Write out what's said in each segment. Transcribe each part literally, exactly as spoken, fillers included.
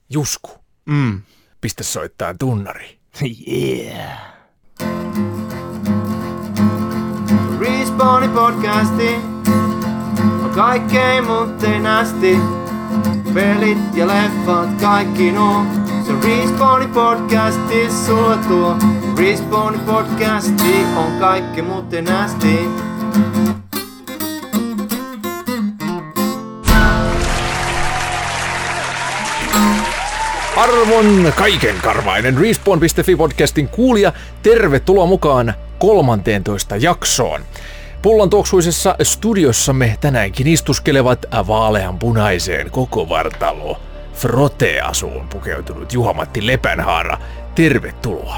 Jusku, Mm. pistä soittaa tunnari. Yeah. Respawni podcasti on kaikkea mut ei nästi. Pelit ja leffat kaikki nuo. Se Respawni podcasti sulla tuo. Respawni podcasti on kaikki mut ei nästi. Arvon kaikenkarvainen Respawn piste fi podcastin kuulija, tervetuloa mukaan kolmanteentoista jaksoon. Pullon tuoksuisessa studiossamme tänäänkin istuskelevat vaaleanpunaiseen koko vartalo Frote-asuun pukeutunut Juha-Matti Lepänhaara. Tervetuloa.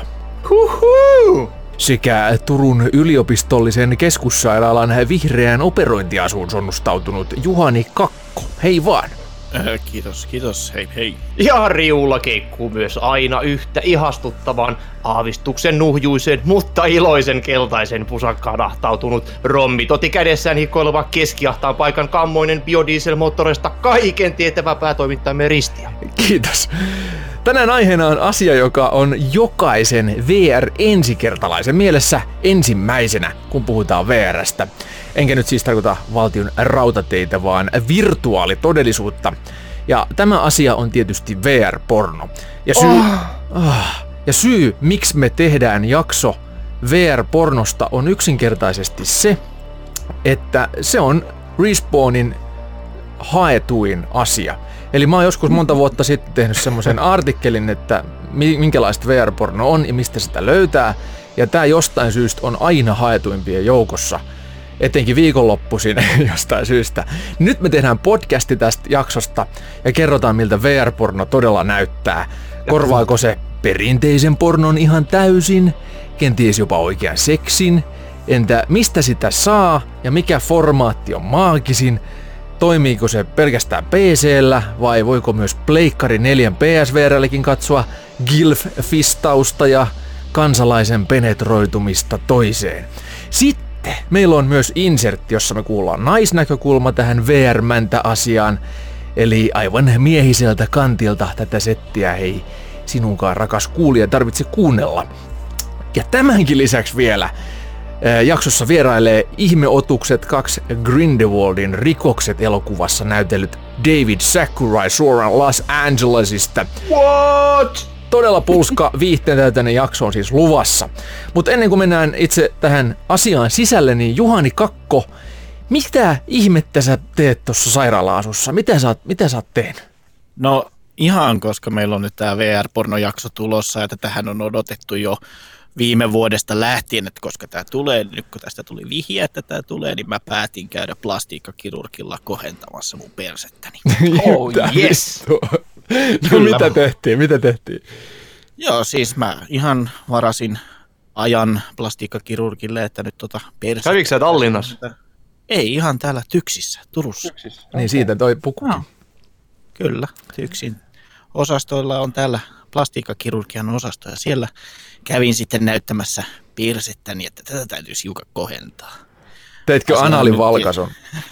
Huhuu! Sekä Turun yliopistollisen keskussairaalan vihreään operointiasuun sonnustautunut Juhani Kakko. Hei vaan. Äh, kiitos, kiitos, hei hei. Ja Riulla keikkuu myös aina yhtä ihastuttavan, aavistuksen nuhjuisen, mutta iloisen keltaisen pusakkaan ahtautunut, rommitoti kädessään hikoileva keskiahtaan paikan kammoinen biodieselmoottoreista kaiken tietävä päätoimittajamme Ristiä. Kiitos. Tänään aiheena on asia, joka on jokaisen V R-ensikertalaisen mielessä ensimmäisenä, kun puhutaan V R:stä. Enkä nyt siis tarkoita valtion rautateitä, vaan virtuaalitodellisuutta. Ja tämä asia on tietysti V R-porno. Ja syy, oh. ah, ja syy miksi me tehdään jakso V R-pornosta, on yksinkertaisesti se, että se on Respawnin haetuin asia. Eli mä oon joskus monta vuotta sitten tehnyt semmoisen artikkelin, että minkälaista V R-porno on ja mistä sitä löytää. Ja tää jostain syystä on aina haetuimpien joukossa. Etenkin viikonloppuisin jostain syystä. Nyt me tehdään podcasti tästä jaksosta ja kerrotaan, miltä V R-porno todella näyttää. Korvaako se perinteisen pornon ihan täysin? Kenties jopa oikean seksin? Entä mistä sitä saa ja mikä formaatti on maagisin? Toimiiko se pelkästään P C:llä vai voiko myös Pleikkari neljän P S V R:llekin katsoa gilf-fistausta ja kansalaisen penetroitumista toiseen? Sitten meillä on myös insertti, jossa me kuullaan naisnäkökulma tähän V R-mäntä-asiaan. Eli aivan miehiseltä kantilta tätä settiä ei sinunkaan, rakas kuulija, tarvitse kuunnella. Ja tämänkin lisäksi vielä jaksossa vierailee Ihmeotukset kaksi Grindelwaldin rikokset elokuvassa näytellyt David Sakurai suoraan Los Angelesista. What? Todella pulska viihteentäyteinen jakso on siis luvassa. Mutta ennen kuin mennään itse tähän asiaan sisälle, niin Juhani Kakko, mitä ihmettä sä teet tuossa sairaala-asussa? Mitä sä, oot, mitä sä oot tehnyt? No ihan, koska meillä on nyt tää V R-pornojakso tulossa ja tätähän on odotettu jo viime vuodesta lähtien, että koska tämä tulee, niin nyt kun tästä tuli vihje, että tämä tulee, niin mä päätin käydä plastiikkakirurgilla kohentamassa mun persettäni. Oh yes! No mitä tehtiin, mitä tehtiin? Joo, siis mä ihan varasin ajan plastiikkakirurgille, että nyt tota persettä... Kävikö sä Tallinnassa? Ei, ihan täällä Tyksissä, Turussa. Tyksissä. Niin siitä toi puku. No, kyllä, Tyksin osastoilla on täällä plastiikkakirurgian osasto ja siellä kävin sitten näyttämässä persettäni, että tätä täytyisi hiukan kohentaa. Teitkö analivalkason?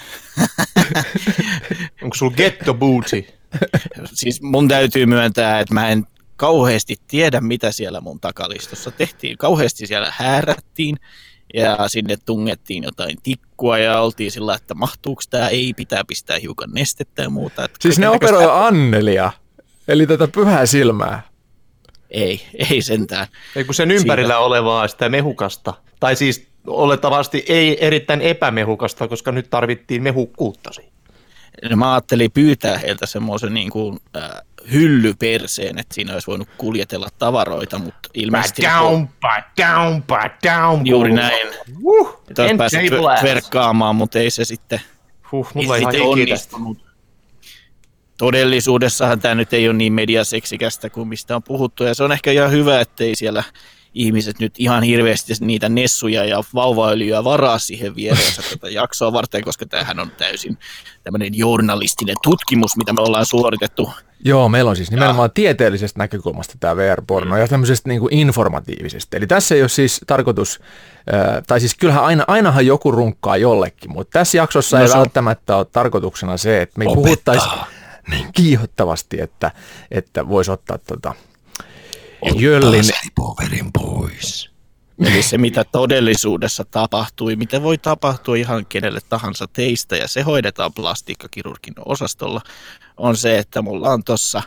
Onko sulla ghetto booty? Siis mun täytyy myöntää, että mä en kauheasti tiedä, mitä siellä mun takalistossa tehtiin. Kauheasti siellä häärättiin ja sinne tungettiin jotain tikkua ja oltiin sillä, että mahtuuko tää, ei, pitää pistää hiukan nestettä ja muuta. Että siis ne operoi Annelia, eli tätä pyhää silmää. Ei, ei sentään. Ei kun sen ympärillä Siitä. olevaa sitä mehukasta. Tai siis olettavasti ei erittäin epämehukasta, koska nyt tarvittiin mehukkuutta siihen. No, mä ajattelin pyytää heiltä semmoisen niin kuin, äh, hyllyperseen, että siinä olisi voinut kuljetella tavaroita, mutta ilmeisesti... Downpa, downpa, downpa. Juuri näin. Uh, että olisi päässyt verkkaamaan, mutta ei se sitten, huh, mulla ei ihan sitten onnistunut. Todellisuudessahan tämä nyt ei ole niin mediaseksikästä kuin mistä on puhuttu, ja se on ehkä ihan hyvä, ettei siellä ihmiset nyt ihan hirveästi niitä nessuja ja vauvaöljyä varaa siihen viereensä tätä jaksoa varten, koska tämähän on täysin tämmöinen journalistinen tutkimus, mitä me ollaan suoritettu. Joo, meillä on siis nimenomaan ja. tieteellisestä näkökulmasta tämä V R-porno mm. ja tämmöisestä niin kuin informatiivisesta. Eli tässä ei ole siis tarkoitus, äh, tai siis kyllähän aina, ainahan joku runkkaa jollekin, mutta tässä jaksossa no, ei välttämättä ole tarkoituksena se, että me ei puhuttaisi niin kiihottavasti, että, että voisi ottaa tota jöllin. Salipoverin pois. Eli se, mitä todellisuudessa tapahtui, mitä voi tapahtua ihan kenelle tahansa teistä, ja se hoidetaan plastiikkakirurgin osastolla, on se, että mulla on tuossa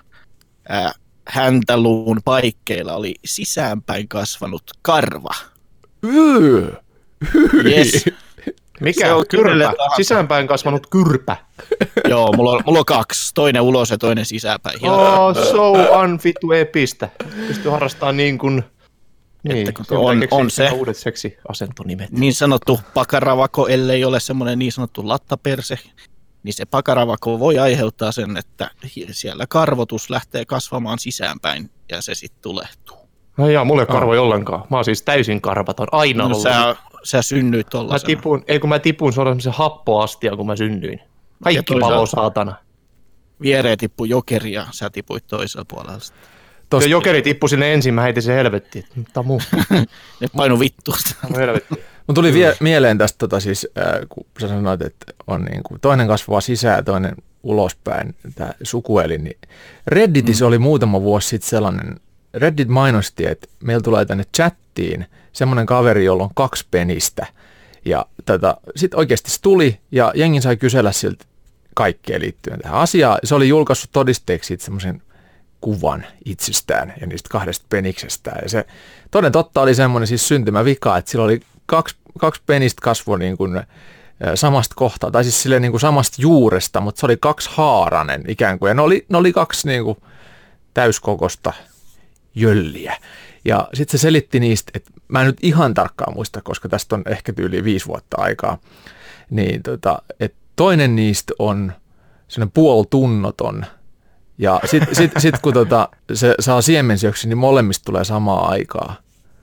häntäluun paikkeilla oli sisäänpäin kasvanut karva. Yy, Yes. Mikä on kyrpä? Sisäänpäin kasvanut kyrpä. Joo, mulla on, mulla on kaksi. Toinen ulos ja toinen sisäänpäin. Oh, so unfittu epistä. Pystyy harrastamaan niin kuin... Niin, että kun on, on se uudet seksiasentonimet. niin sanottu pakaravako, ellei ole semmoinen niin sanottu lattaperse, niin se pakaravako voi aiheuttaa sen, että siellä karvotus lähtee kasvamaan sisäänpäin ja se sitten tulehtuu. No jaa, mulla ei ole karvoja ollenkaan. Mä oon siis täysin karvaton, aina No, ollut. sä, sä synnyit Mä tollasena. tipun, ei kun mä tipun, se on semmoisen happoastia, kun mä synnyin. Kaikki toisaalta- palo saatana. Viereen tippui jokeri ja sä tipuit toisella puolella. tosta, Se jokeri tippui sinne ensin, mä heitin sen helvettiin. Mutta muu. Ne painu vittuun. No helvetti. mun tuli vie, mieleen tästä, tota, siis, äh, kun sä sanoit, että on niin kuin, toinen kasvaa sisään ja toinen ulospäin, tämä sukuelin, niin Redditissä mm. oli muutama vuosi sitten sellainen, Reddit mainosti, että meillä tulee tänne chattiin semmoinen kaveri, jolla on kaksi penistä. Ja tota, sitten oikeasti se tuli ja jengi sai kysellä siltä kaikkea liittyen tähän asiaan. Se oli julkaissut todisteeksi semmoisen kuvan itsestään ja niistä kahdesta peniksestään. Ja se toden totta oli semmoinen siis syntymävika, että sillä oli kaksi, kaksi penistä kasvua niin kuin samasta kohtaa, tai siis silleen niin kuin samasta juuresta, mutta se oli kaksi haaranen ikään kuin. Ja ne oli, ne oli kaksi niin kuin täyskokosta jölliä. Ja sitten se selitti niistä, että mä en nyt ihan tarkkaan muista, koska tästä on ehkä tyyli viisi vuotta aikaa, niin tota, että toinen niistä on sellainen puoltunnoton. Ja sitten sit, sit, kun tota, se saa siemensijoksi, niin molemmista tulee samaa aikaa.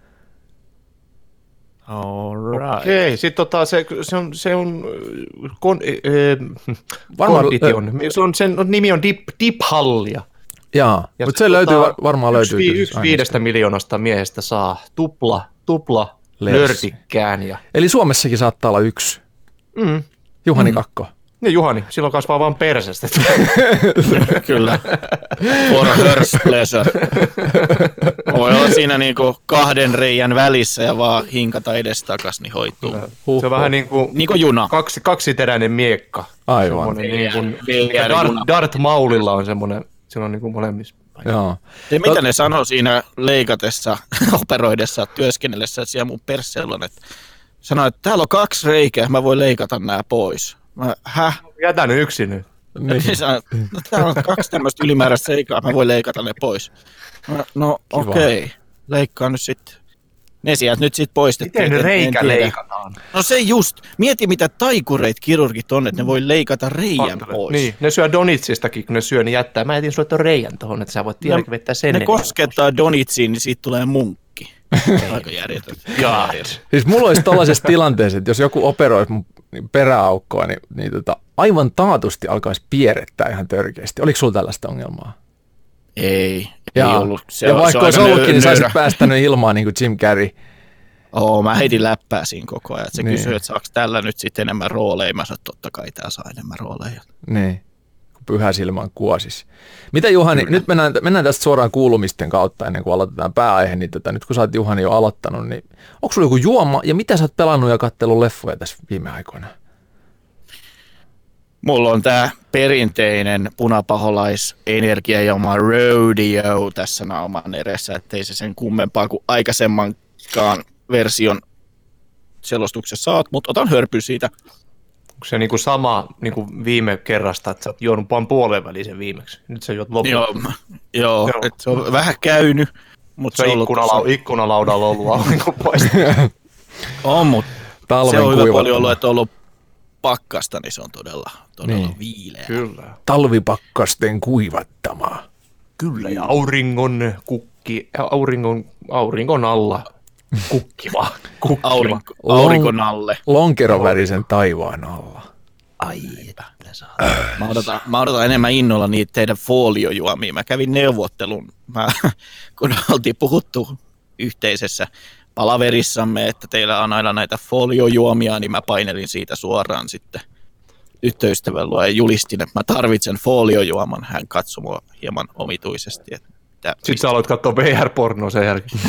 Alright. Okei, sitten tota, se, se on, se on, kon, äh, Varmaan- kondition. Se on, sen nimi on Dip, Diphallia. Jaa, Ja mutta se se löytyy, tota, var- varmaan yksi, löytyy. vi- yksi viidestä miljoonasta miehestä saa tupla, tupla Lerssi. lörtikkään. Ja, Eli Suomessakin saattaa olla yksi. mm, Juhani mm. Kakko. ja Juhani, silloin kasvaa vaan persestä. Kyllä. For her pleasure. Voi olla siinä niinku kahden reijän välissä ja vaan hinkata edestakas, niin hoituu. Huh, Se on vähän niin kuin Niin kuin juna. kaksi, kaksiteräinen miekka. Aivan. Semmoinen niin kuin, Villiäri Dart, juna. Dart Maulilla on semmoinen, sillä on niin kuin molemmissa. Joo. Ja mitä ne sanoo siinä leikatessa, operoidessa, työskennellessä siellä mun persseellä on, että sanoo, että täällä on kaksi reikää, mä voin leikata nämä pois. Mä, häh? Jätä nyt yksin nyt. Niin. Niin sanoo, no täällä on kaksi tämmöistä ylimääräistä reikaa, mä voin leikata ne pois. Mä, no okei, okay. Leikkaa nyt sitten. Ne sieltä nyt sitten poistettiin. Miten en- en reikä tiedä. leikataan? No se just. Mieti mitä taikureet kirurgit on, että ne voi leikata reijän pois. Niin, ne syö Donitsistakin, kun ne syö, niin jättää. Mä jätin sulle tuon reijän tohon, että sä voit tiedä, vetää sen. Ne koskettaa Donitsiin, niin siitä tulee munkki. Aika järjetön. Jaa. Siis mulla olisi tällaisessa tilanteessa, että jos joku operoisi mun peräaukkoa, niin, niin tota, aivan taatusti alkaisi pierrettää ihan törkeästi. Oliko sulla tällaista ongelmaa? Ei, Jaa. ei ollut. Se ja on- vaikka se on olisi aika ollutkin, nö- niin saisit nöyrä. päästänyt ilmaan niin kuin Jim Carrey. Oo, mä heitin läppää siinä koko ajan. Se Niin. kysyy, että saako tällä nyt sitten enemmän rooleja. Mä sanoin, että totta kai tää saa enemmän rooleja. Niin, kun pyhä silmän kuosis. Mitä Juhani, Kyllä. nyt mennään, mennään tästä suoraan kuulumisten kautta ennen kuin aloitetaan pääaihe, niin tota, nyt kun sä oot Juhani jo aloittanut, niin onko sulla joku juoma ja mitä sä oot pelannut ja kattellut leffoja tässä viime aikoina? Mulla on tää perinteinen punapaholais-energiajuoma Rodeo tässä nauman edessä, ettei se sen kummempaa kuin aikaisemmankaan version selostuksessa saat, mutta otan hörpy siitä. Onko se niinku sama niinku viime kerrasta, että sä oot juonut vaan puolen välisen viimeksi? Nyt sä juot lopun. Joo, joo, Joo. Et se on vähän käynyt, mutta Se se, on on ollut ikkunalau- ikkunalaudalla ollut aurinko pois. on, mutta Talven se on hyvä puoli kuivattama. ollut, että on ollut pakkasta, niin se on todella, todella Niin. viileä. Kyllä. Talvipakkasten kuivattamaa. Kyllä, ja auringon kukki, auringon, auringon alla kukkiva. kukkiva. Aurinko, aurinkon alle. Lonkerovärisen taivaan alla. Ai, mä odotan, mä odotan enemmän innolla niitä teidän foliojuomia. Mä kävin neuvottelun, mä, kun oltiin puhuttu yhteisessä palaverissamme, että teillä on aina näitä foliojuomia, niin mä painelin siitä suoraan sitten tyttöystävän luo ja julistin, että mä tarvitsen foliojuoman. Hän katsoi mua hieman omituisesti. Että mitä, Sitten sä aloit katsoa V R-pornoa sen jälkeen.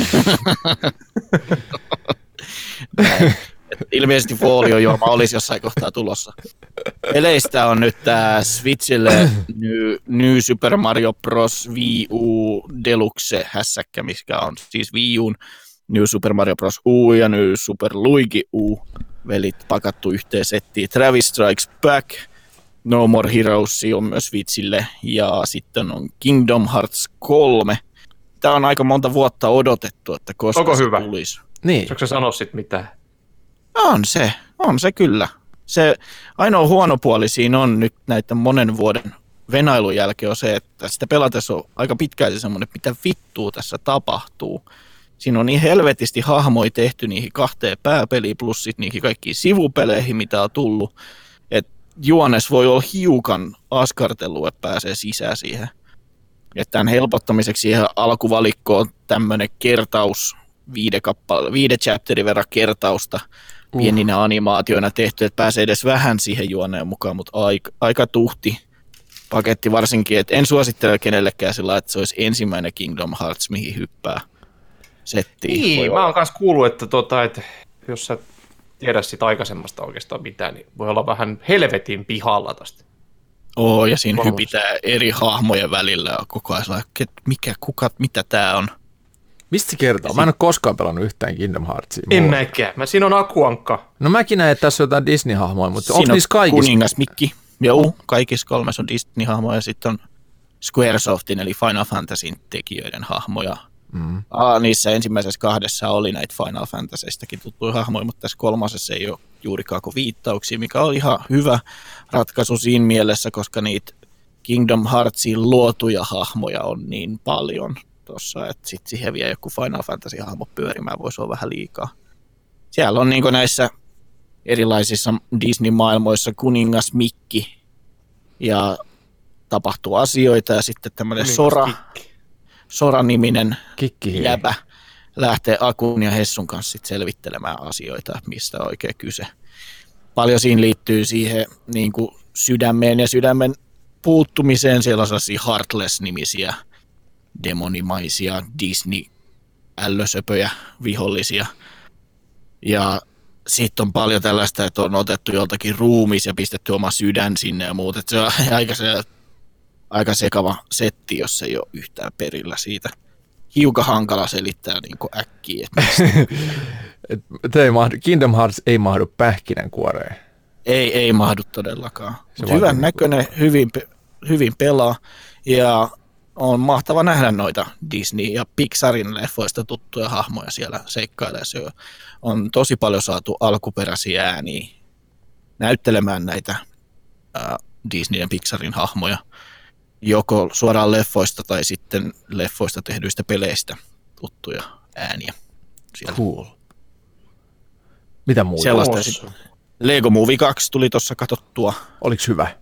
Ilmeisesti foliojuoma olisi jossain kohtaa tulossa. Peleistä on nyt tää Switchille New, New Super Mario Bros. Wii U Deluxe hässäkkä, mikä on siis Wii U:n New Super Mario Bros. U ja New Super Luigi U. Velit pakattu yhteen settiin. Travis Strikes Back, No More Heroes on myös Switchille ja sitten on Kingdom Hearts kolme. Tää on aika monta vuotta odotettu, että koska Onko se hyvä? tulisi. Niin. Saatko sä sanoa sit mitään? On se, on se kyllä. Se ainoa huono puoli siinä on nyt näiden monen vuoden venailun jälkeen on se, että sitä pelatessa on aika pitkälti semmoinen, että mitä vittua tässä tapahtuu. Siinä on niin helvetisti hahmoja tehty niihin kahteen pääpeliin plus sitten niihin kaikkiin sivupeleihin, mitä on tullut. Että juones voi olla hiukan askartelua, että pääsee sisään siihen. Että tämän helpottamiseksi siihen alkuvalikkoon tämmöinen kertaus, viide, kappale, viide chapterin verran kertausta, pieninä uh. animaatioina tehty, että pääsee edes vähän siihen juoneen mukaan, mutta aika, aika tuhti paketti varsinkin, että en suosittele kenellekään sillä, että se olisi ensimmäinen Kingdom Hearts, mihin hyppää settiin. Niin, mä oon kanssa kuullut, että, tota, että jos sä tiedä sit aikaisemmasta oikeastaan mitään, niin voi olla vähän helvetin pihalla tästä. Oo, ja siinä Kolmas. hypitää eri hahmojen välillä koko ajan sellainen, että mikä, kuka, mitä tää on. Mistä se kertoo? Mä en ole koskaan pelannut yhtään Kingdom Heartsia. En Mulla- mäkään. Mä, siinä on akuankka. No mäkin näen, että tässä on jotain Disney-hahmoja, mutta onko Siinä on niissä kaikissa? Kuningas Mikki. Joo, kaikissa kolmessa on Disney-hahmoja ja sitten on Squaresoftin eli Final Fantasyn tekijöiden hahmoja. Mm. Ah, niissä ensimmäisessä kahdessa oli näitä Final Fantasyistakin tuttuja hahmoja, mutta tässä kolmasessa ei ole juurikaan kuin viittauksia, mikä on ihan hyvä ratkaisu siinä mielessä, koska niitä Kingdom Heartsin luotuja hahmoja on niin paljon tuossa, että sitten siihen vielä joku Final Fantasy-hahmo pyörimään voisi olla vähän liikaa. Siellä on niin kuin näissä erilaisissa Disney-maailmoissa kuningas Mikki ja tapahtuu asioita ja sitten tämmöinen Sora, Sora-niminen Kikki. jäbä lähtee Akun ja Hessun kanssa sit selvittelemään asioita, mistä on oikein kyse. Paljon siinä liittyy siihen niin kuin sydämeen ja sydämen puuttumiseen. Siellä on sellaisia Heartless-nimisiä, demonimaisia Disney-ällösöpöjä, vihollisia. Ja sitten on paljon tällaista, että on otettu joltakin ruumis ja pistetty oma sydän sinne ja muut. Se on aika, se, aika sekava setti, jos ei ole yhtään perillä siitä. Hiukan hankala selittää niin kuin äkkiä. Ei mahdu, Kingdom Hearts ei mahdu pähkinänkuoreen. Ei, ei mahdu todellakaan. Se Mut hyvän vaatii- näköinen, hyvin, pe- hyvin pelaa ja on mahtava nähdä noita Disney- ja Pixarin leffoista tuttuja hahmoja siellä seikkailee. Se on tosi paljon saatu alkuperäisiä ääniä näyttelemään näitä ää, Disney- ja Pixarin hahmoja joko suoraan leffoista tai sitten leffoista tehdyistä peleistä tuttuja ääniä. Siellä. Cool. Mitä muuta? Sellaista. Oos. Lego Movie kaksi tuli tuossa katsottua. Oliko hyvä?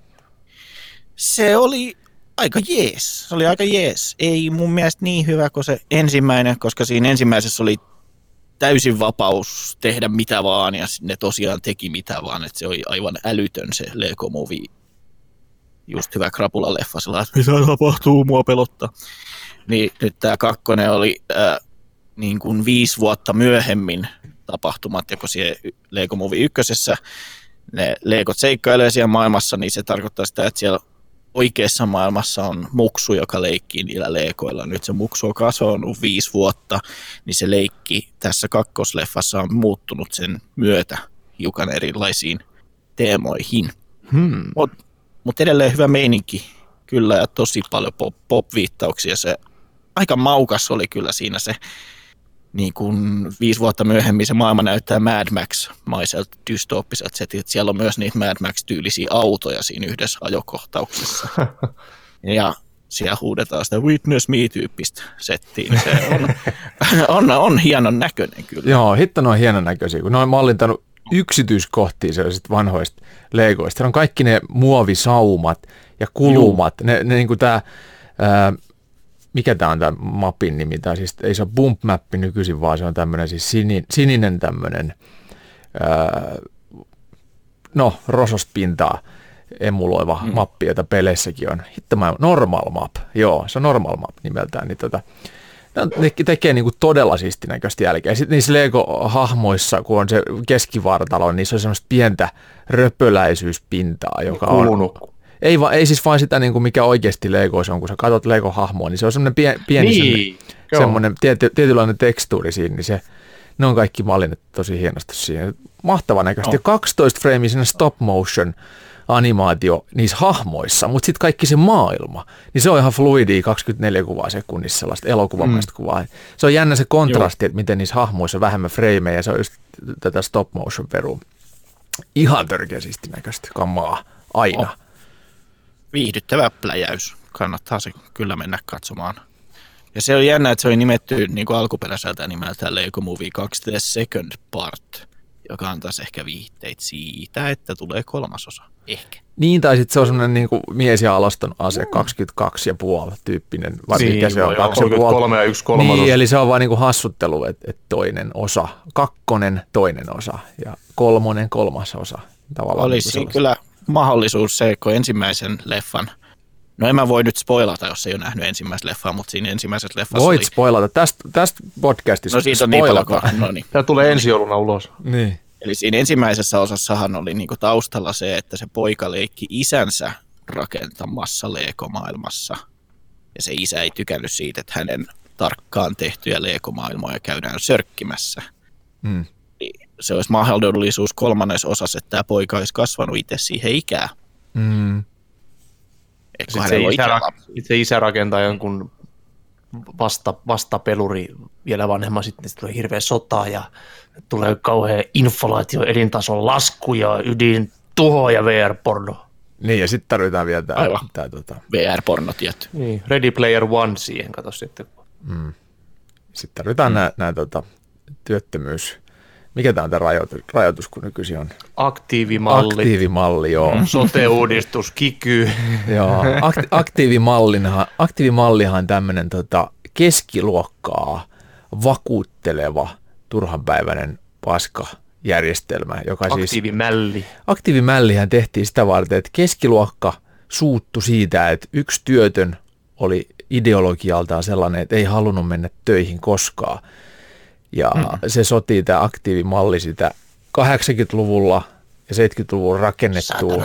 Se oli aika jees. Se oli aika jees. Ei mun mielestä niin hyvä kuin se ensimmäinen, koska siinä ensimmäisessä oli täysin vapaus tehdä mitä vaan, ja ne tosiaan teki mitä vaan, että se oli aivan älytön se Lego Movie. Just hyvä krapula-leffa, sellainen, että mitä tapahtuu, mua pelottaa. Niin nyt tämä kakkonen oli äh, niin kuin viisi vuotta myöhemmin tapahtumat, ja kun siellä Lego Movie ykkösessä ne Legot seikkailee siellä maailmassa, niin se tarkoittaa sitä, että siellä oikeassa maailmassa on muksu, joka leikkii niillä leikoilla. Nyt se muksu on kasvanut viisi vuotta, niin se leikki tässä kakkosleffassa on muuttunut sen myötä hiukan erilaisiin teemoihin. Hmm. Mutta mut edelleen hyvä meininki kyllä ja tosi paljon pop, pop-viittauksia. Se aika maukas oli kyllä siinä se, niin kuin viisi vuotta myöhemmin se maailma näyttää Mad Max-maiselta dystooppiselta setiltä. Siellä on myös niitä Mad Max-tyylisiä autoja siinä yhdessä ajokohtauksessa. Ja siellä huudetaan sitä Witness Me-tyyppistä settiin. Se on, on, on hienon näköinen kyllä. Joo, hitto ne on hienon näköisiä, kun ne on mallintanut yksityiskohtia sellaisista vanhoista legoista. Siellä on kaikki ne muovisaumat ja kulumat. Juu. Ne, ne niin kuin tää, ää, mikä tää on tää mapin nimi? Tää siis ei se ole bump mappi nykyisin, vaan se on tämmönen siis sini, sininen tämmönen, ää, no rosospintaa. emuloiva mm. mappi, jota peleissäkin on. Hitto mä normal map, joo, se on normal map nimeltään, niin tota, ne tekee niinku todella siistinäköistä jälkeä. Sitten niissä Lego-hahmoissa, kun on se keskivartalo, niin niissä on semmoista pientä röpöläisyyspintaa, joka on... Ei, va, ei siis vain sitä, niin kuin mikä oikeasti Legoissa on, kun sä katsot Lego-hahmoa, niin se on semmoinen pien, pieni niin, semmoinen, semmoinen tiety, tietynlainen tekstuuri siinä, niin se, ne on kaikki mallinnettu tosi hienosti siihen. Mahtava näköisesti. No. kaksitoista freimiä siinä stop motion animaatio niissä hahmoissa, mutta sitten kaikki se maailma, niin se on ihan fluidia kaksikymmentäneljä kuvaa sekunnissa, sellaista elokuvamaista mm. kuvaa. Se on jännä se kontrasti, Joo. että miten niissä hahmoissa on vähemmän freimejä, ja se on just tätä stop motion perua. Ihan törkeä siisti näköistä kamaa, aina. Oh. Viihdyttävä pläjäys. Kannattaa se kyllä mennä katsomaan. Ja se on jännä, että se oli nimetty niin kuin alkuperäiseltä nimeltä Lego Movie kaksi The Second Part, joka antaisi ehkä viitteitä siitä, että tulee kolmasosa. Ehkä. Niin, tai sitten se on semmoinen niin kuin mies ja alaston ase, kaksikymmentäkaksi ja puoli tyyppinen. Vai niin, mikä se on? kolmekymmentäkolme ja yksi kolmasosa. Niin, eli se on vaan niin kuin hassuttelu, että, että toinen osa, kakkonen toinen osa ja kolmonen kolmas osa. Tavallaan olisi niin kyllä mahdollisuus se, kun ensimmäisen leffan, no en mä voi nyt spoilata, jos ei ole nähnyt ensimmäistä leffaa, mutta siinä ensimmäisessä leffassa Voit oli... spoilata, tästä, tästä podcastista no, siitä on niin paljon, no niin. Tämä tulee ensi jouluna ulos. Niin. Eli siinä ensimmäisessä osassahan oli niinku taustalla se, että se poika leikki isänsä rakentamassa Lego-maailmassa. Ja se isä ei tykännyt siitä, että hänen tarkkaan tehtyjä Lego-maailmoja käydään sörkkimässä. Mm. Se olisi mahdollisuus kolmannessa osassa, että tämä poika olisi kasvanut itse siihen ikään. Mm. Sitten se isä, ra- se isä rakentaa jonkun vasta, vastapeluri vielä vanhemman, sitten tulee hirveä sota ja tulee kauhean inflaatio, elintason lasku ja ydin tuho ja V R-porno. Niin, ja sitten tarvitaan vielä tämä, tämä tota... V R-porno tietty. Niin, Ready Player One siihen, kato sitten. Mm. Sitten tarvitaan mm. nämä, nämä tota, työttömyys... Mikä tämä on tämä rajoitus, rajoitus, kun nykyisin on? Aktiivimalli. Aktiivimalli, joo. Sote-uudistus, kiky. Joo, Akti- aktiivimallinhan, aktiivimallihan on tämmöinen tota, keskiluokkaa vakuutteleva turhanpäiväinen paskajärjestelmä, joka Aktiivimälli. Siis, aktiivimällihän tehtiin sitä varten, että keskiluokka suuttui siitä, että yksi työtön oli ideologialtaan sellainen, että ei halunnut mennä töihin koskaan. Ja mm. se sotii tämä aktiivimalli sitä kahdeksankymmentäluvulla ja seitsemänkymmentäluvulla rakennettua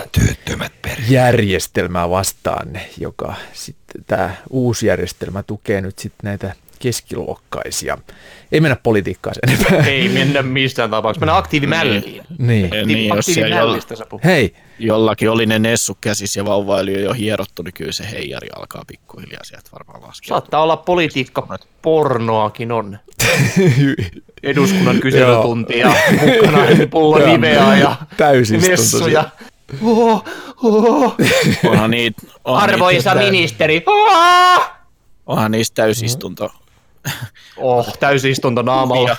järjestelmää vastaan, joka sitten tämä uusi järjestelmä tukee nyt sitten näitä keskiluokkaisia. Ei mennä politiikkaan sen enempää. Ei mennä missään tapauksessa, mennään aktiivimälliin. Niin. niin Aktiivimällistä sä puhut. Hei. Jollakin oli ne nessut käsissä ja vauvaili jo hierottu, niin kyllä se heijari alkaa pikkuhiljaa sieltä varmaan laskea. Saattaa olla politiikka pornoakin on. Eduskunnan kyselytunti ja mukana pullo nimeä ja messuja. Oh, oh. Onhan niitä, onhan arvoisa niitä, ministeri. Oh. Onhan niistä täysistunto. Oh, täysistunto naamalla.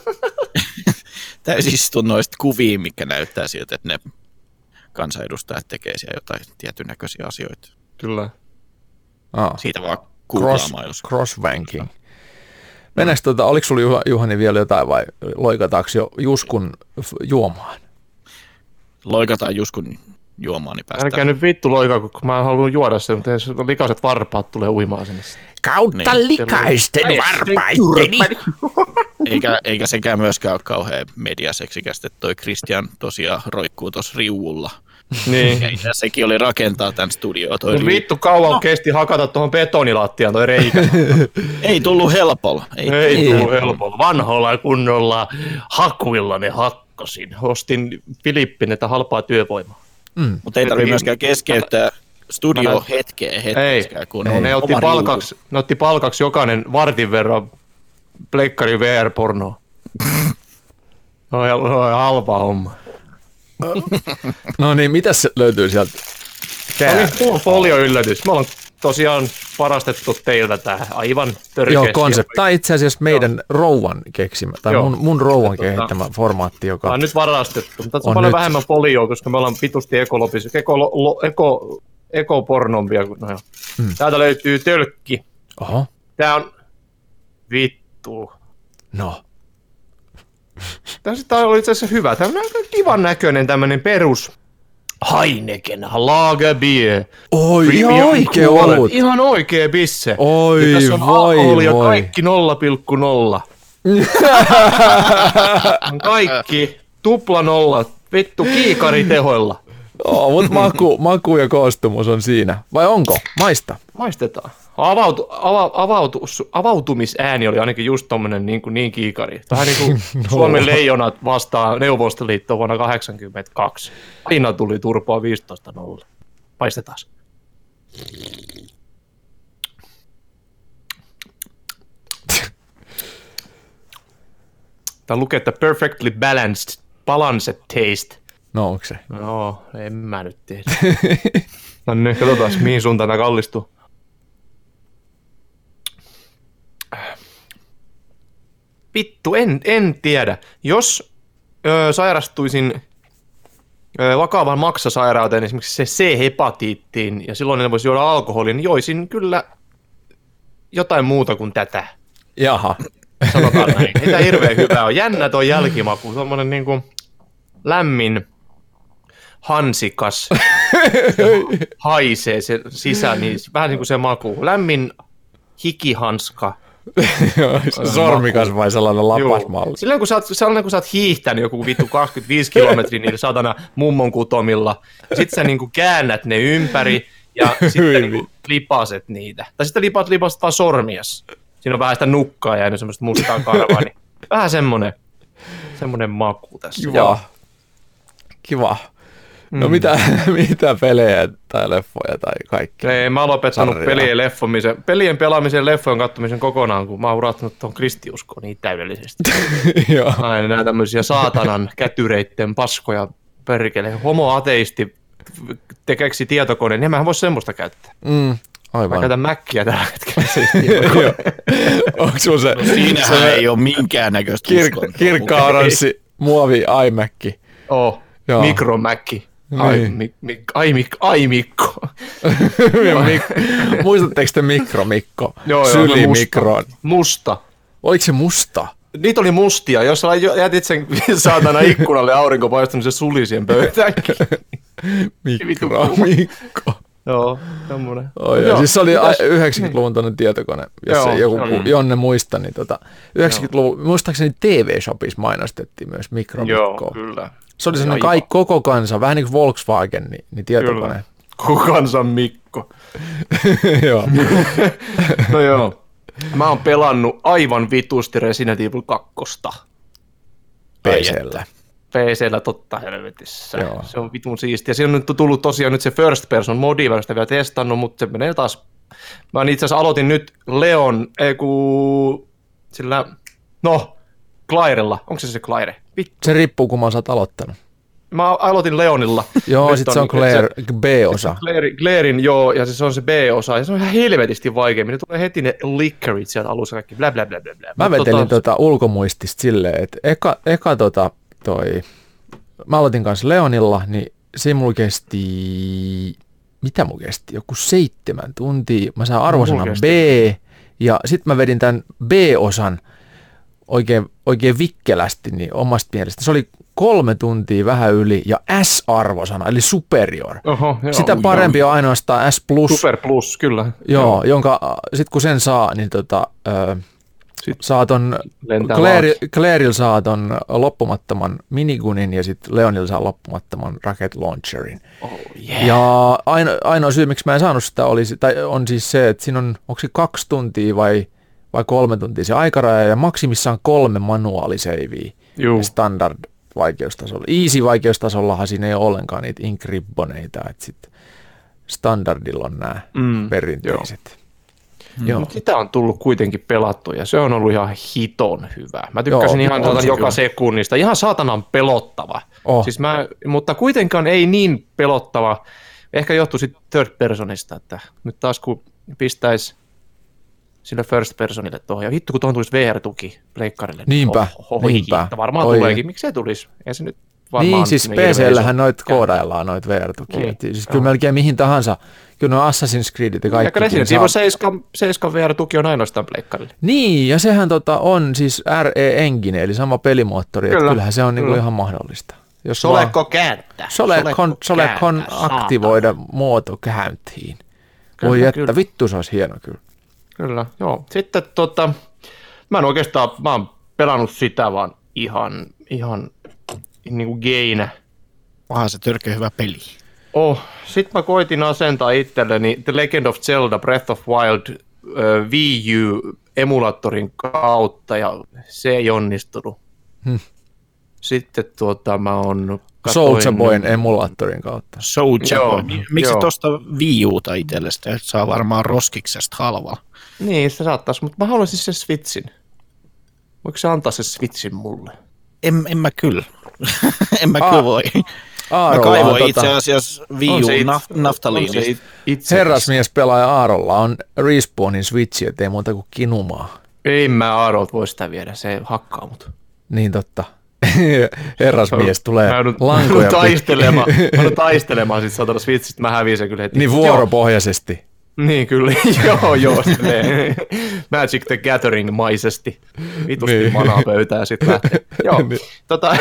Täysistunnoista kuvia, mikä näyttää siltä, että ne kansanedustajat tekee siellä jotain tietyn näköisiä asioita. Kyllä. Ah. Siitä vaan googlaamaan. Cross, cross-ranking. Mennäänkö, tuota, oliko sinulla Juhani vielä jotain vai loikataanko jo Juskun juomaan? Loikataan Juskun juomaan, niin päästään. Älkää nyt vittu loikaa, kun mä haluan juoda sen, mutta likaiset varpaat tulee uimaan sinne. Kautta niin. Likaisten varpaitteni. Eikä, eikä sekään myöskään ole kauhean mediaseksikästä, että toi Christian tosiaan roikkuu tuossa riuulla. Niin. Ja sekin oli rakentaa tämän studioon. No vittu kauan no. kesti hakata tuohon betonilattiaan toi reikä. Ei tullut helpolla. Ei, ei tullut helpolla. Vanhoilla kunnolla hakuilla ne hakkasin. Ostin Filippinetä halpaa työvoimaa. Mm. Mutta ei tarvitse myöskään keskeyttää studio hetkeä hetkeskään. Kun ei. Ne, otti palkaksi, ne otti palkaksi jokainen vartin verran pleikkari V R-pornoa. No halpa homma. No niin, mitäs löytyy sieltä? Tää. No, folio-yllätys. Me ollaan tosiaan varastettu teiltä tää aivan törkeä. Joo, konsepti. Tämä on itse asiassa meidän Joo. rouvan keksimä, tai mun, mun rouvan kehittämä formaatti, joka on nyt varastettu. Mutta tässä on on paljon nyt vähemmän folioa, koska me ollaan vitusti ekologisia, eko, eko, ekopornompia. No, hmm. Täältä löytyy tölkki. Oho. Tää on vittu. No. Tämä oli itse asiassa hyvä. Tämä on aika kivan näköinen tämmöinen perus Heineken Lagerbier. Oi, Premium ihan oikea kuolet. olut. Ihan oikea bisse. Oi, ja tässä on voi, alkoholia voi. kaikki nolla pilkku nolla. On kaikki tupla nolla. Vittu kiikaritehoilla. Oh, mutta maku, maku ja koostumus on siinä. Vai onko? Maista. Maistetaan. Avautu, ava, avautus, avautumisääni oli ainakin just tommonen niin, kuin niin kiikari. Vähän niin kuin No. Suomen leijonat vastaan Neuvostoliitto vuonna kahdeksankymmentäkaksi. Aina tuli turpoa viisitoista nolla. Paistetaan. Tää lukee, että perfectly balanced, balanced taste. No onko se? No, en mä nyt tiedä. No niin, katsotaan, mihin suuntaan tää kallistuu. Vittu, en, en tiedä. Jos ö, sairastuisin ö, vakavaan maksasairauteen, esimerkiksi se C-hepatiittiin, ja silloin en voisi juoda alkoholia, niin joisin kyllä jotain muuta kuin tätä. Jaha. Sanotaan näin. Ei tää hirveän hyvää on. Jännä toi jälkimaku. Semmoinen niinku lämmin, hansikas, haisee se sisä, niin vähän niin kuin se maku. Lämmin hikihanska. Sormikas vai sellainen lapasmalli? Silloin kun sä oot, sellainen, kun sä oot hiihtänyt joku vittu kaksikymmentäviisi kilometriä niillä satana mummon kutomilla, ja sit sä niinku käännät ne ympäri, ja sitten niinku lipaset niitä. Tai sitten lipat, lipaset vaan sormias. Siinä on vähän sitä nukkaa ja semmoista mustaa karvaa, niin vähän semmonen, semmonen maku tässä. Kiva. Joo. Kiva. No Mm. mitä, mitä pelejä tai leffoja tai kaikkea? Ei, mä oon lopettanut Sarjaa. pelien, leffomisen, pelien pelaamisen ja leffojen katsomisen kokonaan, kun mä oon urattanut tuon kristiuskoon niin täydellisesti. Joo. Aina nää tämmöisiä saatanan kätyreitten paskoja perkele. Homo-ateisti te keksi tietokoneen, niin mä voi semmoista käyttää. Mm, Mä aivan. käytän Mäkkiä tällä hetkellä. Se Joo. Onko sulla se, No siinähän se ei ole minkäännäköistä kir, uskontoa. kirkkaa oranssi muovi iMac? Oh, Joo. mikromäkki. Ai, Niin. mi, mi, ai, mi, ai Mikko. Ja Mik- Muistatteko te Mikro-Mikko? Joo, joo, Syli no musta. Mikroon. Musta. Oliko se musta? Niitä oli mustia. Jos sä jätit sen saatana ikkunalle aurinko paistunut, niin se suli siihen pöytäänkin. Vittu Mikro, kuuma. Mikko. Joo, semmoinen. Oh, joo. Siis se oli a- yhdeksänkymmentäluvun tuonne tietokone, jos Joo, ei joku se oli. ku- Jonne muista, niin tota, yhdeksänkymmentäluvun, muistaakseni T V-shopissa mainostettiin myös Mikro Joo, Mikkoa. kyllä. Se oli Ja sellainen iva. kaikki, koko kansa, vähän niin kuin Volkswagen, niin, niin tietokone. Kyllä. Kukansa Mikko. Joo. No joo. Mä oon pelannut aivan vitusti Resident Evil kaksi. P C:llä. P C:llä totta helvetissä. Joo. Se on vitun siistiä. Siinä on nyt tullut tosiaan nyt se first person modi, mä en sitä vielä testannut, mutta se menee taas. Mä itse asiassa aloitin nyt Leon, ei ku, sillä, no, Clairella. Onko se se Claire? Vittu. Se riippuu, kun mä oot aloittanut. Mä aloitin Leonilla. Joo, Nyt sit se on Claire B-osa. Claire, Clairein, joo, ja se on se B-osa, ja se on ihan helvetisti vaikeammin. Ne tulee heti ne lickerit sieltä alussa kaikki, blä blä blä blä blä. Mä Mut vetelin tota ulkomuistista silleen, että eka, eka tota toi, mä aloitin kanssa Leonilla, niin se mulla kesti, mitä mulla kesti, joku seitsemän tuntia. Mä sain arvosanan Mulla B, ja sit mä vedin tämän B-osan oikein, oikein vikkelästi niin omasta mielestä. Se oli kolme tuntia vähän yli, ja S-arvosana, eli superior. Oho, joo, Sitä parempi on ainoastaan S+. Super plus, kyllä. Joo, jonka sit kun sen saa, niin tota, ö, Sit saa ton, lentää Claire, maaksi. Clairella saa ton loppumattoman minigunin ja sitten Leonilla saa loppumattoman rocket launcherin. Oh, yeah. Ja aino, ainoa syy, miksi mä en saanut sitä, oli, tai on siis se, että siinä on, onko se kaksi tuntia vai, vai kolme tuntia se aikaraja, ja maksimissaan kolme manuaaliseiviä Juu. standard vaikeustasolla. Easy vaikeustasollahan siinä ei ole ollenkaan niitä inkribboneita, että sitten standardilla on nämä Mm, perinteiset. Joo. Mut sitä on tullut kuitenkin pelattua ja se on ollut ihan hiton hyvä. Mä tykkäsin Joo, ihan on saatan se joka kyllä. sekunnista. Ihan saatanan pelottava. Oh. Siis mä, mutta kuitenkaan ei niin pelottava. Ehkä johtuu sitten third personista, että nyt taas kun pistäisi sille first personille tuohon. Ja hittu kun tuohon tulisi V R-tuki pleikkarille. Niinpä, Oho, niinpä. hiitto. Varmaan Oi. tuleekin. Miksei tulisi? Ei se nyt varmaan Niin, siis niin hirveän P C-llähän iso noit käyttö. koodaillaan noit V R-tukia. Niin. Et Siis kyllä melkein mihin tahansa. Kyllä no Assassin's Creedit ja Ja kaikki. Resident Evil seitsemän, seitsemän V R-tuki on ainoastaan pleikkarille. Niin, ja sehän tota on siis R E Engine, eli sama pelimoottori. Että Kyllä, kyllähän se on niinku kyllä. ihan mahdollista. Jos Solekko vaan- kääntää. Solekon, Solekon kääntää, aktivoida saatana. muoto käyntiin. Kyllä, Voi että kyllä. vittu se olisi hieno kyllä. Kyllä, joo. Sitten tota, mä en oikeastaan, mä oon pelannut sitä vaan ihan, ihan niinku geinä. Onhan se törkeä hyvä peli. Oh, sitten mä koitin asentaa itselleni The Legend of Zelda Breath of Wild uh, Wii U-emulaattorin kautta, ja se ei onnistunut. Hmm. Sitten tuota mä oon... Soulja Boyn emulaattorin kautta. Soulja Joo, Boy. Miksi joo. tuosta Wii Uta itsellesi? Et saa varmaan roskiksesta halvalla. Niin, se saattaisi, mutta mä haluaisin sen Switchin. Voiko se antaa sen Switchin mulle? En, en mä kyllä. en mä Aa, kyllä voi. Mä Aarolla on kaivoin tota, itse asiassa Wii On U se it- naf- on se naftaliinista. it- itse. herrasmies pelaaja Aarolla on Respawnin Switchi, ettei muuta kuin kinumaa. Ei mä Aarolta voi sitä viedä, se hakkaa mut. Niin totta. Herrasmies tulee Mä joudun, lankoja mä joudun pitkin. taistelemaan, mä joudun taistelemaan sit satana Switchistä, mä häviin sen kyllä heti. Niin Joo, vuoropohjaisesti. niin kyllä, joo joo, silleen Magic the Gathering-maisesti. Vitusti Niin. manaa pöytään ja sitten lähtee. Joo, Niin. tota,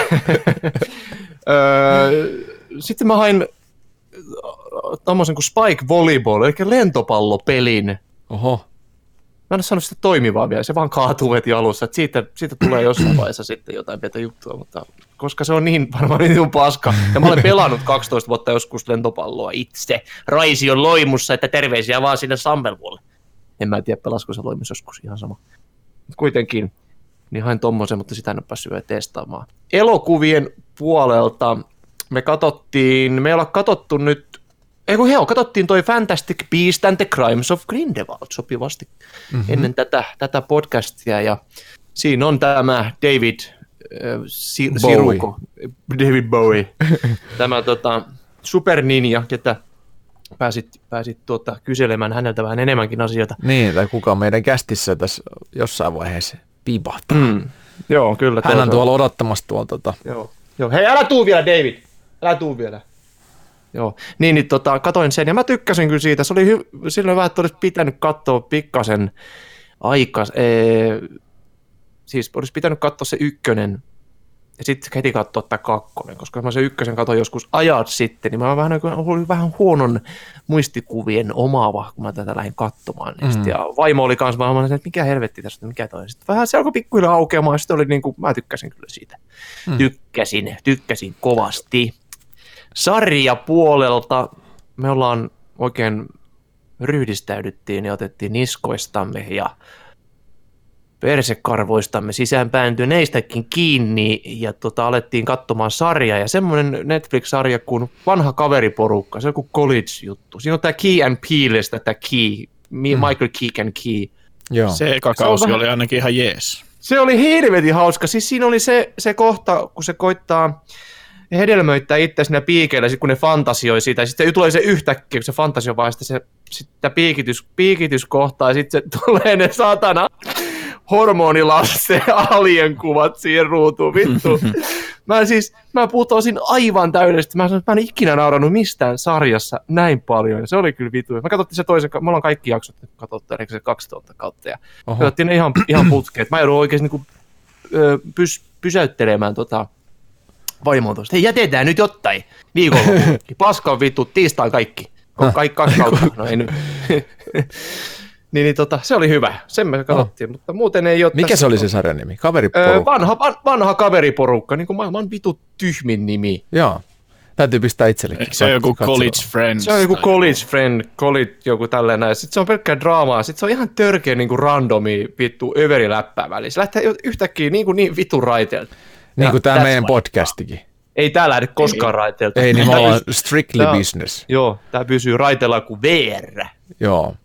öö, sitten mä hain tommosen kuin Spike Volleyball, eli lentopallopelin. Oho. Mä en ole saanut sitä toimivaa vielä, se vaan kaatuu heti alussa, että siitä, siitä tulee jossain vaiheessa sitten jotain pientä juttua, mutta koska se on niin varmaan niin paska, ja mä olen pelannut kaksitoista vuotta joskus lentopalloa itse, Raisi on loimussa, että terveisiä vaan sinne Sammelvuolle. En mä tiedä, pelasko se loimus joskus, ihan sama. Mut kuitenkin, niin hain tommosen, mutta sitä en ole päässyt vielä testaamaan. Elokuvien puolelta me katsottiin, me ei olla katsottu nyt, ei kun heo, katsottiin toi Fantastic Beasts and the Crimes of Grindelwald sopivasti mm-hmm. ennen tätä, tätä podcastia, ja siinä on tämä David äh, si- Bowie. Siruko, David Bowie, tämä tota, superninja, ketä pääsit, pääsit tuota, kyselemään häneltä vähän enemmänkin asioita. Niin, tai kuka meidän kästissä tässä jossain vaiheessa piipahtaa. Mm. Joo, kyllä. Hän on tuo- tuolla odottamassa tuolla tota. Joo. Joo. Hei, älä tuu vielä, David. Älä tuu vielä. Joo. Niin, niin tota, katoin sen ja mä tykkäsin kyllä siitä. Se oli hy- silloin vähän, että olisi pitänyt katsoa pikkasen aikas. Ee, siis olisi pitänyt katsoa se ykkönen ja sitten heti katsoa tämä kakkonen, koska mä se ykkösen katsoin joskus ajat sitten, niin mä vähän, olin vähän huonon muistikuvien omaava, kun mä tätä lähdin katsomaan. Mm. Ja vaimo oli kanssa vaan, että mikä helvetti tästä, mikä toi. Sitten vähän se alkoi pikkuhiljaa aukeamaan, ja sitten oli niin kuin, mä tykkäsin kyllä siitä. Mm. Tykkäsin, tykkäsin kovasti. Sarjapuolelta me ollaan oikein ryhdistäydyttiin ja otettiin niskoistamme ja persekarvoistamme sisäänpääntyneistäkin kiinni ja tota, alettiin katsomaan sarjaa ja semmoinen Netflix-sarja kuin Vanha kaveriporukka, se on joku college-juttu. Siinä on tämä Key and Peelestä, tämä Key, Michael Keegan Key. Joo. Se eka Se on kausi vähän- oli ainakin ihan jees. Se oli hirvetin hauska. Siis siinä oli se, se kohta, kun se koittaa hedelmöittää itse siinä piikeillä, sit kun ne fantasioi siitä, ja sitten tulee se yhtäkkiä, kun se fantasioi vaan, sitten se sitten piikitys, piikityskohta, ja sitten se tulee ne satana hormonilasten alien kuvat siihen ruutuun, vittu. Mä siis, mä putosin aivan täydellisesti, mä sanoin, että mä en ikinä naurannut mistään sarjassa näin paljon, ja se oli kyllä vitu. Mä katsottiin se toisen, me ollaan kaikki jaksot nyt katsottu, eli se kaksituhatta kautta, ja Oho. katsottiin ne ihan, ihan putkeen. Mä joudun oikeasti niinku, ö, pys, pysäyttelemään tota vaimoa tuosta. Hei, jätetään nyt jotain viikonloppuunkin. Paskan vittu, tiistain kaikki. Kaikki kaksi kautta. No ei nyt. niin, niin tota, se oli hyvä. Sen me katsottiin, mutta muuten ei ole Mikä tässä- se oli se sarjan nimi? Öö, Kaveriporukka. vanha, van, vanha kaveriporukka, niin kuin maailman vitu tyhmin nimi. Joo. Täytyy pistää itsellekin. Se on joku katsomaan. college friends. Se on joku tai- college friend, college joku tälleen näin. Sitten se on pelkkää draamaa. Sitten se on ihan törkeä niin kuin randomi vittu överiläppää väliin. Se lähtee yhtäkkiä niin, kuin niin vittu raiteelta. Niin Ja kuin tämä that's meidän why. podcastikin. Ei tää lähde koskaan raiteelta. Ei, niin me Tää ollaan pysyy- strictly tää- business. Joo, tää pysyy raiteella kuin V R. Joo.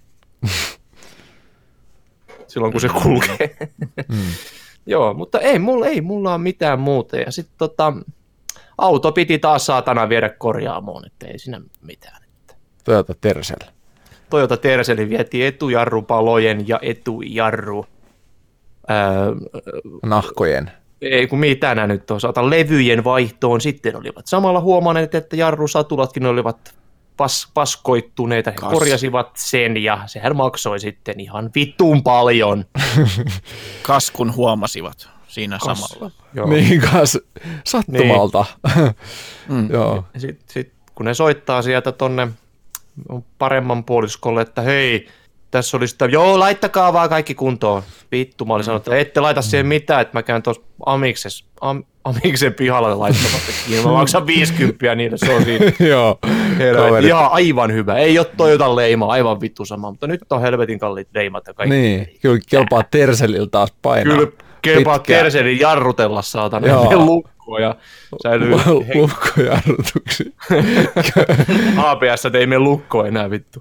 Silloin kun se kulkee. Mm. Joo, mutta ei mulla, ei mulla ole mitään muuta. Ja sitten tota, auto piti taas saatana viedä korjaamoon, että ei siinä mitään. Toyota Tercel. Toyota Terceli vietiin etujarrupalojen ja etujarru. Ää, Nahkojen. ei kun mitä nyt on, saatan levyjen vaihtoon sitten olivat samalla huomanneet, että jarrusatulatkin olivat pas, paskoittuneita, he Kas. korjasivat sen ja sehän maksoi sitten ihan vittuun paljon. Kaskun huomasivat. siinä Kas. samalla. Joo. Niin kanssa sattumalta. Mm. Joo. Sitten sit, kun ne soittaa sieltä tonne paremman puoliskolle, että hei, tässä oli sitä, joo, laittakaa vaan kaikki kuntoon. Vittu, mä olin sanonut, että ette laita siihen mitään, että mä käyn tuossa amikses, am, amiksen pihalle laittamatta kiinni. Mä maksan viisikymppiä niille, se on siinä. Joo. Helvetin, ihan aivan hyvä. Ei ole Toyotan leimaa, aivan vittu sama, mutta nyt on helvetin kalliit leimat ja kaikki. Niin, kyllä kelpaa Terselillä taas painaa. Kyllä kelpaa pitkään. Terselin jarrutella, saatana. Joo. Ne lukkoa ja säilyy. Lukkojarrutuksi. A B S ei mene lukkoa enää vittu.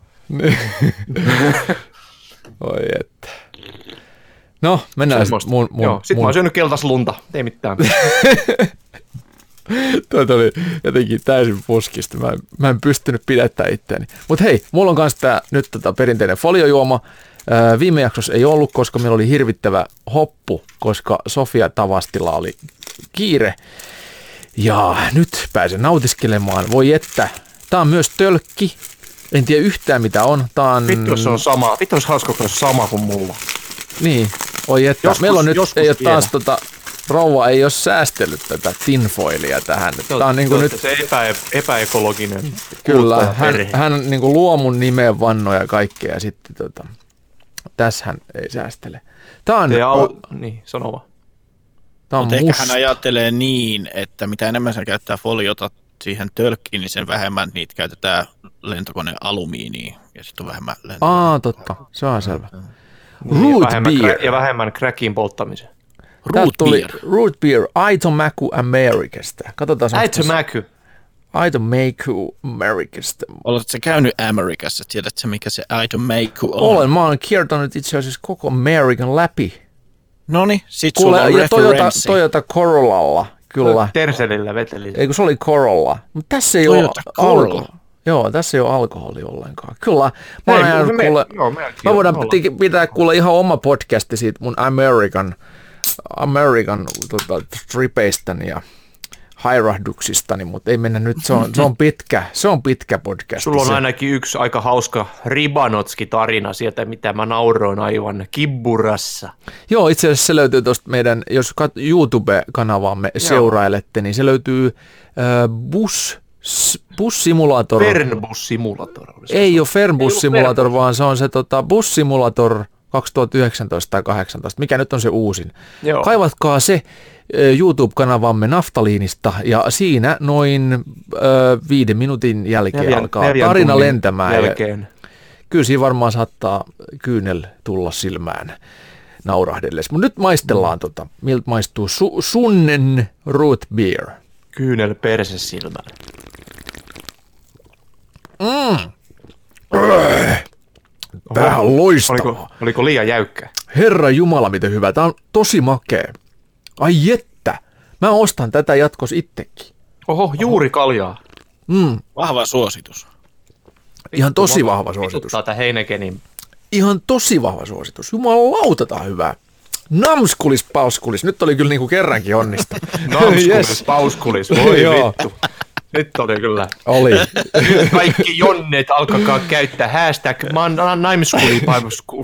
Oi että. No, mennään Semmosta. mun... mun, Joo. Sitten mun... mä oon syönyt keltaslunta, ei mitään. Toi oli jotenkin täysin puskista. Mä, mä en pystynyt pidättämään itseäni. Mutta hei, mulla on kans tää nyt tota perinteinen foliojuoma. Ää, viime jaksossa ei ollut, koska meillä oli hirvittävä hoppu, koska Sofia Tavastila oli kiire. Ja nyt pääsen nautiskelemaan. Voi että. Tää on myös tölkki. En tiedä yhtään mitä on. Tää on... Vittu, jos se on sama. Vittu, jos hauska, kun se on sama kuin mulla. Niin, oi että. Joskus- Meillä on nyt, joskus ei ole vielä. taas tota, rouva ei ole säästellyt tätä tinfoilia tähän. Tää on niinku nyt, Se epä, epäekologinen. kyllä, hän, kuluttajaperhe. hän niinku luo mun nimeen vannoja ja kaikkea ja sitten tota, tässä hän ei säästele. Tää on, Ja, o, niin, sano vaan. tää on Mutta ehkä musta. hän ajattelee niin, että mitä enemmän se käyttää foliota siihen tölkkiin, niin sen vähemmän niitä käytetään lentokoneen alumiiniin ja sitten on vähemmän lentokoneen. Aa, totta, se on selvä. Niin, Root ja vähemmän beer. Cra- ja vähemmän crackin polttamisen. Täältä Root tuli beer. root beer, Aito Maku Amerikasta. Katsotaan Äitsä mäky. Aito Maku Amerikasta. Oletko sä käynyt Amerikassa? Tiedätkö, mikä se Aito Meiku on? Olen, mä oon kiertänyt itse asiassa koko American läpi. Noniin, sit Kuule, sulla on ja Toyota, referenssi. Toyota Corollalla, kyllä. Terselillä veteli. Ei kun se oli Corolla. Mutta tässä ei Toyota ole Corolla. alko. Joo, tässä ei ole alkoholi ollenkaan. Kyllä. Mä oon Ei, ajanut me- kuule, joo, mekin mä voidaan ollaan. piti- pitää kuule ihan oma podcasti siitä mun American, American tota, tripeistani ja hairahduksistani, mutta ei mennä nyt, se on, se on pitkä, se on pitkä podcast. Sulla on se. ainakin yksi aika hauska Ribanotski-tarina sieltä, mitä mä nauroin aivan kibburassa. Joo, itse asiassa se löytyy tuosta meidän, jos kat- YouTube-kanavaamme seurailette, niin se löytyy äh, bus, s- bus-simulator. Fernbus-simulator. olisiko Ei se? ole Fernbus Simulator, vaan se on se tota, Bus Simulator kaksituhattayhdeksäntoista tai kahdeksantoista, mikä nyt on se uusin. Joo. Kaivatkaa se ö, YouTube-kanavamme Naftaliinista ja siinä noin ö, viiden minuutin jälkeen Neljän- alkaa neljän tarina tunnin lentämään. Ja Jälkeen. kyllä siinä varmaan saattaa kyynel tulla silmään naurahdellessa. Mutta nyt maistellaan, tota, miltä maistuu su- Sunnen Root Beer. Kyynel perse silmään. Tämähän on loistavaa. Oliko, oliko liian jäykkää? Herra Jumala, miten hyvä. Tämä on tosi makea. Ai jettä. Mä ostan tätä jatkos itsekin. Oho, juuri kaljaa. Mm, Vahva suositus. ihan tosi vahva suositus. Vituttaa tää Heinekenin. Ihan tosi vahva suositus. Jumalauta, tää on hyvää. Namskulis pauskulis. Nyt oli kyllä niinku kerrankin onnista. Namskulis, Yes. pauskulis, voi Joo. vittu. Nyt oli kyllä. Oli. Nyt kaikki jonnet alkakaa käyttää hashtag naimskuli pauskulis.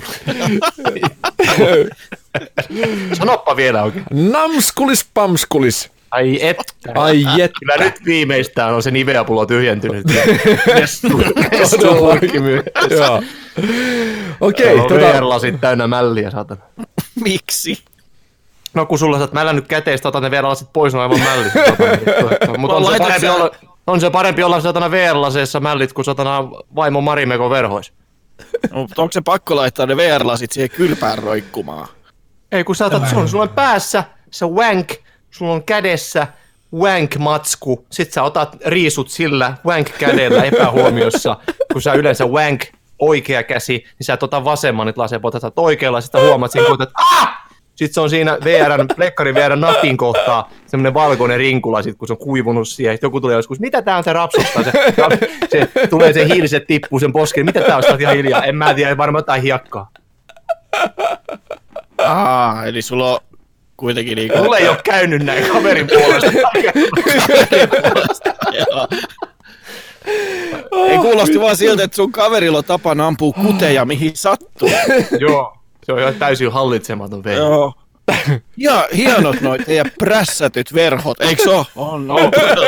Sanoppa vielä oikein. Namskulis pamskulis. Ai että. Ai jettä. Kyllä nyt viimeistään on se Nivea-pullo tyhjentynyt. Todellakin. Joo. Okei, Okay, tota, V R-lasit täynnä mälliä, saatana. Miksi? No kun sulla saat mällännyt käteen, sit otat ne V R-lasit pois, ne on aivan mällit. Mutta on, se Laitat parempi sä- olla, on se parempi olla satana V R-laseissa mällit, kuin satana vaimo Marimekon verhois. No, onko se pakko laittaa ne V R-lasit siihen kylpään roikkumaan? Ei kun sä otat, sulla, sulla on päässä se wank, sulla on kädessä wank-matsku, sit sä otat riisut sillä wank-kädellä epähuomiossa, kun sä yleensä wank oikea käsi, niin sä et ota vasemman, nyt lasee, otat oikealla, sit sä huomaat siinä kohtaa, että ah! Sitten se on siinä V R:n, plekkarin V R:n napin kohtaa semmoinen valkoinen rinkula, sit, kun se on kuivunut siihen. Joku tulee joskus, mitä tää on, se rapsuttaa. Se, se, tulee se hiili, se tippuu sen poskeen. Mitä tää on, sitä ihan hiljaa. En mä tiedä, varmaan jotain hiekkaa. Aa, eli sulla on kuitenkin niinku... Mulla ei ole käynyt näin kaverin puolesta. Joo. Ei kuulosti vaan siltä, että sun kaverilla on tapana ampua kuteja mihin sattuu. Joo, se on ihan täysin hallitsematon V R. Joo. Ja hienot noit teidän prässätyt verhot, eikö oo? On, on.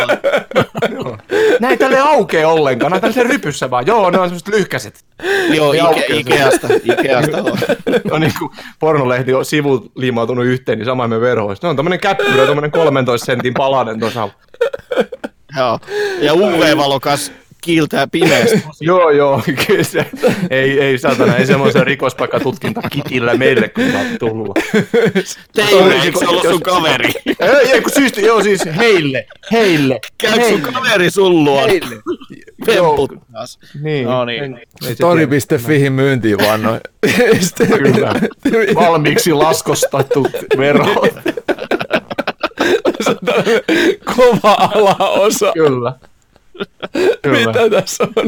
Näin tälle aukee ollenkaan, näin tälle rypyssä vaan. Joo, ne on semmoset lyhkäiset. Joo, Ike, Ikeasta, Ikeasta on. No niin kuin pornolehti on sivut liimautunut yhteen, niin sama me verhoista. Ne on tommonen käppyrä, tommonen kolmentoista sentin palanen tuossa. Joo, ja U V-valokas kiiltää pimeästi. Joo, joo, kyllä se. Ei, ei satana, ei semmoisen rikospaikkatutkintakitillä meille, kun saat tulla. Teille, eikö se ollut sun kaveri? Ei, ei, kun siis, joo, siis heille, heille. Käykö sun kaveri sun luona? Heille. Pemput taas. Niin. No niin. tori piste fihin myyntiin vaan noin. Kyllä. Valmiiksi laskostatut verhot. Se on tällainen kova alaosa. Kyllä. Kyllä. Mitä tässä on?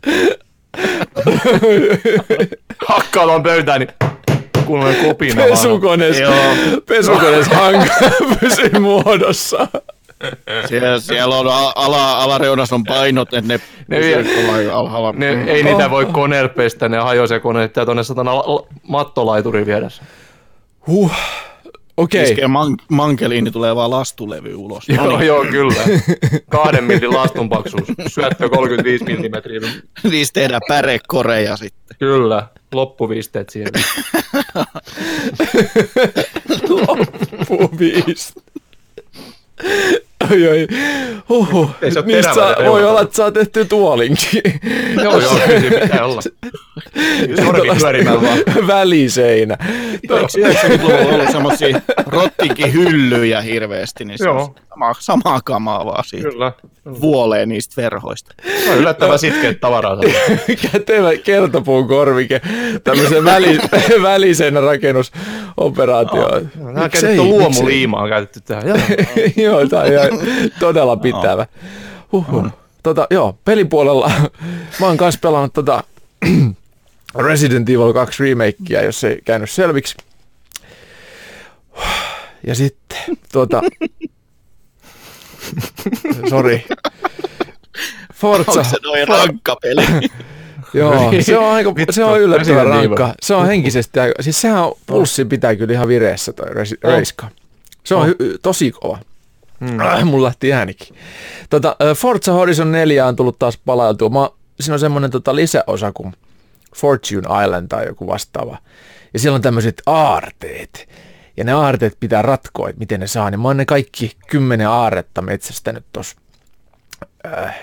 Hakkaan pöytään, niin kuulee kopina vaan. Pesukoneessa, pesukoneessa hanka pysyy muodossa. Siellä, siellä on ala, alareunassa on painot, että ne, ne, ne alhaalla. Ne, ei niitä voi koneella pestä, ne hajoaa se kone, että tuonne satana mattolaituri vieressä. Huh. Okei. Okay. Iskee man- mankeliin, niin tulee vaan lastulevy ulos. Joo, no niin. joo, kyllä. Kahden miltin lastun paksuus. Syöttö kolmekymmentäviisi millimetriä. Niistä tehdään pärekoreja sitten. Kyllä. Loppuvisteet siellä. Loppuvisteet. Oi, oi. Huhhuh. Niistä saa, voi olla, että saa tehty tuolinkin. Joo, joo, kyllä se pitää olla. Sormi pyörimään vaan. Väliseinä. yhdeksänkymmentäluvulla on ollut semmosia rottinkin hyllyjä hirveästi, niin se joo. on samaa, samaa kamaa vaan siitä. Kyllä. Vuolee niistä verhoista. Se on yllättävän sitkeät tavaraa. Kätevä kertopuun korvike tämmöisen väli, väliseinä rakennusoperaatioon. No, nämä on käytetty luomuliimaa on käytetty tähän. Joo, tämä on ihan todella pitävä. Huhhuh. Tota, joo, pelipuolella mä oon kanssa pelannut tota Resident Evil kaksi remakea, jos ei käynyt selviksi. Ja sitten, tuota... Sori. Forza. Onko se noin rankka peli? Joo, se on, aika, Vittu, se on yllättävän Resident rankka. Evil. Se on henkisesti aika... Siis sehän on, pulssi pitää kyllä ihan vireessä toi res- reiska. Se on hy- tosi kova. Mm. Äh, mulla lähti äänikin. Tota, Forza Horizon neljä on tullut taas palailtua. Mä, siinä on semmoinen tota, lisäosa kuin Fortune Island tai joku vastaava. Ja siellä on tämmöiset aarteet. Ja ne aarteet pitää ratkoa, että miten ne saa. Niin mä oon ne kaikki kymmenen aarretta metsästänyt tossa. Äh,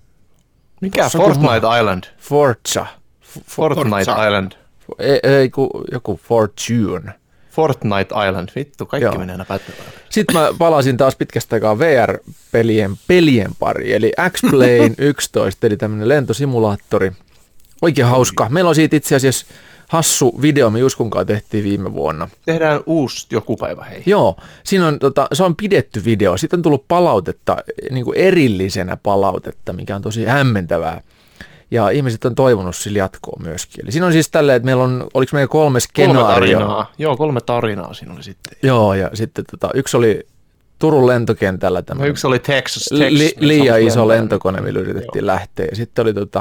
Mikä? tossa Fortnite kun- Island. Forza. F- Fortnite Forza. Island. ei, ei ku, joku Fortune. Fortnite Island. Vittu, kaikki Joo. menee aina pätevään. Sitten mä palasin taas pitkästä aikaa V R-pelien pelien pari, eli X-Plane yksitoista, eli tämmöinen lentosimulaattori. Oikein hauska. Meillä on siitä itse asiassa hassu video, me Juskun kanssa tehtiin viime vuonna. Tehdään uusi joku päivä, hei. Joo, siinä on, tota, se on pidetty video. Sitten on tullut palautetta, niin kuin erillisenä palautetta, mikä on tosi hämmentävää. Ja ihmiset on toivonut sille jatkoa myöskin. Eli siinä on siis tälleen, että meillä on, oliko meillä kolme Kolme skenaarioa? tarinaa. Joo, kolme tarinaa siinä oli sitten. Joo, ja sitten tota, yksi oli Turun lentokentällä No, tämmöinen yksi oli Texas. Texas li, liian iso lentäjä. lentokone, millä yritettiin Joo. lähteä. Ja sitten oli tota,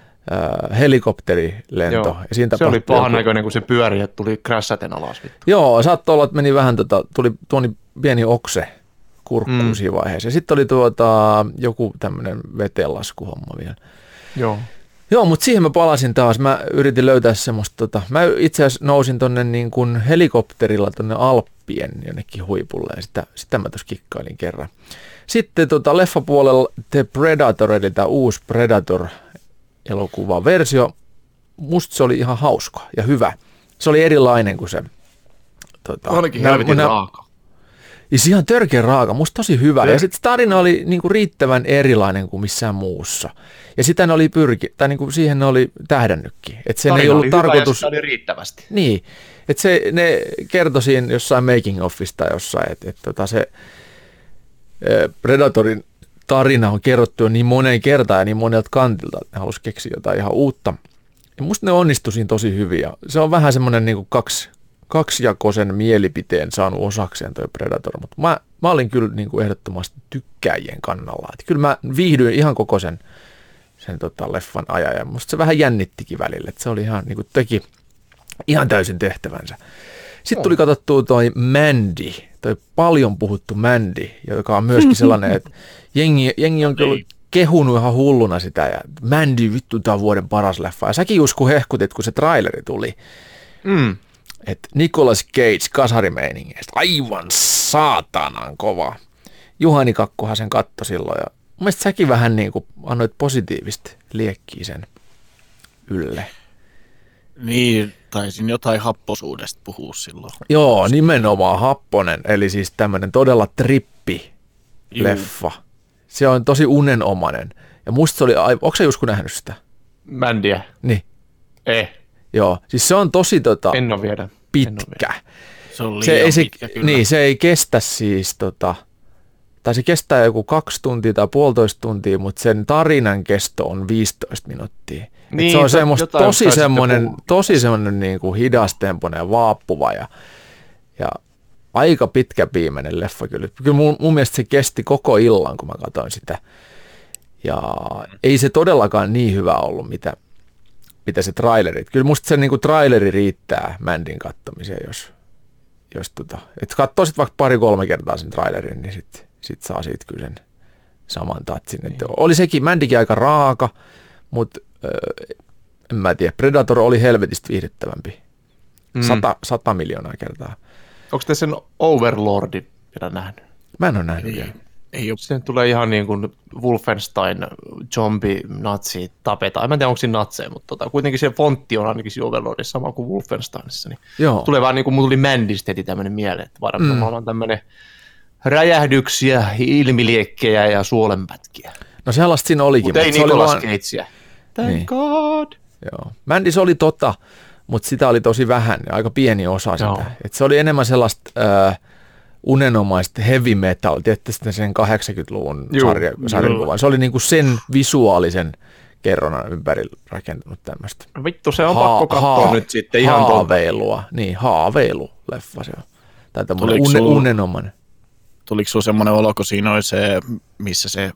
äh, helikopterilento. Joo. Ja siinä Se oli tapahtui pahan joku- näköinen, kun se pyöri, että tuli krässäten alas. Vittu. Joo, saattoi olla, että meni vähän, tota, tuli tuoni pieni okse kurkkuun Mm. siinä vaiheessa. Ja sitten oli tuota, joku tämmöinen veteenlaskuhomma vielä. Joo. Joo, mutta siihen mä palasin taas. Mä yritin löytää semmoista, tota, mä itse asiassa nousin tonne niin kuin helikopterilla tonne Alppien jonnekin huipulle ja sitä, sitä mä tuossa kikkailin kerran. Sitten tota, leffapuolella The Predator, eli tämä uusi Predator-elokuva versio. Musta se oli ihan hauska ja hyvä. Se oli erilainen kuin se. Tota, Olikin nää- helvetin nää- raaka. Ja se ihan törkeä raaka, musta tosi hyvä. Ja sitten tarina oli niinku riittävän erilainen kuin missään muussa. Ja sitä ne oli pyrki, tai niinku siihen ne oli tähdännytkin. Että sen Tarina ei ollut oli hyvä tarkoitus... ja sitä oli riittävästi. Niin, että se, ne kertoi siinä jossain making offista jossain, että et tota se ä, Predatorin tarina on kerrottu jo niin moneen kertaan ja niin monelta kantilta, että ne halusi keksiä jotain ihan uutta. Ja musta ne onnistui siinä tosi hyvin ja se on vähän semmoinen niinku kaksi, kaksijakoisen mielipiteen saanut osakseen toi Predator, mutta mä, mä olin kyllä niinku ehdottomasti tykkääjien kannalla. Et kyllä mä viihdyin ihan koko sen, sen tota leffan ajan ja musta se vähän jännittikin välillä, että se oli ihan niinku teki ihan täysin tehtävänsä. Sitten tuli katsottua toi Mandy, toi paljon puhuttu Mandy, joka on myöskin sellainen, että jengi, jengi on kyllä kehunut ihan hulluna sitä, ja Mandy, vittu, tää on vuoden paras leffa. Ja säkin Jusku hehkutit, kun se traileri tuli, Mm. että Nicolas Cage kasarimeiningeistä, aivan saatanan kova. Juhani Kakkohan sen katto silloin, ja mun mielestä säkin vähän niin kuin annoit positiivista liekkiä sen ylle. Niin, taisin jotain happosuudesta puhua silloin. Joo, nimenomaan happonen, eli siis tämmöinen todella trippi-leffa. Se on tosi unenomainen. Ja musta se oli, onko sä Jusku nähnyt sitä? Mändiä. Niin, Eh, joo. Siis se on tosi tota, en ole vielä. En oo pitkä. Se on Se liian ei, se, pitkä kyllä. niin, se ei kestä siis, tota, tai se kestää joku kaksi tuntia tai puolitoista tuntia, mutta sen tarinan kesto on viisitoista minuuttia. Et Niin, se on tai semmoista jotain tosi taisitte semmoinen, puhua. tosi semmoinen niin kuin hidastempoinen ja vaappuva ja, ja aika pitkäpiimäinen leffa kyllä. Kyllä mun, mun mielestä se kesti koko illan, kun mä katsoin sitä. Ja ei se todellakaan niin hyvä ollut, mitä, mitä se traileri. Kyllä musta se niin kuin traileri riittää Mandyn kattomiseen, jos, jos tota, et katsoisit vaikka pari-kolme kertaa sen trailerin, niin sit, sit saa siitä kyllä sen saman tatsin. Niin. Oli sekin, Mandykin aika raaka, mutta öö, en mä tiedä, Predator oli helvetistä viihdyttävämpi. Mm. Sata, sata miljoonaa kertaa. Onko te sen Overlordin vielä nähnyt? Mä en ole nähnyt vielä. Ei ole. Sen tulee ihan niin kuin Wolfenstein, zombi, natsi, tapetaan. Mä en tiedä, onko siinä natseja, mutta tota, kuitenkin se fontti on ainakin siinä Overlordissa sama kuin Wolfensteinissa. Niin Joo. tulee vaan niin kuin, mulla tuli Mandista heti tämmöinen mieleen, että varmaan mm. on tämmöinen räjähdyksiä, ilmiliekkejä ja suolenpätkiä. No sellaista siinä olikin. Mutta ei se oli Nicolas vaan- Cagea. Thank Niin. God. Joo. Mandys oli tota, mutta sitä oli tosi vähän ja aika pieni osa sitä. Joo. Et se oli enemmän sellaista äh, unenomaista heavy metal, tiedätte sitten sen kahdeksankymmentäluvun Juu, sarja, sarjakuvan. Se oli niinku sen visuaalisen kerronnan ympärillä rakentunut tämmöistä. Vittu, se on pakko katsoa nyt sitten ihan tuolta. haaveilua. Niin, haaveilu-leffa se on. Tai tämmöinen Tuliko une, sul- unenomainen. Tuliko sinulla semmoinen olo, kun siinä oli se, missä se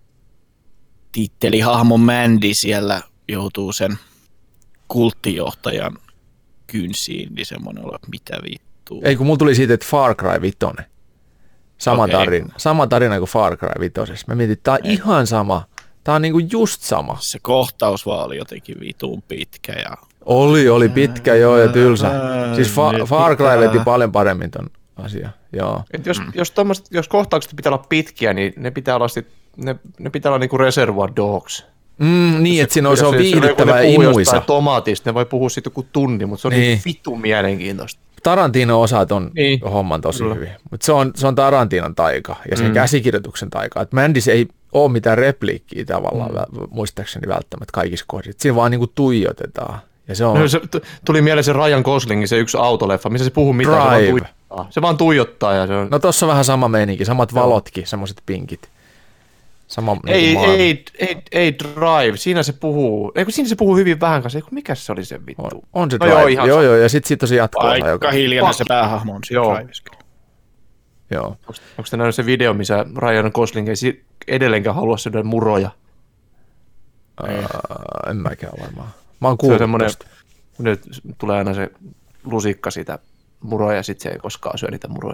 tittelihahmo Mandy siellä joutuu sen kulttijohtajan kynsiin, niin semmoinen olo, että mitä vittua. Ei, kun mulla tuli siitä, että Far Cry Vitoinen. Sama Okei. tarina. Sama tarina kuin Far Cry Vitosessa. Mä mietin, että tää on ihan sama. Tää on niinku just sama. Se kohtaus vaan oli jotenkin vitun pitkä ja Oli, oli pitkä joo ja tylsä. Siis Fa- Nyt Far Cry pitää. veti paljon paremmin ton asian. Joo. Et jos, mm. jos, jos kohtaukset pitää olla pitkiä, niin ne pitää olla, sit, ne, ne pitää olla niinku Reservoir Dogs. Mm, niin, että siinä on, se on Jos- jos viihdyttävä ne ja puhuu imuisa. jostain tomaatista, ne voi puhua siitä joku tunni, mutta se on Niin. niin vitun mielenkiintoista. Tarantino-osat on Niin. homman tosi Kyllä. hyvin. Mutta se on, se on Tarantinon taika ja sen mm. käsikirjoituksen taika. Et Mandys ei ole mitään repliikkiä tavallaan, mm. muistaakseni välttämättä kaikissa kohdissa. Siinä vaan niinku tuijotetaan. Ja se on No, se t- tuli mieleen se Ryan Goslingin se yksi autoleffa, missä se puhuu mitään, se vaan Drive. tuijottaa. Se vaan tuijottaa ja se on... No tossa on vähän sama meininki, samat valotkin, semmoiset pinkit. Sama ei, niinku maailma. ei, ei, ei Drive, siinä se puhuu, ei kun siinä se puhuu hyvin vähän kanssa, ei kun mikä se oli se vittu? On, on se No Drive. joo, ihan joo, sama. joo, ja sitten siitä on se jatko. aika hiljainen se päähahmo on siinä Joo. Drivessa kyllä. Joo. Onko te nähnyt se video, missä Ryan Gosling ei si- edelleenkään halua syödä muroja? Uh, en mäkään varmaan. Mä oon Se on kuullut semmoinen, tosta. nyt tulee aina se lusikka siitä muroja ja sitten se ei koskaan syö niitä muroja.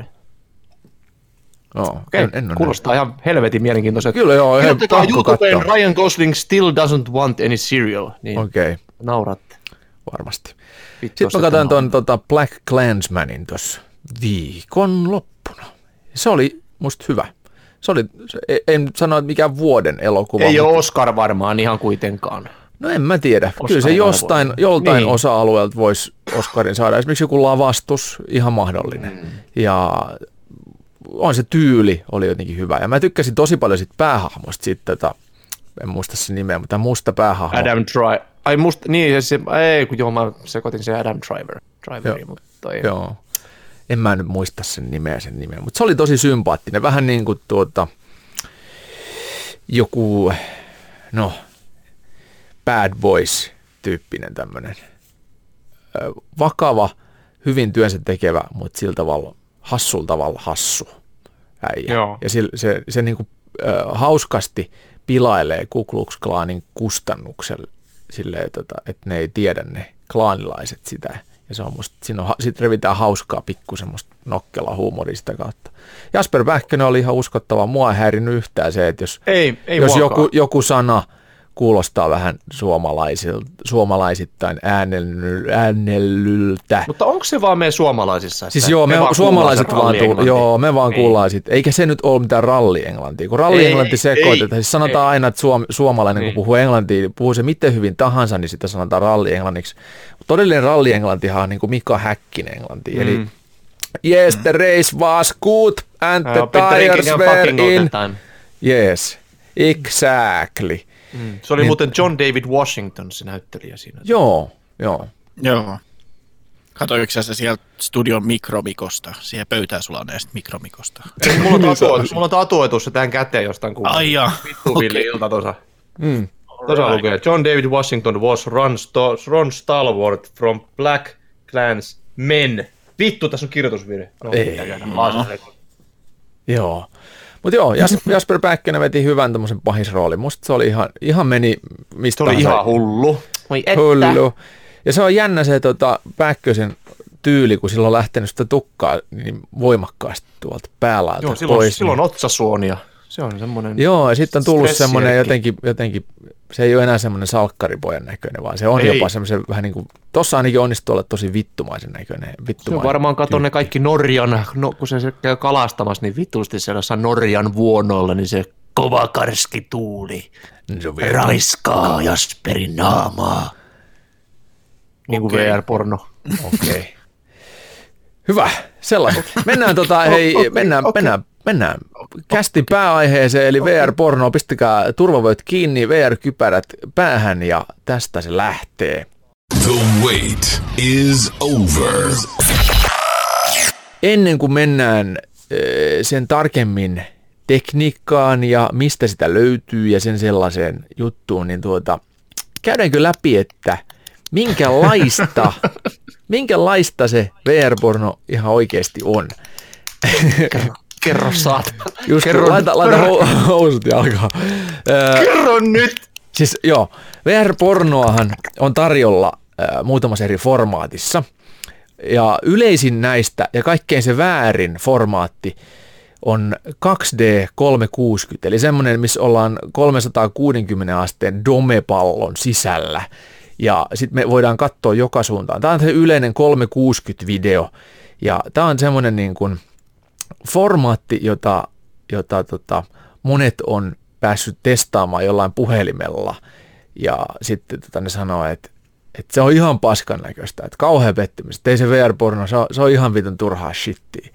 Joo, Okei, en, en ole kuulostaa ihan helvetin mielenkiintoiselta. Kyllä joo, hei, Kirjoittakaa pakko YouTubeen katsoa. Ryan Gosling still doesn't want any cereal. Niin Okei, okay, nauratte. varmasti. Vittu, Sitten jos mä ette katsoin nauraa. ton tota Black Klansmanin tuossa viikon loppuna. Se oli musta hyvä. Se oli, se, en sano, että mikään vuoden elokuva. Ei mutta- ole Oscar varmaan ihan kuitenkaan. No en mä tiedä. Oscar Kyllä se jostain, arvoinen. joltain Niin. osa-alueelta voisi Oscarin saada. Esimerkiksi joku lavastus, ihan mahdollinen. Mm. Ja on se tyyli, oli jotenkin hyvä. Ja mä tykkäsin tosi paljon siitä päähahmosta, siitä, tota, en muista sen nimeä, mutta musta päähahmo. Adam Driver. Ai musta, niin se, ei kun joo, mä sekoitin se Adam Driver. Driveri, Joo. mutta toi. Joo. En mä nyt muista sen nimeä sen nimeä, mutta se oli tosi sympaattinen. Vähän niin kuin tuota, joku, no, Bad Boys-tyyppinen tämmöinen. Ö, Vakava, hyvin työnsä tekevä, mutta sillä tavalla, hassulla tavalla hassu äijä. Joo. Ja se, se, se niin kuin, ö, hauskasti pilailee Ku Klux Klanin kustannuksella silleen, tota, että ne ei tiedä ne klaanilaiset sitä. Ja se on musta, siinä on, sit revitään hauskaa pikku semmoista nokkelaa huumoria sitä kautta. Jasper Pähkönen oli ihan uskottava. Mua ei häirinyt yhtään se, että jos, ei, ei jos joku, joku sana kuulostaa vähän suomalaisittain äänellyltä. Mutta onko se vaan meidän suomalaisissa? Siis joo, me, me suomalaiset vaan, tuu, joo, me vaan kuullaan sit. Eikä se nyt ole mitään ralli-englantia. Kun ralli-englanti sekoitetaan, siis sanotaan ei. aina, että suom, suomalainen niin. kun puhuu englantia, puhuu se miten hyvin tahansa, niin sitä sanotaan ralli-englanniksi. Todellinen ralli-englantihan on niin kuin Mika Häkkinen englanti. Mm. Eli yes, the race was good and the tires were in. Yes, exactly. Mm. Se oli niin, muuten John David Washington, se näyttelijä siinä. Joo, joo. Joo. Katoiko sä se sieltä studion mikromikosta, siihen pöytään sulaneesta mikromikosta? Mulla on tatuoitus, mulla on tatuoitus se tähän käteen jostain kuvaa. Ai jaa. Vittu villi okay. ilta tossa. Mm. Tossa lukee, John David Washington was Ron, Sto- Ron Stalwart from Black Clans Men. Vittu, tässä on kirjoitusvirhe. No, ei. No. Joo. Mutta joo, Jasper Pähkönen veti hyvän tämmöisen pahisroolin. Musta se oli ihan, ihan meni mistä se oli ihan hullu. Oi että. Hullu. Ja se on jännä se tota, Pähkösen tyyli, kun sillä on lähtenyt sitä tukkaa niin voimakkaasti tuolta päälailta joo, silloin, pois. Silloin niin. otsasuonia. Se on semmoinen. Joo, ja sitten on tullut semmoinen jotenkin, jotenkin, se ei ole enää semmoinen salkkaripojan näköinen, vaan se on ei. jopa semmoisen vähän niin kuin, tossa ainakin onnistuu olla tosi vittumaisen näköinen. Vittumainen se on varmaan katon ne kaikki Norjan, no, kun se käy kalastamassa, niin vittuusti sellaisessa Norjan vuonoilla, niin se kova karski tuuli no, raiskaa Jasperin naamaa. Niin kuin okay. V R-porno. Okei. Okay. Hyvä, sellaiset. Mennään tota, hei, okay, mennään, okay. mennään, mennään kästin pääaiheeseen, eli V R-porno. Pistäkää turvavöit kiinni, V R-kypärät päähän ja tästä se lähtee. The wait is over. Ennen kuin mennään sen tarkemmin tekniikkaan ja mistä sitä löytyy ja sen sellaiseen juttuun, niin tuota, käydäänkö läpi, että minkälaista, minkälaista se V R-porno ihan oikeasti on? Kerro, kerro saat. Just kerro, laita, laita housut ja alkaa. Kerro nyt! Siis joo, V R-pornoahan on tarjolla äh, muutamassa eri formaatissa. Ja yleisin näistä ja kaikkein se väärin formaatti on kaksi D kolmesataakuusikymmentä, eli semmoinen, missä ollaan kolmesataakuusikymmentä asteen domepallon sisällä. Ja sitten me voidaan katsoa joka suuntaan. Tämä on se yleinen kolmesataakuusikymmentä-video. Ja tämä on semmoinen niin kuin formaatti, jota, jota tota, monet on päässyt testaamaan jollain puhelimella. Ja sitten tota, ne sanoo, että, että se on ihan paskan näköistä, että kauhean pettymys. Ei se V R-porno, se on, se on ihan vitun turhaa shittiä.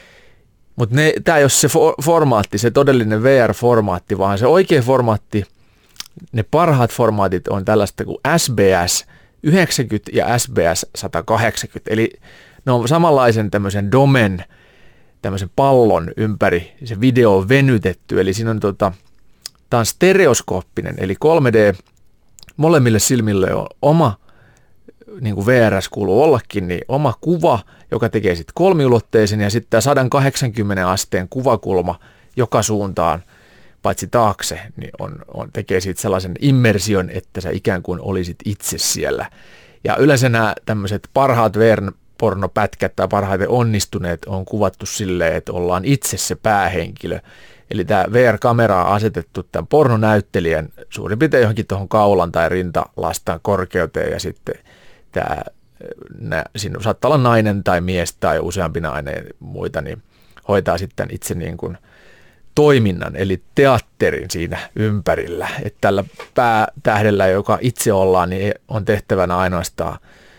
Mutta tämä ei ole se for, formaatti, se todellinen V R-formaatti, vaan se oikea formaatti, ne parhaat formaatit on tällaista kuin S B S yhdeksänkymmentä ja S B S sata kahdeksankymmentä, eli ne on samanlaisen tämmöisen domen, tämmöisen pallon ympäri, se video on venytetty, eli siinä on tota, tämä on stereoskooppinen, eli kolme D, molemmille silmille on oma, niin kuin V R S kuuluu ollakin, niin oma kuva, joka tekee sitten kolmiulotteisen, ja sitten tämä sata kahdeksankymmentä asteen kuvakulma joka suuntaan, paitsi taakse, niin on, on, tekee siitä sellaisen immersion, että sä ikään kuin olisit itse siellä. Ja yleensä nämä tämmöiset parhaat V R-pornopätkät tai parhaiten onnistuneet on kuvattu silleen, että ollaan itse se päähenkilö. Eli tämä V R-kamera on asetettu tämän pornonäyttelijän suurin piirtein johonkin tuohon kaulan tai rintalastan korkeuteen, ja sitten tämä, nä, siinä saattaa olla nainen tai mies tai useampi nainen muita, niin hoitaa sitten itse niin kuin toiminnan, eli teatterin siinä ympärillä. Että tällä päätähdellä, joka itse ollaan, niin on tehtävänä ainoastaan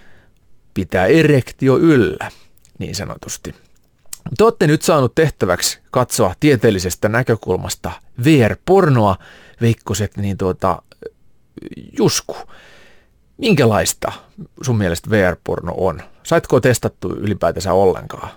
pitää erektio yllä, niin sanotusti. Te olette nyt saanut tehtäväksi katsoa tieteellisestä näkökulmasta V R-pornoa, Veikkoset, niin tuota, Jusku, minkälaista sun mielestä V R-porno on? Saitko testattu ylipäätänsä ollenkaan?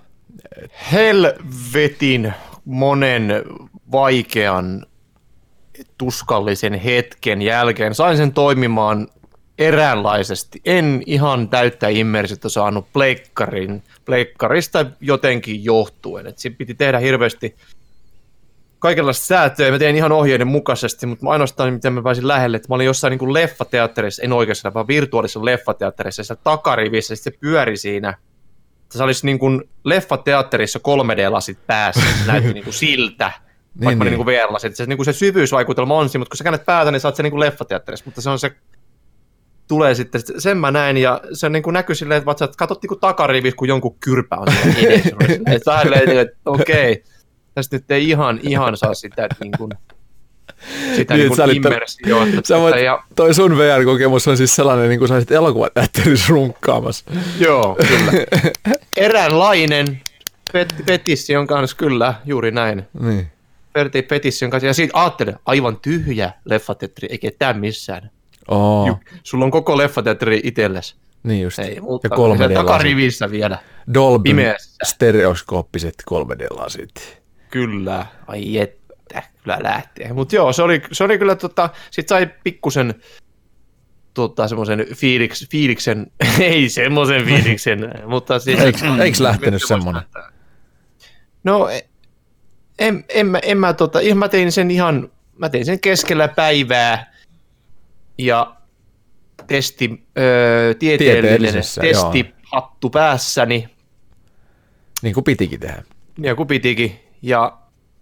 Helvetin monen vaikean, tuskallisen hetken jälkeen sain sen toimimaan eräänlaisesti. En ihan täyttä immersiota saanut pleikkarin, pleikkarista jotenkin johtuen. Et siinä piti tehdä hirveästi kaikenlaista säätöä. Mä tein ihan ohjeiden mukaisesti, mutta mä ainoastaan miten mä pääsin lähelle, että mä olin jossain niin kuin leffateatterissa, en oikeastaan, vaan virtuaalisessa leffateatterissa, ja takarivissä, ja sitten se pyöri siinä. Se olisi niin kuin leffateatterissa kolme D-lasit päässä, se näytti niin kuin siltä, niin, vaikka niin. niin kuin V R-lasit. Se, niin kuin se syvyysvaikutelma on siinä, mutta kun sä käännät päätä, niin sä oot se niin kuin leffateatterissa, mutta se on se, tulee sitten, sen mä näin, ja se niin kuin näkyy silleen, että sä katsot niin kuin takarivissä, kun jonkun kyrpä on siellä edessä. Että vähän että okei, tästä nyt ei ihan, ihan saa sitä, että niin kuin, sitä niin, niin immersioita. Sä voit, ja... toi sun V R-kokemus on siis sellainen, niin kuin sä olisit elokuvateatterissa runkkaamassa. Joo, kyllä. Eräänlainen pet- petissi on kanssa, kyllä, juuri näin. Niin. Perti petissi on kanssa, ja siitä ajattelen, aivan tyhjä leffateatteri, eikä ketään missään. Oh. Ju, sulla on koko leffateatteri itsellesi. Niin just. Ei, mutta ja kolme D-lasit. Takarivissä vielä. Dolby pimeässä. stereoskooppiset kolme D-lasit. Kyllä, ai että, kyllä lähtee. Mutta joo, se oli, se oli kyllä, tota, sit sai pikkusen tota, semmoisen fiiliks, fiiliksen, ei semmoisen fiiliksen, mutta siis... Eikö, eikö lähtenyt semmoinen? No, en, en, mä, en mä, tota, mä tein sen ihan, mä tein sen keskellä päivää ja testi, öö, tieteellinen testi hattu päässäni. Niin kuin pitikin tehdä. Niin kuin pitikin. Ja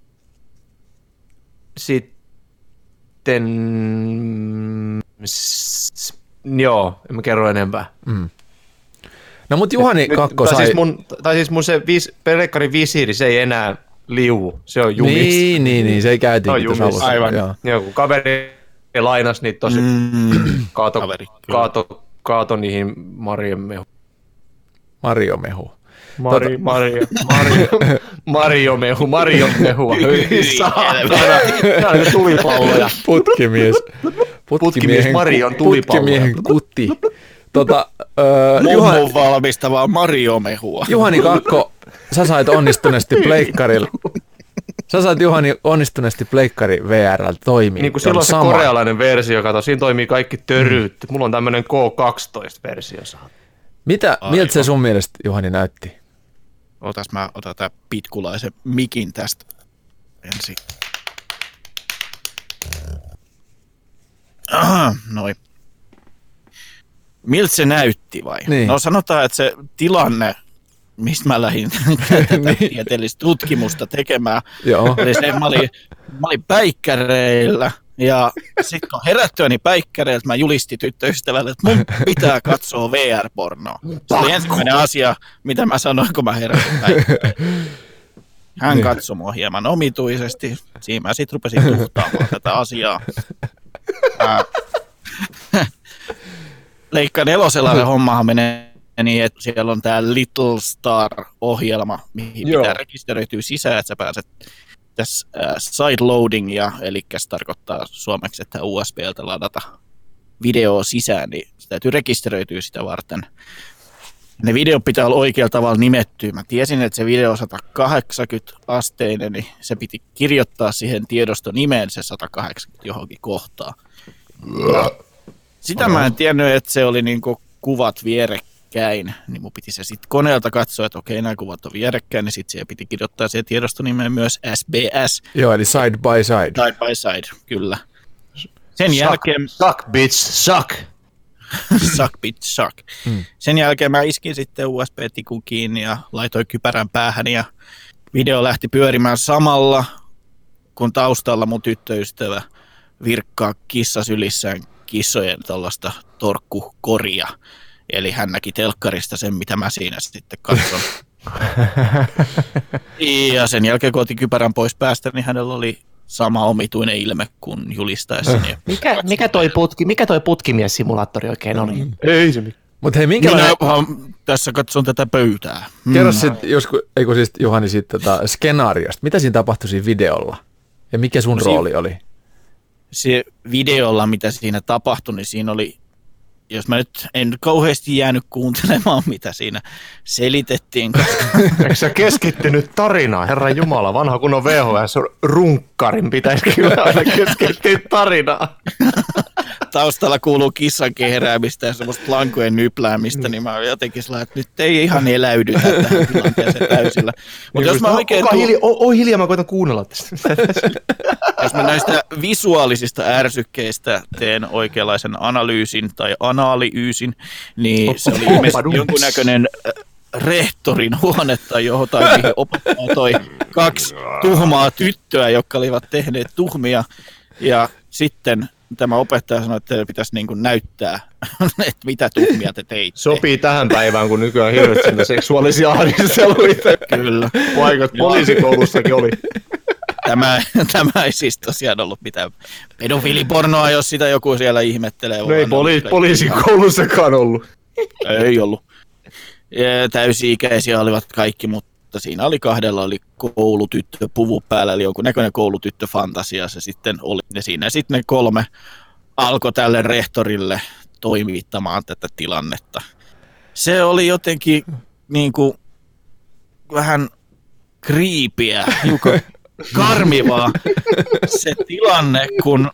sitten, s- joo, en mä kerro enempää. Mm. No mut Juhani nyt, kakko tai sai... Siis mun, tai siis mun se viis, pelekkarin visiiri, se ei enää liu, se on jumis. Niin, niin, niin, se ei käytiin tuossa alussa. Aivan. Joo. Joo, kun kaveri lainas, niin tosi mm. kaato, kaveri, kaato, kaato niihin Marien mehu. Mario mehu. Mari, tota... Mario, Mario, Mario mehu, Mario mehua. Tämä on tulipalloja. Putkimies. Putkimies Marion tulipalloja. Putkimiehen kutti. Tota, öö, Juhani... Mummun valmistavaa Mario mehua. Juhani kakko, sä sait onnistuneesti pleikkarilla. Sä sait Juhani onnistuneesti pleikkari V R:llä toimii. Niin kuin silloin se sama. Korealainen versio, kato, siinä toimii kaikki töryyt. Mm. Mulla on tämmönen K kaksitoista-versio. Mitä, miltä se sun mielestä Juhani näytti? Otas mä otan tää pitkulaisen mikin tästä ensin. Aha, noin. Miltä se näytti vai? Niin. No sanotaan, että se tilanne, mistä mä lähdin tätä niin. tieteellistä tutkimusta tekemään. Joo. Eli se, mä olin, mä olin päikkäreillä ja sitten kun herättyäni päikkäreiltä, mä julistin tyttöystävälle, että mun pitää katsoa V R-pornoa. Se oli ensimmäinen asia, mitä mä sanoin, kun mä herätin päikkäreillä. Hän niin. katsoi mua hieman omituisesti. Siinä mä sitten rupesin tuhtaamaan tätä asiaa. Ää, Leikka nelosella se hommahan menee niin, että siellä on tää Little Star-ohjelma, mihin Joo. pitää rekisteröityä sisään, että sä pääset tässä äh, sideloadingia, eli se tarkoittaa suomeksi, että U S B:ltä ladata videoa sisään, niin se täytyy rekisteröityä sitä varten. Ne videot pitää olla oikealla tavalla nimettyä. Mä tiesin, että se video on sata kahdeksankymmentä asteinen, niin se piti kirjoittaa siihen tiedostonimeen se sata kahdeksankymmentä johonkin kohtaan. Ja sitä mä en tiennyt, että se oli niinku kuvat vierekkäin, niin mun piti se sitten koneelta katsoa, että okei, nämä kuvat on vierekkäin, niin sitten siihen piti kirjoittaa siihen tiedostonimeen myös S B S. Joo, eli side by side. Side by side, kyllä. Sen suck, jälkeen... Suck, bitch, suck! Suck, bitch, suck. Hmm. Sen jälkeen mä iskin sitten U S B-tikun kiinni ja laitoin kypärän päähän ja video lähti pyörimään samalla, kun taustalla mun tyttöystävä virkkaa kissasylissään kissojen tällaista torkkukoria. Eli hän näki telkkarista sen, mitä mä siinä sitten katson. Ja sen jälkeen, kun otin kypärän pois päästä, niin hänellä oli sama omituinen ilme kuin julistaessani. Mikä, mikä, toi putki, mikä toi putkimiessimulaattori oikein oli? Mm. Ei se mitään. Mutta hei, minkälainen... Minä tässä katson tätä pöytää. Kerro mm. sitten, joskus, eikö siis Juhani sitten tota, skenaariosta. Mitä siinä tapahtui siinä videolla? Ja mikä sun no, rooli siinä, oli? Se videolla, mitä siinä tapahtui, niin siinä oli, jos mä nyt en kauheasti jäänyt kuuntelemaan, mitä siinä selitettiin. Eikö sä keskittynyt tarinaan, Herran Jumala, vanha kunnon V H S runkkarin pitäisi kyllä aina keskittyä tarinaan. taustalla kuuluu kissan kehräämistä ja semmoista lankojen nypläämistä, niin mä jotenkin sellainen, että nyt ei ihan eläydytä tähän tilanteeseen täysillä. Mutta jos mä oikein... Tuu... Hilja, o, o, hiljaa, mä koitan kuunnella tästä. Jos mä näistä visuaalisista ärsykkeistä teen oikeanlaisen analyysin tai analyysin, niin se oli ilmeisesti jonkunnäköinen rehtorin huonetta, johon tai mihin opettaja toi kaksi tuhmaa tyttöä, jotka olivat tehneet tuhmia. Ja sitten tämä opettaja sanoi, että teidän pitäisi niin kuin näyttää, että mitä tuhmia te teitte. Sopii tähän päivään, kun nykyään hirveästi niitä seksuaalisia ahdisteluita. Kyllä. Vaikka poliisikoulussakin oli. Tämä, tämä ei siis tosiaan ollut mitään pedofiilipornoa, jos sitä joku siellä ihmettelee. No ei poli- poliisikoulussakaan ollut. Ei ollut. Ja täysi-ikäisiä olivat kaikki, mutta siinä oli kahdella oli koulutyttö puvu päällä, eli jonkun näköinen koulutyttöfantasia se sitten oli. Ja siinä sitten ne kolme alkoi tälle rehtorille toimittamaan tätä tilannetta. Se oli jotenkin niin kuin vähän kriipiä, hiukan karmivaa se tilanne, kun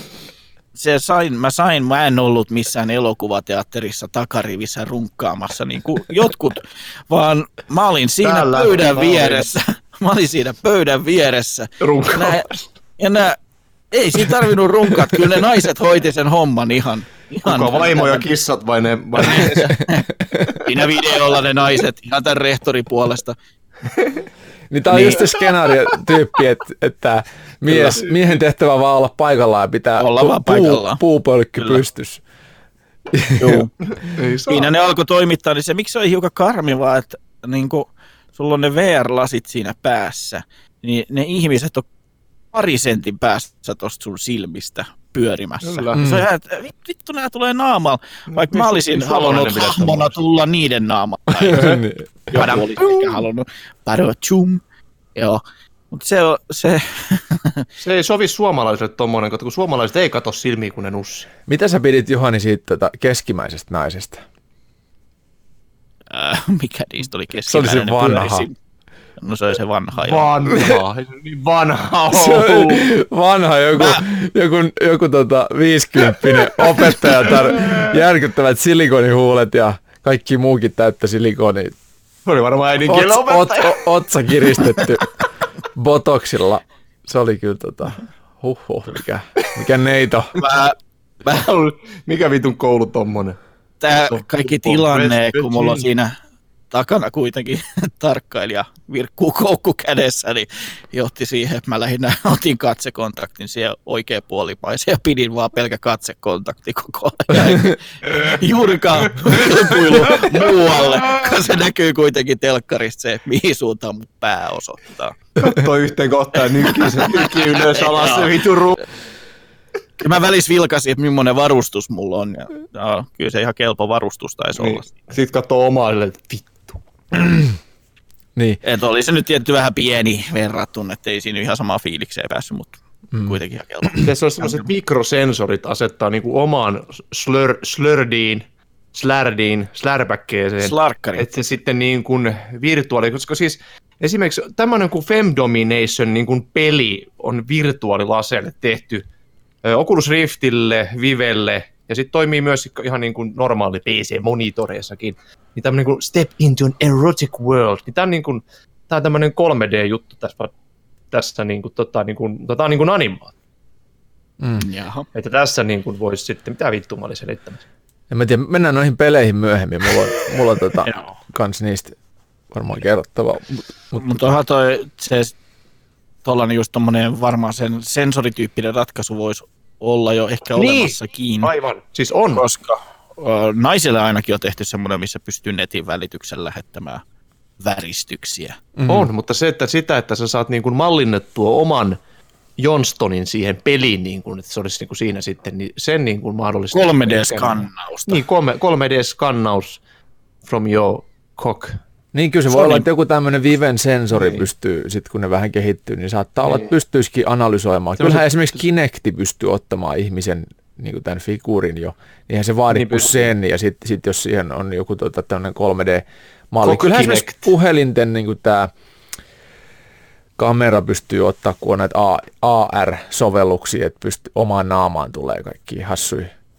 se sain, mä sain, mä en ollut missään elokuvateatterissa takarivissä runkkaamassa niin kuin jotkut, vaan mä olin siinä Täällä pöydän vieressä, mä olin siinä pöydän vieressä. Runkkaamassa. Ja nää, ei siinä tarvinnut runkat, kyllä ne naiset hoiti sen homman ihan. ihan Kuka vaimo ja kissat vai ne? Vai ne? Siinä videolla ne naiset, ihan tämän rehtorin puolesta. Niin tää on niin. Just se skenaario-tyyppi, että, että mies, miehen tehtävä vaan olla paikallaan ja pitää olla pu- vaan paikallaan. Puu, puupölkky pystyssä. Joo. Siinä ne alkoi toimittaa, niin se miksi se on hiukan karmivaa, että niin kun sulla on ne V R-lasit siinä päässä, niin ne ihmiset on pari sentin päässä tosta sun silmistä pyörimässä. Mm. Se on ihan, että vittu nää tulee naamalla, vaikka mä olisin halunnut hahmona tulla niiden naamalla. Joku olisi ehkä halunnut padotchum. Joo, mutta se on se... se ei sovi suomalaisille tommonen, kun suomalaiset ei katso silmiä, kun ne nussi. Mitä sä pidit, Juhani, siitä tota keskimmäisestä naisesta? Äh, mikä niistä oli keskimmäinen? Se oli se vanha. No se oli se vanha, joo. Vanha, niin vanha. Se oli vanha, joku, Mä... joku, joku tota viisikymppinen opettaja, tar- järkyttävät silikonihuulet ja kaikki muukin täyttä silikonia. Se oli varmaan äidinkielen opettaja. Ot, ot, otsa kiristetty botoksilla. Se oli kyllä tota, huhhuh, mikä, mikä neito. Mä, mä... Mikä vitun koulu tommonen? Tää kaikki tilanne, kun mulla on siinä takana kuitenkin tarkkailija virkkuu koukku kädessä, niin johti siihen, että mä lähinnä otin katsekontaktin siihen oikeapuolipaiseen ja pidin vaan pelkä katsekontakti koko ajan. Juurikaan vilkuilu muualle, kun se näkyy kuitenkin telkkarista se, mihin suuntaan mun pää osoittaa. Kattoi yhteen kohtaan nykki se nykki ylös alas se vitu ruu. Ja mä välis vilkasin, että millainen varustus mulla on. Ja, ja kyllä se ihan kelpo varustus taisi niin. olla. Sitten katsoo omaa silleen, että vittu. Niin. Että oli se nyt tietty vähän pieni verrattuna, että ei siinä ihan samaa fiilikseen päässyt, mutta mm. kuitenkin ihan kelpo. Tässä on sellaiset mikrosensorit asettaa niinku omaan slör, slördiin, slärdiin, slärpäkkeeseen. Slarkkari. Että se sitten niin kuin virtuaali, koska siis esimerkiksi tämmöinen kuin Femdomination niin kuin peli on virtuaalilaseelle tehty Oculus Riftille, Vivelle, ja sitten toimii myös ihan niin kuin normaali P C-monitoreissakin. Niin tämmöinen kuin Step into an Erotic World, niin tämä on, niin kuin, tämä on tämmöinen kolme D-juttu tässä, tässä niin kuin, tota, niin kuin, tota, niin kuin animaatio. Mm. Että tässä niin kuin voisi sitten, mitä vittua mä olin selittämässä. En mä tiedä, mennään noihin peleihin myöhemmin, mulla on, mulla on tota, kans niistä varmaan kerrottavaa. Mutta mut onhan toi se... Tuollainen just tommoinen varmaan sen sensorityyppinen ratkaisu voisi olla jo ehkä niin, olemassakin. Aivan, siis on. Koska uh, naiselle ainakin on tehty semmoinen, missä pystyy netin välityksellä lähettämään väristyksiä. Mm-hmm. On, mutta se, että sitä, että sä saat niin kuin mallinnettua oman Johnstonin siihen peliin, niin kuin, että se olisi niin kuin siinä sitten, niin sen niin kuin mahdollisesti... kolme D-skannausta. Niin, kolme D-skannaus from your cock. Niin kyllä se voi olla, että joku tämmöinen Viven sensori niin. pystyy, sit kun ne vähän kehittyy, niin saattaa olla, että pystyisikin analysoimaan. Kyllähän se, esimerkiksi Kinecti pystyy ottamaan ihmisen niin kuin tämän figuurin jo, niinhän se vaadit niin sen, ja sitten sit jos siihen on joku tota, tämmöinen kolme D-malli. Kyllähän esimerkiksi puhelinten niin kuin tämä kamera pystyy ottaa, kun on näitä A R-sovelluksia, että pystyy, omaan naamaan tulee kaikki hassuja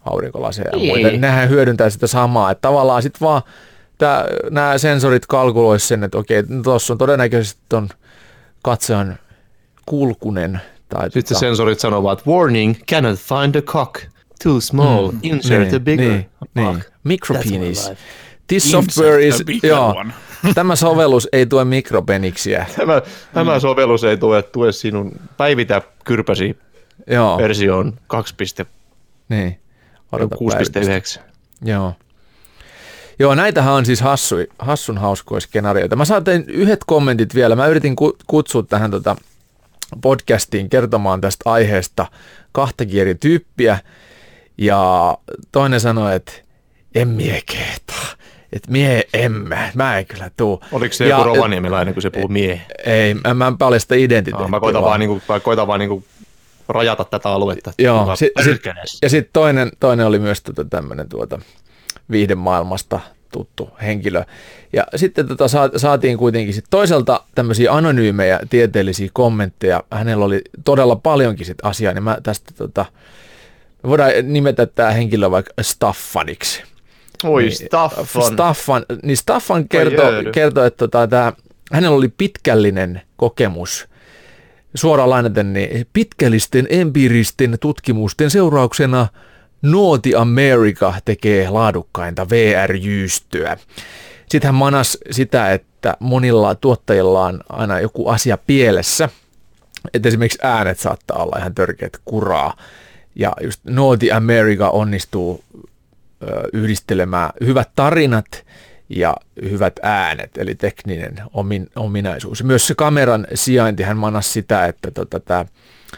aurinkolaseja ja Ei. muita. Nehän hyödyntää sitä samaa, että tavallaan sitten vaan nämä sensorit kalkuloisivat sen, että okei, tuossa on todennäköisesti ton katsojan kulkunen. Tai Sitten tota, sensorit sanovat, warning, cannot find a cock. Too small, mm, insert niin, a bigger niin, cock. niin. Micropenis. life. This Insert software is, a bigger joo, one. tämä sovellus ei tue mikropeniksiä. Tämä, tämä sovellus ei tue, tue sinun päivitä kyrpäsi Joo, versioon kaksi piste niin. Odota kuusi piste päivitystä. yhdeksän. Joo. Joo, näitähän on siis hassu, hassun hauskoja skenaarioita. Mä saatiin yhdet kommentit vielä. Mä yritin ku, kutsua tähän tota podcastiin kertomaan tästä aiheesta kahtakin eri tyyppiä. Ja toinen sanoi, että en mie kehtaa. Että mie emme, mä en kyllä tuu. Oliko se ja, joku rovaniemiläinen, kun se puhuu mie? Ei, mä, mä en paljasta identiteettiä. No, mä koitan vaan, niinku, mä koitan vaan niinku rajata tätä aluetta. Joo, sit, sit, Pärkänes. ja sitten toinen, toinen oli myös tota tämmöinen tuota, viihdemaailmasta tuttu henkilö. Ja sitten tota sa, saatiin kuitenkin sit toiselta tämmöisiä anonyymejä tieteellisiä kommentteja. Hänellä oli todella paljonkin sit asiaa, niin mä tästä tota, me voidaan nimetä tämä henkilö vaikka Staffaniksi. Oi, Niin, Staffan. Staffan, niin Staffan kertoi, jöydy. kertoi että tota, tää, hänellä oli pitkällinen kokemus. Suoraan lainaten, niin pitkällisten empiiristen tutkimusten seurauksena Naughty America tekee laadukkainta V R-jyystöä. Sitten hän manas sitä, että monilla tuottajilla on aina joku asia pielessä, että esimerkiksi äänet saattaa olla ihan törkeät kuraa. Ja just Naughty America onnistuu ö, yhdistelemään hyvät tarinat ja hyvät äänet, eli tekninen omin, ominaisuus. Myös se kameran sijainti, hän manasi sitä, että tota, tämä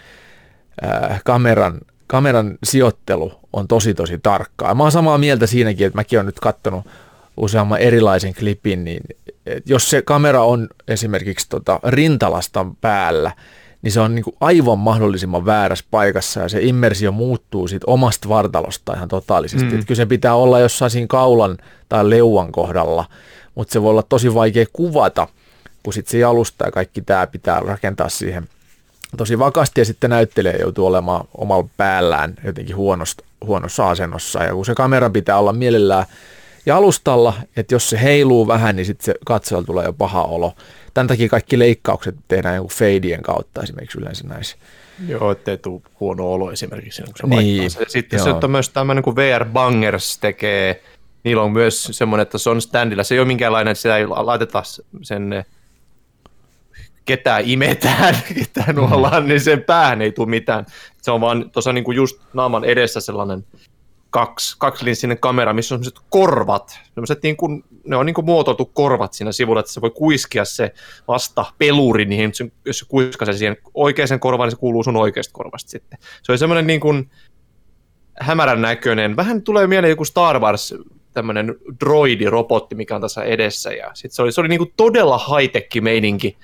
kameran, kameran sijoittelu on tosi tosi tarkkaa. Mä oon samaa mieltä siinäkin, että mäkin olen nyt katsonut useamman erilaisen klipin, niin jos se kamera on esimerkiksi tota rintalastan päällä, niin se on niin kuin aivan mahdollisimman väärässä paikassa ja se immersio muuttuu siitä omasta vartalosta ihan totaalisesti. Mm. Kyllä se pitää olla jossain siinä kaulan tai leuan kohdalla, mutta se voi olla tosi vaikea kuvata, kun sitten se jalusta ja kaikki tämä pitää rakentaa siihen tosi vakaasti ja sitten näyttelijä joutuu olemaan omalla päällään jotenkin huonosta, huonossa asennossa ja kun se kamera pitää olla mielellään jalustalla, että jos se heiluu vähän, niin sitten se katsojalla tulee jo paha olo. Tämän takia kaikki leikkaukset tehdään joku feidien kautta esimerkiksi yleensä näissä. Joo, ettei tule huono olo esimerkiksi, kun se Niin, vaihtaa. Sitten joo. se on myös tämmöinen, kun V R Bangers tekee, niillä on myös semmoinen, että se on standilla. Se ei ole minkäänlainen, että sitä ei laiteta sen, ketään imetään, ketään nuollaan, niin sen päähän ei tule mitään. Se on vaan tuossa niinku just naaman edessä sellainen kaksi, kaksilinssinen kamera, missä on sellaiset korvat. Sellaiset niin kuin, ne on niin kuin muotoiltu korvat siinä sivulla, että se voi kuiskia se vasta peluri niihin, jos se kuiskaa siihen oikeaan korvaan, niin se kuuluu sun oikeasta korvasta sitten. Se oli semmoinen niin kuin hämärän näköinen, vähän tulee mieleen joku Star Wars, tämmöinen droidi-robotti, mikä on tässä edessä, ja sitten se oli, se oli niin kuin todella high-tech meininki,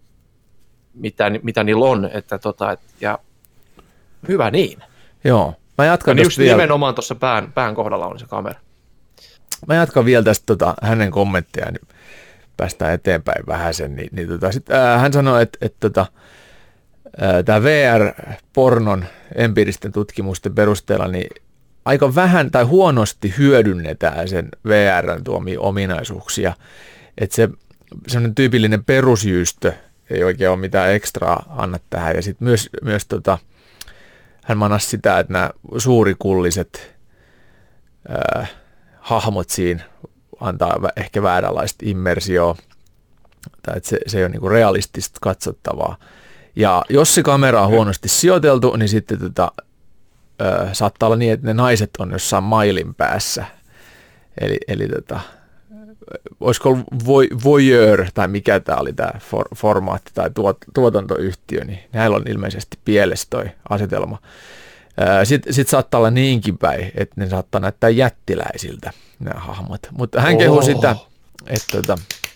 mitä, mitä niillä on, että tota, et, ja hyvä niin. Joo. Mä jatkan, Ja just vielä, nimenomaan tuossa pään, pään kohdalla on se kamera. mä jatkan vielä tästä tota, hänen kommenttejaan, niin päästään eteenpäin vähän sen. Niin, niin tota, sit, ää, hän sanoi, että et, tota, tämä V R-pornon empiiristen tutkimusten perusteella niin aika vähän tai huonosti hyödynnetään sen V R:n tuomia ominaisuuksia. Että se sellainen tyypillinen perusjyystö ei oikein ole mitään ekstraa anna tähän. Ja sitten myös, myös tota, hän manasi sitä, että nämä suurikulliset ää, hahmot siinä antaa ehkä vääränlaista immersioa, tai että se, se ei ole niinku realistista katsottavaa. Ja jos se kamera on huonosti sijoiteltu, niin sitten tota, ää, saattaa olla niin, että ne naiset on jossain mailin päässä. Eli, eli tota, olisiko ollut voyeur, tai mikä tämä oli tämä for, formaatti tai tuot, tuotantoyhtiö, niin näillä on ilmeisesti pielessä toi asetelma. Sitten sit saattaa olla niinkin päin, että ne saattaa näyttää jättiläisiltä, nämä hahmot. Mutta hän kehui Oh. sitä, että tota,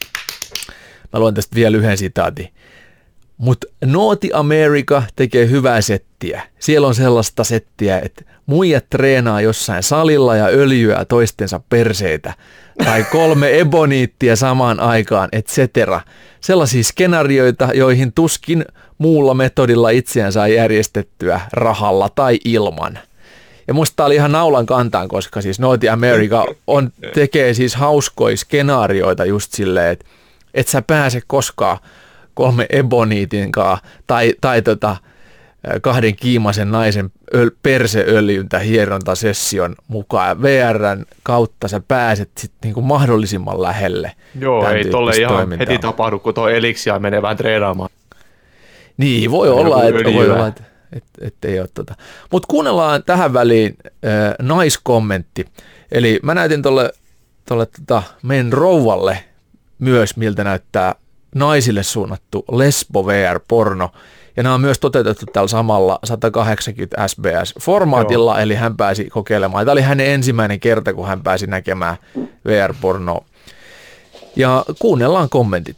mä luen tästä vielä yhden sitaatin. Mutta Naughty America tekee hyvää settiä. Siellä on sellaista settiä, että muijat treenaa jossain salilla ja öljyää toistensa perseitä. Tai kolme eboniittia samaan aikaan, et cetera. Sellaisia skenaarioita, joihin tuskin muulla metodilla itseään saa järjestettyä rahalla tai ilman. Ja musta tää oli ihan naulan kantaan, koska siis Naughty America on, tekee siis hauskoja skenaarioita just silleen, että et sä pääse koskaan kolme eboniitin kanssa tai, tai tota, kahden kiimaisen naisen öl, perseöljyntä hierontasession mukaan. V R:n kautta sä pääset sit niinku mahdollisimman lähelle. Joo, ei tolle ihan toimintaa. heti tapahdu, kun tuo Elixia menee vähän treenaamaan. Niin, voi on olla, että öljyä. voi olla, että et, et ei ole tota. Mutta kuunnellaan tähän väliin äh, naiskommentti. Eli mä näytin tolle, tolle tota, meidän rouvalle myös, miltä näyttää naisille suunnattu lesbo V R-porno. Ja nämä on myös toteutettu tällä samalla sata kahdeksankymmentä S B S-formaatilla, Joo. eli hän pääsi kokeilemaan. Tämä oli hänen ensimmäinen kerta, kun hän pääsi näkemään V R-pornoa. Ja kuunnellaan kommentit.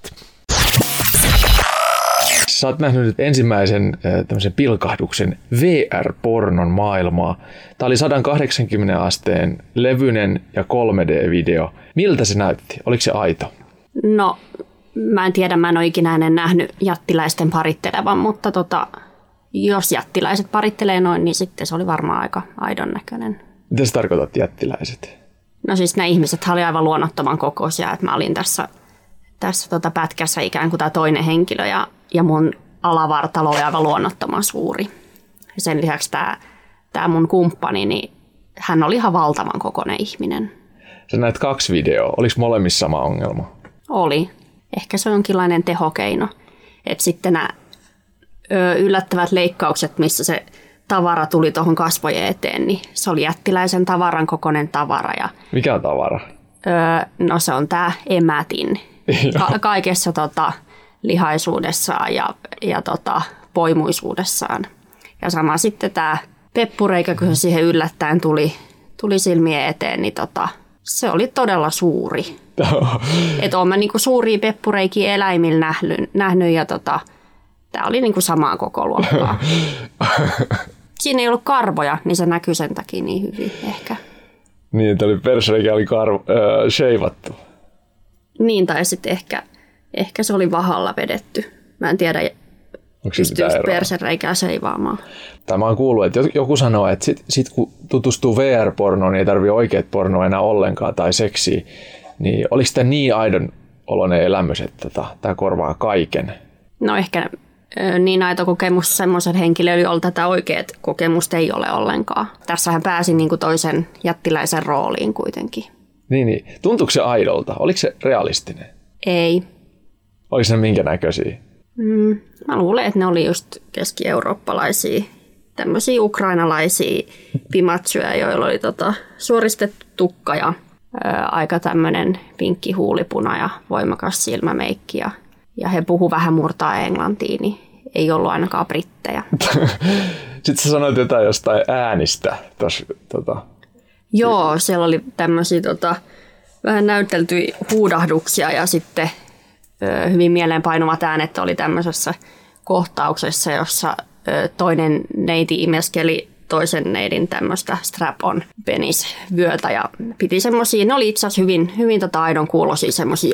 Sä oot nähnyt nyt ensimmäisen tämmöisen pilkahduksen V R-pornon maailmaa. Tämä oli sata kahdeksankymmentä asteen levyinen ja kolme D-video. Miltä se näytti? Oliko se aito? No, mä en tiedä, mä en ole ikinä ennen nähnyt jättiläisten parittelevan, mutta tota, jos jättiläiset parittelee noin, niin sitten se oli varmaan aika aidon näköinen. Mitä sä tarkoitat jättiläiset? No siis nämä ihmiset oli aivan luonnottoman kokoisia, että mä olin tässä, tässä tota pätkässä ikään kuin tämä toinen henkilö ja, ja mun alavartalo oli aivan luonnottoman suuri. Sen lisäksi tämä, tämä mun kumppani, niin hän oli ihan valtavan kokoinen ihminen. Sä näet kaksi videoa. Oliko molemmissa sama ongelma? Oli. Ehkä se on jonkinlainen tehokeino. Että sitten nämä ö, yllättävät leikkaukset, missä se tavara tuli tuohon kasvojen eteen, niin se oli jättiläisen tavaran kokoinen tavara. Ja, mikä on tavara? Ö, no se on tämä emätin. Ka- kaikessa tota, lihaisuudessaan ja, ja tota, poimuisuudessaan. Ja sama sitten tämä peppureikä, kun se siihen yllättäen tuli, tuli silmien eteen, niin tota, se oli todella suuri. Että oon mä niinku suuria peppureikiä eläimillä nähnyt, nähnyt ja tota, tää oli niinku samaa koko luokkaa. Siinä ei ollut karvoja, niin se näkyy sen takia niin hyvin ehkä. Niin, että oli persereikä oli karvo, äh, sheivattu. Niin, tai sitten ehkä, ehkä se oli vahalla vedetty. Mä en tiedä, pystyykö persereikää seivaamaan. Tämä on kuullut, että joku sanoo, että sit, sit kun tutustuu V R-pornoon, niin ei tarvitse oikeat pornoa enää ollenkaan tai seksiä. Niin oliko tämä niin aidon oloinen elämys, että tota, tämä korvaa kaiken? No ehkä niin aito kokemus semmoisen henkilöllä, jolla tätä oikeat kokemusta ei ole ollenkaan. Tässähän pääsi niin kuin toisen jättiläisen rooliin kuitenkin. Niin, niin. Tuntuuko se aidolta? Oliko se realistinen? Ei. Oliko ne minkä näköisiä? Mm, mä luulen, että ne oli just keski-eurooppalaisia, tämmöisiä ukrainalaisia pimatsuja, joilla oli tota, suoristettu tukka ja ää, aika tämmöinen pinkki huulipuna ja voimakas silmämeikki. Ja, ja he puhu vähän murtaa englantia, niin ei ollut ainakaan brittejä. Sitten sä sanoit jotain jostain äänistä. Tos, tota. Joo, siellä oli tämmöisiä tota, vähän näyteltyjä huudahduksia ja sitten ö, hyvin mieleenpainuvat äänet oli tämmöisessä kohtauksessa, jossa ö, toinen neiti imeskeli toisen neidin tämmöistä strap-on penisvyötä ja piti semmoisia, ne oli itse asiassa hyvin, hyvin tota aidon kuuloisia semmoisia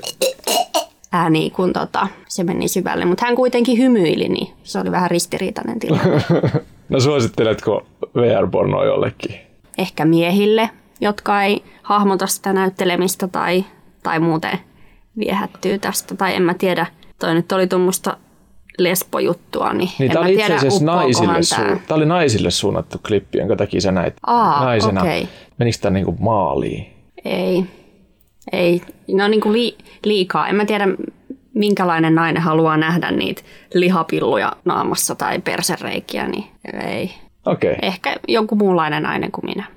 ääniä, kun tota, se meni syvälle, mutta hän kuitenkin hymyili, niin se oli vähän ristiriitainen tilanne. No suositteletko V R-pornoa jollekin? Ehkä miehille, jotka ei hahmota sitä näyttelemistä tai, tai muuten viehättyy tästä. Tai en mä tiedä, toi nyt oli tuommoista lesbojuttua, niin, niin en mä tiedä, naisille su- Tämä oli naisille suunnattu klippi, jonka takia sä näit Aa, naisena. Okay. Menikö tämä niinku maaliin? Ei, ei. Ne on niinku li- liikaa. En mä tiedä, minkälainen nainen haluaa nähdä niitä lihapilluja naamassa tai persereikiä, niin ei. Okay. Ehkä jonkun muunlainen nainen kuin minä.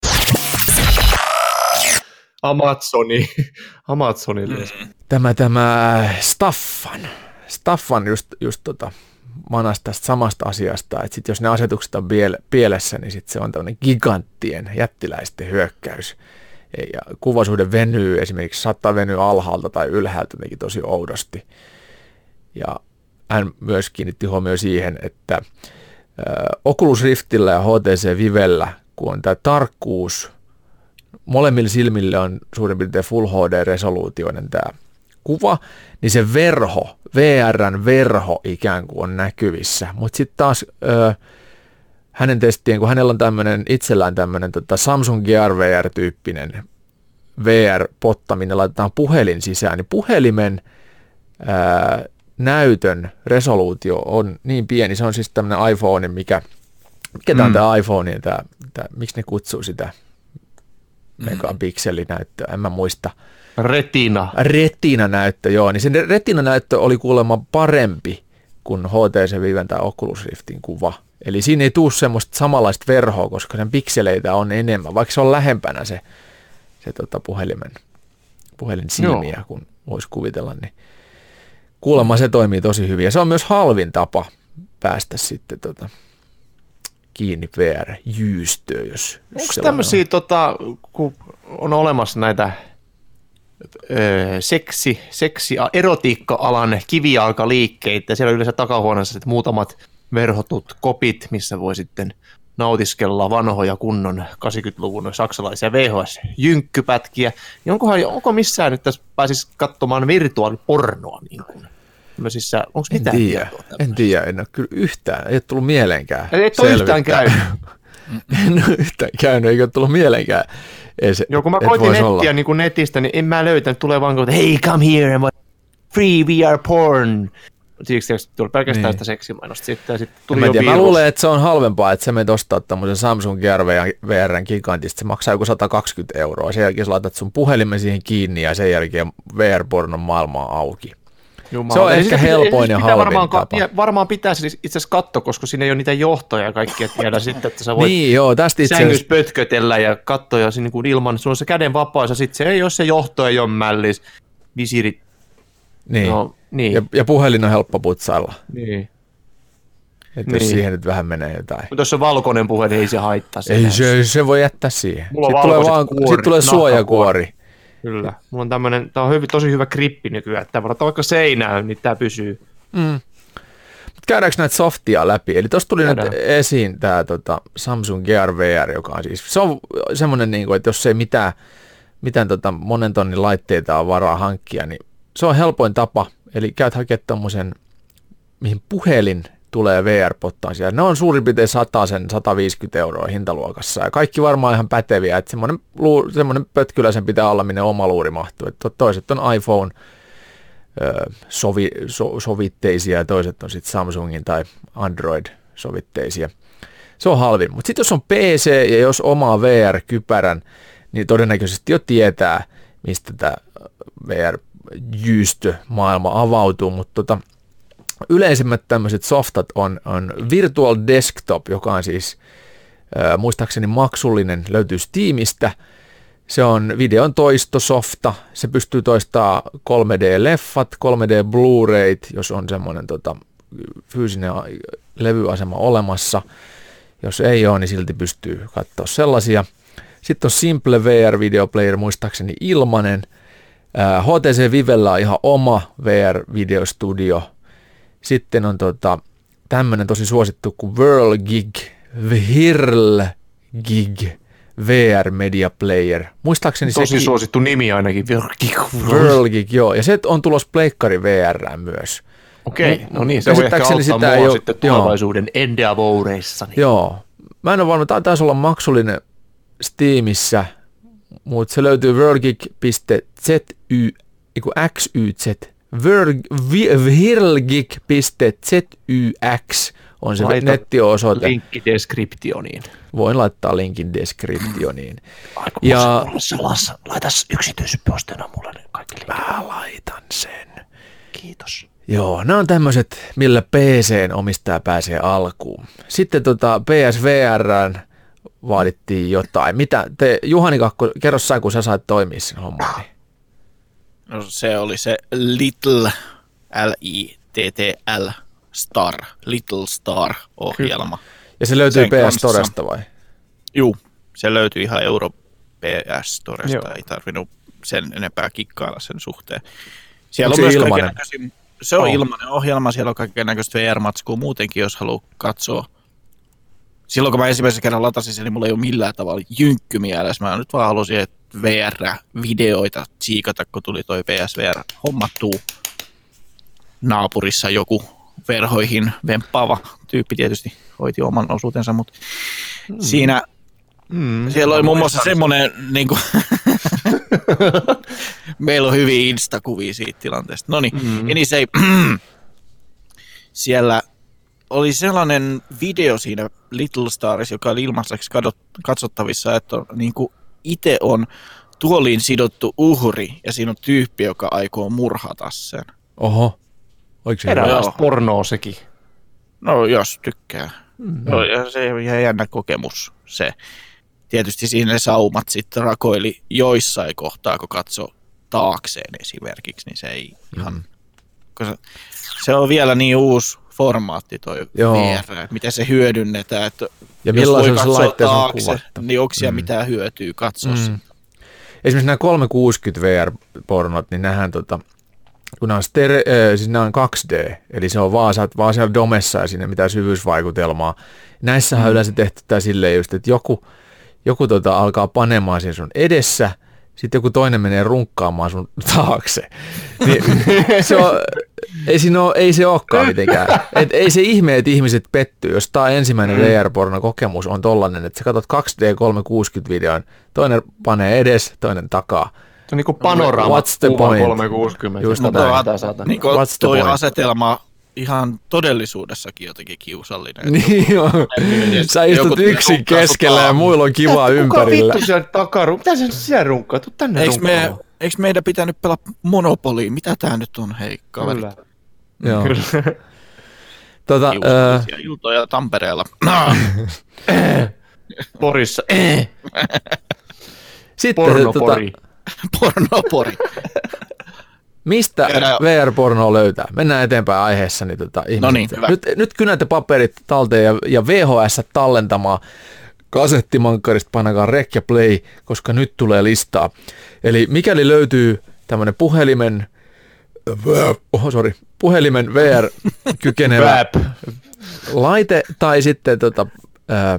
Amazoni. Amazoni. Tämä, tämä Staffan. Staffan just, just tota, manas tästä samasta asiasta, että sit jos ne asetukset on pielessä, niin sit se on tämmöinen giganttien jättiläisten hyökkäys. Ja kuvasuhde venyy, esimerkiksi saattaa venyä alhaalta tai ylhäältä tosi oudosti. Ja hän myös kiinnitti huomioon siihen, että Oculus Riftillä ja H T C Vivellä, kun on tämä tarkkuus, molemmilla silmillä on suurin piirtein Full H D-resoluutioinen tämä kuva, niin se verho, V R:n verho ikään kuin on näkyvissä. Mutta sitten taas ö, hänen testien, kun hänellä on tämmöinen, itsellään tämmöinen tota Samsung Gear V R-tyyppinen V R-potta, minne laitetaan puhelin sisään, niin puhelimen ää, näytön resoluutio on niin pieni, se on siis tämmöinen iPhone, mikä, mikä tämä on mm. tämä iPhone, tämä, tämä, miksi ne kutsuu sitä megapikselinäyttöä, en mä muista. Retina. Retina-näyttö, joo, niin se Retina-näyttö oli kuulemma parempi kuin H T C Viven tai Oculus Riftin kuva. Eli siinä ei tule semmoista samanlaista verhoa, koska sen pikseleitä on enemmän, vaikka se on lähempänä se, se tota puhelimen, puhelin silmiä, kun voisi kuvitella, niin kuulemma se toimii tosi hyvin. Ja se on myös halvin tapa päästä sitten tota, kiinni V R-jyystöön, jos, jos onko tämmöisiä, tota, kun on olemassa näitä öö, seksi, seksi, erotiikka-alan kivijalkaliikkeitä, siellä on yleensä takahuoneessa muutamat verhotut kopit, missä voi sitten nautiskella vanhoja kunnon kahdeksankymmentäluvun saksalaisia V H S-jynkkypätkiä, niin onkohan, onko missään nyt tässä pääsisi katsomaan virtuaalipornoa? Niin kuin? Onko en mitään tiedä, en tiedä, en ole kyllä yhtään, ei ole tullut mieleenkään. Ei ole yhtään käynyt. En ole yhtään käynyt, eikä ole tullut mieleenkään. Se, joo, kun mä koitin nettiä niin kuin netistä, niin en mä löytänyt, tulee vaan että hei, come here, and free V R porn. Siksi tuli pelkästään niin sitä seksimainosta sitten, ja sitten tuli mä jo tiedä, virus. Mä luulen, että se on halvempaa, että sä menet ostaa tämmöisen Samsung Gear V R:n gigantista, se maksaa joku sata kaksikymmentä euroa, sen jälkeen sä laitat sun puhelimen siihen kiinni, ja sen jälkeen V R-pornon maailma on auki. Jumala. Se on ehkä helpoin ja halvin varmaan, tapa. Varmaan pitäisi itse asiassa katsoa, koska siinä ei ole niitä johtoja ja kaikkia tiedä sitten, että sä voit niin, joo, tästä itse sängyssä pötkötellä ja katsoa ja niin kuin ilman, sulla on se käden vapaus ja sitten se ei ole se johto, ei ole mällis, visirit. Niin, no, niin. Ja, ja puhelin on helppo putsailla. Niin. Että niin. jos siihen nyt vähän menee jotain. Mutta jos on valkoinen puhelin, ei se haittaa. Ei se, se voi jättää siihen. Mulla sitten tulee, vaan, sit tulee suojakuori. Kyllä. Mulla on tämmönen, tää on hyvin, tosi hyvä grippi nykyään, että varata vaikka seinään, niin tää pysyy. Mm. Mut käydäänkö näitä softia läpi? Eli tuossa tuli Käydään. nyt esiin tää tota, Samsung Gear V R, joka on siis, se on semmoinen, niin kuin, että jos ei mitään, mitään tota, monen tonnin laitteita on varaa hankkia, niin se on helpoin tapa. Eli käyt hakemaan tommosen, mihin puhelin tulee V R-pottaan siellä. Ne on suurin piirtein sata sen sata viisikymmentä euroa hintaluokassa. Ja kaikki varmaan ihan päteviä. Että semmoinen, semmoinen pötkylä sen pitää olla, minne oma luuri mahtuu. Että toiset on iPhone sovi, so, sovitteisia ja toiset on sitten Samsungin tai Android-sovitteisia. Se on halvin. Mutta sitten jos on P C ja jos omaa V R-kypärän, niin todennäköisesti jo tietää, mistä tämä V R-jyystö-maailma avautuu. Mutta tota, yleisimmät tämmöiset softat on, on Virtual Desktop, joka on siis äh, muistaakseni maksullinen, löytyy Steamista. Se on videon toistosofta, se pystyy toistamaan kolme D-leffat, kolme D Blu-rayt, jos on semmoinen tota, fyysinen levyasema olemassa. Jos ei ole, niin silti pystyy katsoa sellaisia. Sitten on Simple V R Video Player, muistaakseni ilmanen. Äh, H T C Vivellä on ihan oma V R-videostudio. Sitten on tota, tämmöinen tosi suosittu kuin Whirlgig, Whirlgig V R Media Player. Muistaakseni tosi sekin, suosittu nimi ainakin. Whirlgig. Whirlgig, joo. Ja se on tulossa pleikkari V R:ään myös. Okei, no niin, se voi ehkä auttaa sitä mua jo, sitten tulevaisuuden endeavoreissa. Niin. Joo. Mä en ole varma, tämä taisi olla maksullinen Steamissa, mutta se löytyy whirlgig piste z y, eiku x y z. whirlgig piste z y x on se laita nettiosoite. Linkki deskriptioniin. Voin laittaa linkin deskriptioniin. Aika ja salassa. Laita yksityisposteena mulle ne kaikki linkit. Mä laitan sen. Kiitos. Joo, nämä on tämmöiset, millä P C:n omistaja pääsee alkuun. Sitten tota P S V R:ään vaadittiin jotain. Mitä te, Juhani Kakko, kerro sä, kun sä sait toimia sen homman. Niin. No se oli se Little, L I T T L, Star, Little Star-ohjelma. Ja se löytyy sen P S Storesta vai? Juu, se löytyy ihan Euro P S Storesta, Joo. Ei tarvinnut sen enempää kikkailla sen suhteen. Siellä Onko on se myös ilmainen? Se on oh. ilmainen ohjelma, siellä on kaikennäköistä V R-matskua muutenkin, jos haluaa katsoa. Silloin kun mä ensimmäisen kerran latasin sen, niin mulla ei ole millään tavalla jynkkymielessä. Mä nyt vaan halusin, että V R-videoita tsiikata, kun tuli toi P S V R hommattuu. Naapurissa joku verhoihin vemppaava tyyppi tietysti hoiti oman osuutensa, mutta mm. siinä mm, siellä oli muun muassa semmoinen, niin kuin meillä on hyviä Insta-kuvia siitä tilanteesta. No niin, mm. ja niin se ei, siellä oli sellainen video siinä Little Starissa, joka oli ilmaiseksi katsottavissa, että on, niin kuin itse on tuoliin sidottu uhri ja siinä on tyyppi, joka aikoo murhata sen. Oho. Oliko se eräänlaista pornoa sekin? No jos tykkää. Mm. No, ja se on ihan jännä kokemus se. Tietysti siinä ne saumat sitten rakoili joissain kohtaa, kun katsoi taakseen esimerkiksi, niin se ei ihan... Mm. Se, se on vielä niin uusi formaatti toi V R, että miten se hyödynnetään. Että ja jos voi katsoa taakse, niin onko siellä mm. mitään hyötyä katsoa mm. Esimerkiksi nämä kolmesataakuusikymmentä V R-pornot, niin nähdään tota... kun nämä on, stere- äh, siis nämä on kaksi D, eli se on vaan, vaan siellä domessa ja sinne mitään syvyysvaikutelmaa. Näissähän on mm. yleensä tehty tämä silleen just, että joku, joku tota alkaa panemaan siinä sun edessä, sitten joku toinen menee runkkaamaan sun taakse. Niin, se on, ei, siinä ole, ei se olekaan mitenkään. Et ei se ihme, että ihmiset pettyy, jos tämä ensimmäinen mm. V R-porno-kokemus on tollainen, että sä katsot kaksi D kolmesataakuusikymmentä-videon, toinen panee edes, toinen takaa. Se on niin kuin panoraama kolmesataakuusikymmentä. Just näin. Niin kuin toi asetelma ihan todellisuudessakin jotenkin kiusallinen. Niin on. Sä istut yksin keskellä ja muilla on kivaa ympärillä. Kuka vittu siellä takarun? Mitä sä siellä runkkaa? Tuu tänne eikö, me, eikö meidän pitänyt pelaa Monopoliin? Mitä tää nyt on, hei kaverit? Kyllä. Joo. Kyllä. Tota, kiusallisia uh... iltoja Tampereella. Porissa. Sitten Pornopori. Tota, Pornopori. Mistä V R-pornoa löytää? Mennään eteenpäin aiheessa. Niin tota, no niin, nyt, nyt kynätte paperit talteen ja, ja V H S tallentamaan. Kasettimankkarista painakaa rec ja play, koska nyt tulee listaa. Eli mikäli löytyy tämmöinen puhelimen, oh, sorry, puhelimen V R-kykenevä laite tai sitten tota, ää,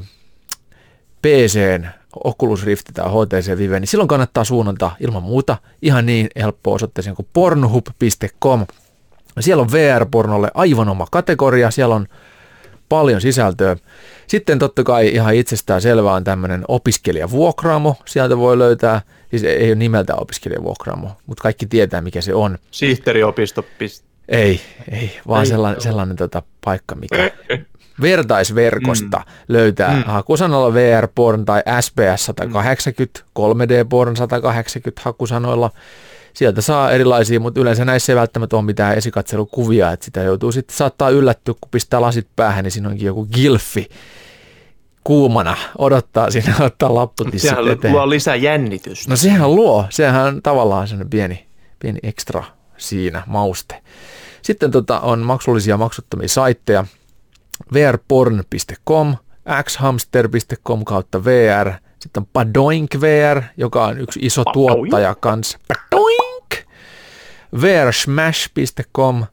P C:n Oculus Rift tai H T C Vive, niin silloin kannattaa suunnata ilman muuta ihan niin helppo osoitteeseen kuin pornhub piste com. Siellä on V R-pornolle aivan oma kategoria, siellä on paljon sisältöä. Sitten totta kai ihan itsestään selvää on tämmöinen opiskelijavuokraamo, sieltä voi löytää, siis ei ole nimeltään opiskelijavuokraamo, mutta kaikki tietää mikä se on. Sihteeriopisto. Ei, ei, vaan ei, sellainen, sellainen tota, paikka, mikä vertaisverkosta mm. löytää mm. hakusanalla V R-porn tai S P S sata kahdeksankymmentä, kolme D-porn sata kahdeksankymmentä hakusanoilla. Sieltä saa erilaisia, mutta yleensä näissä ei välttämättä ole mitään esikatselukuvia, että sitä joutuu sitten, saattaa yllättyä, kun pistää lasit päähän, niin siinä onkin joku gilfi kuumana, odottaa siinä, ottaa lapputissit eteen. Sehän luo lisää jännitystä. No sehän luo, sehän on tavallaan sellainen pieni, pieni ekstra siinä mauste. Sitten tota, on maksullisia maksuttomia saitteja, v r porn piste com, x hamster piste com kautta V R, sitten on Padoink V R, joka on yksi iso Padoink. tuottaja kanssa, Padoink, v r smash piste com,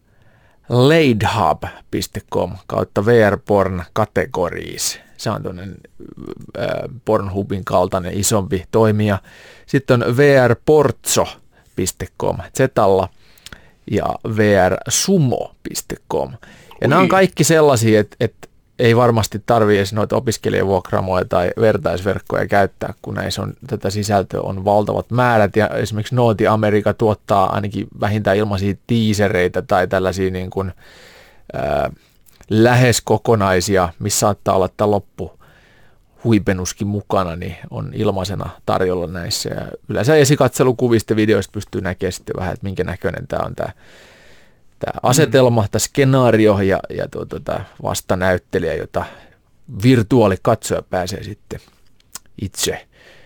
ladehub piste com kautta V R porn categories. Se on tuollainen äh, Pornhubin kaltainen isompi toimija. Sitten on v r portso piste com Zetalla ja v r sumo piste com. Ja nämä on kaikki sellaisia, että, että ei varmasti tarvitse edes noita opiskelijavuokraamoja tai vertaisverkkoja käyttää, kun näissä on, tätä sisältöä on valtavat määrät. Ja esimerkiksi Nooti Amerika tuottaa ainakin vähintään ilmaisia tiisereitä tai tällaisia niin kuin, ää, lähes kokonaisia, missä saattaa olla tämä loppu huipenuskin mukana, niin on ilmaisena tarjolla näissä. Ja yleensä esikatselukuvista videoista pystyy näkemään sitten vähän, että minkä näköinen tämä on tämä Tämä asetelma, tämä skenaario ja, ja tuo, tuota, vastanäyttelijä, jota virtuaalikatsoja pääsee sitten itse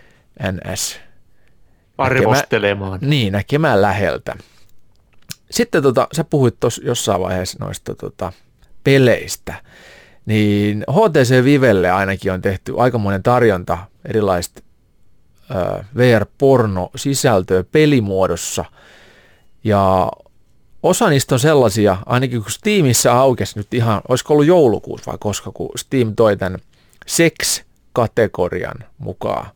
N S arvostelemaan. Näkemään, niin, näkemään läheltä. Sitten tota, sä puhuit tuossa jossain vaiheessa noista tota, peleistä, niin H T C Vivelle ainakin on tehty aikamoinen tarjonta erilaista ö, V R-porno-sisältöä pelimuodossa, ja osa niistä on sellaisia, ainakin kun Steamissa aukesi nyt ihan, olisiko ollut joulukuussa vai koska, kun Steam toi tämän sex-kategorian mukaan,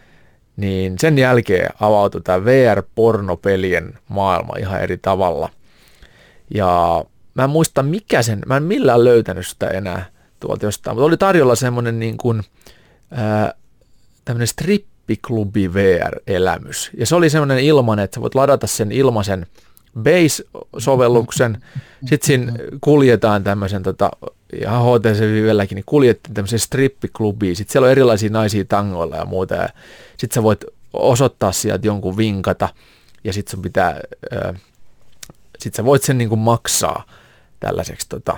niin sen jälkeen avautui tämä V R-pornopelien maailma ihan eri tavalla. Ja mä en muista mikä sen, mä en millään löytänyt sitä enää tuolta jostain, mutta oli tarjolla semmoinen niin kuin, ää, tämmöinen strippiklubi V R-elämys. Ja se oli semmoinen ilmainen, että sä voit ladata sen ilmaisen Base-sovelluksen, sitten siinä kuljetaan tämmöisen, tota, ihan H T C-vivelläkin, niin kuljettiin tämmöisen strippiklubiin, sitten siellä on erilaisia naisia tangoilla ja muuta, ja sitten sä voit osoittaa sieltä jonkun vinkata, ja sitten sun pitää, ää, sit sä voit sen niin kuin maksaa tällaiseksi tota,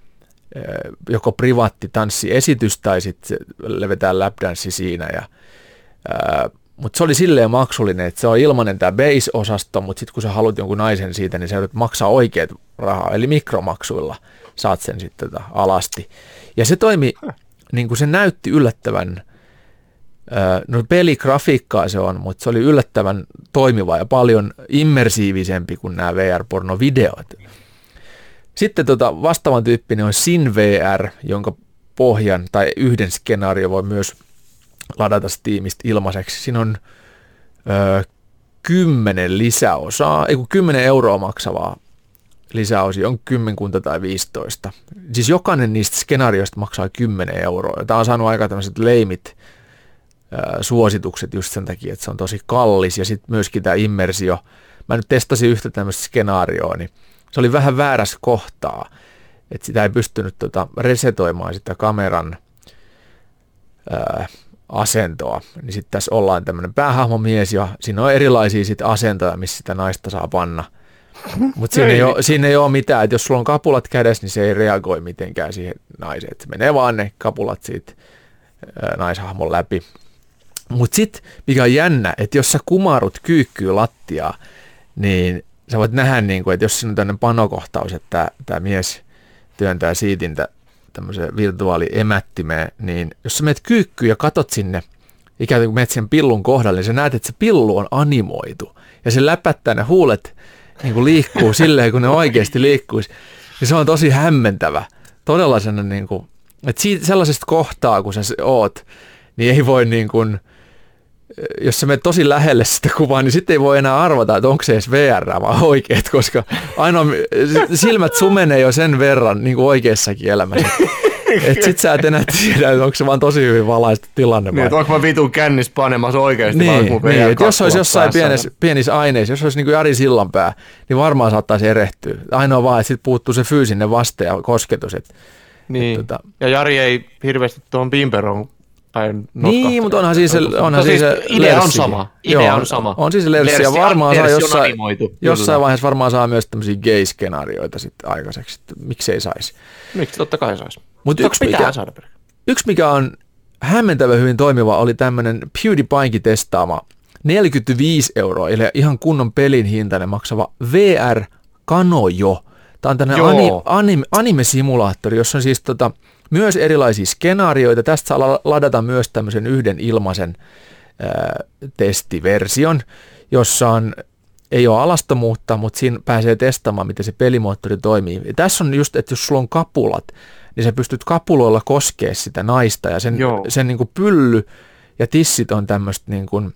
joko privaatti tanssiesitys tai sitten levetään lapdanssi siinä. Ja, mutta se oli silleen maksullinen, että se on ilmainen tämä base-osasto, mutta sitten kun sä haluat jonkun naisen siitä, niin sä joudut maksaa oikeat rahaa, eli mikromaksuilla saat sen sitten tota alasti. Ja se toimi, niin kuin se näytti yllättävän, no peligrafiikkaa se on, mutta se oli yllättävän toimiva ja paljon immersiivisempi kuin nämä V R-pornovideot. Sitten tota vastaavan tyyppinen on SynVR, jonka pohjan tai yhden skenaario voi myös ladata Steamista ilmaiseksi. Siinä on ö, kymmenen lisäosaa, ei kun kymmenen euroa maksavaa lisäosia, on kymmenkunta tai viisitoista. Siis jokainen niistä skenaarioista maksaa kymmenen euroa. Tämä on saanut aika tämmöiset leimit ö, suositukset just sen takia, että se on tosi kallis. Ja sitten myöskin tämä immersio. Mä nyt testasin yhtä tämmöistä skenaarioa, niin se oli vähän väärässä kohtaa, että sitä ei pystynyt tota resetoimaan sitä kameran ää, asentoa. Niin sitten tässä ollaan tämmöinen päähahmomies ja siinä on erilaisia sit asentoja, missä sitä naista saa panna. Mutta siinä, siinä ei ole mitään, että jos sulla on kapulat kädessä, niin se ei reagoi mitenkään siihen naiseen. Et se menee vaan ne kapulat siitä ää, naishahmon läpi. Mutta sitten, mikä on jännä, että jos sä kumarut kyykkyy lattiaa, niin sä voit nähdä, niin kuin, että jos siinä on tämmöinen panokohtaus, että tämä mies työntää siitintä tämmöiseen virtuaaliemättimeen, niin jos sä menet kyykkyyn ja katot sinne, ikään kuin menet sen pillun kohdalle, niin sä näet, että se pillu on animoitu. Ja se läpättää ne huulet, niin kuin liikkuu silleen, kun ne oikeasti liikkuisi. Ja se on tosi hämmentävä. Todella sellainen, niin kuin, että siitä, sellaisesta kohtaa, kun sä oot, niin ei voi niin kuin, jos sä menet tosi lähelle sitä kuvaa, niin sitten ei voi enää arvata, että onko se edes V R vaan oikeet, koska ainoa silmät sumenee jo sen verran niin kuin oikeassakin elämässä. Että sit sä et enää tiedä, että onko se vaan tosi hyvin valaistu tilanne. Niin, että onko mä vitun kännis panemassa oikeasti niin, vaan, kun niin, että jos olisi jossain pienessä, pienissä aineissa, jos olisi niin kuin Jari Sillanpää, niin varmaan saattaisi erehtyä. Ainoa vaan, että sit puuttuu se fyysinen vaste ja kosketus. Että, niin, että, tota... ja Jari ei hirveästi tuohon pimperoon päin notkahtaa. Niin, mutta onhan siis, onhan no, siis se idea lerssi. on sama. Idea Joo, on sama. On siis lerssi, lerssi ja varmaan saa jossain, animoitu, jossain vaiheessa varmaan saa myös tämmöisiä gay-skenaarioita sitten aikaiseksi. Miksei saisi? Miksi? Totta kai saisi. Mutta yksi, mikä, yksi, mikä on hämmentävän hyvin toimiva, oli tämmöinen PewDiePiekin testaama neljäkymmentäviisi euroa, eli ihan kunnon pelin hintainen maksava V R Kanojo. Tämä on tämmöinen ani, anime, anime-simulaattori, jossa on siis tota, myös erilaisia skenaarioita. Tästä saa ladata myös tämmöisen yhden ilmaisen ää, testiversion, jossa on, ei ole alastomuutta, mutta siinä pääsee testaamaan, miten se pelimoottori toimii. Ja tässä on just, että jos sulla on kapulat, niin sä pystyt kapuloilla koskemaan sitä naista, ja sen, sen niin kuin pylly ja tissit on tämmöistä niin kuin,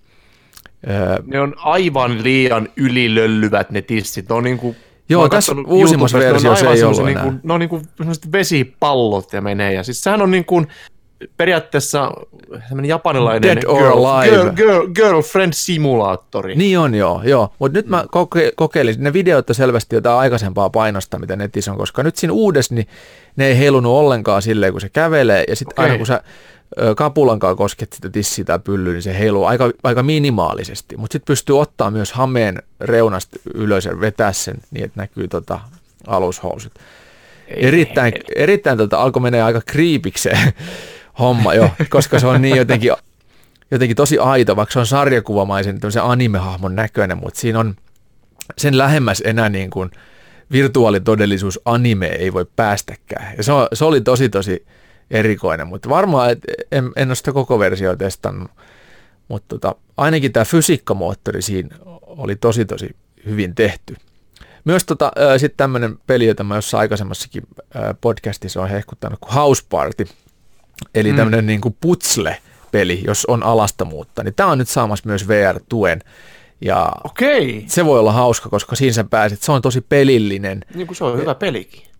ää, ne on aivan liian ylilöllyvät ne tissit. Ne on niin kuin, joo, tässä uusimmassa versiossa ei ollut enää. Niin ne on niin kuin vesipallot ja menee. Ja siis sehän on niin kuin periaatteessa semmoinen japanilainen Dead or girl, Alive. Girl, girl, girlfriend-simulaattori. Niin on, joo. joo. Mutta nyt mä koke- kokeilin, ne videot on selvästi jotain aikaisempaa painosta, mitä netissä on, koska nyt siinä uudessa niin ne ei heilunut ollenkaan silleen, kun se kävelee, ja sitten okay. aina kun sä ö, kapulankaan kosket sitä tissiä tai pyllyä, niin se heiluu aika, aika minimaalisesti. Mutta sitten pystyy ottaa myös hameen reunasta ylös ja vetää sen niin, että näkyy tota alushousut. Ei, erittäin ei, ei. erittäin tota, alkoi menee aika kriipikseen homma jo, koska se on niin jotenkin, jotenkin tosi aito, vaikka se on sarjakuvamaisen tämmöisen animehahmon näköinen, mutta siinä on sen lähemmäs enää niin kuin virtuaalitodellisuus anime ei voi päästäkään. Ja se, on, se oli tosi tosi erikoinen, mutta varmaan et en, en ole sitä koko versiota testannut, mutta tota, ainakin tämä fysiikkamoottori siinä oli tosi tosi hyvin tehty. Myös tota, äh, sitten tämmöinen peli, jota mä jossain aikaisemmassakin äh, podcastissa olen hehkuttanut, kuin House Party, eli mm. tämmöinen niin kuin putsle-peli, jos on alastomuutta, niin tämä on nyt saamassa myös V R-tuen. Ja okei. Se voi olla hauska, koska siinä sä pääset, se on tosi pelillinen. Niin kuin se on hyvä pelikin.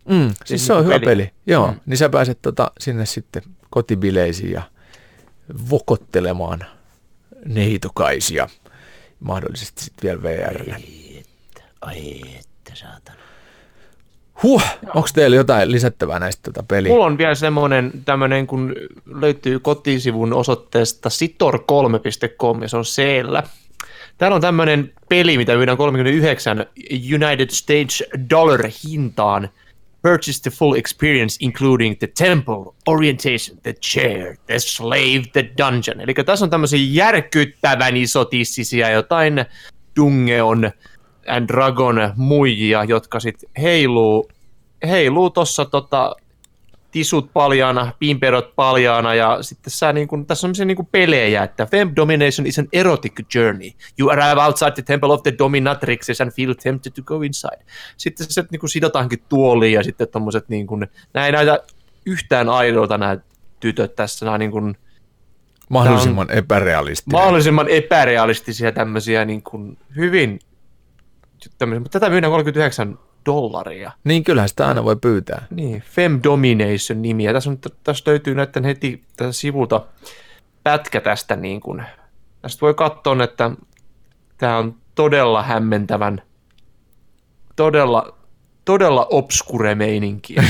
Mm, siis se on hyvä peli. peli. Joo, mm. niin sä pääset tota, sinne sitten kotibileisiin ja vokottelemaan neitokaisia. Mahdollisesti sitten vielä V R:llä. Ai että, ai että saatana. Huh, onko teillä jotain lisättävää näistä tota peliä? Mulla on vielä semmoinen tämmöinen, kun löytyy kotisivun osoitteesta sitor kolme piste com ja se on C-llä. Täällä on tämmöinen peli, mitä myydään kolmekymmentäyhdeksän United States dollar hintaan. Purchase the full experience including the temple, orientation, the chair, the slave, the dungeon. Eli tässä on tämmöisiä järkyttävän isotissisiä jotain Dungeon and Dragon muijia, jotka sitten heiluu, heiluu tuossa tota, tisut paljaana, pimperot paljaana ja sitten sä, niin kun, tässä on sellaisia niin pelejä, että Femme Domination is an erotic journey. You arrive outside the temple of the dominatrixes and feel tempted to go inside. Sitten se niin kun sidotaankin tuoliin ja sitten tommoset niin kun, nää ei näytä yhtään aidolta nämä tytöt tässä. Nää niin kun, mahdollisimman epärealistisia. Mahdollisimman epärealistisia tämmöisiä niin kun, hyvin tämmöisiä, mutta tätä myydään kolmekymmentäyhdeksän dollaria. Niin kyllähän sitä aina voi pyytää. Niin, Femme Domination nimiä. Tässä, on, tässä löytyy näiden heti tässä sivulta pätkä tästä. Niin kuin, tästä voi katsoa, että tämä on todella hämmentävän, todella, todella obskure meininkiä.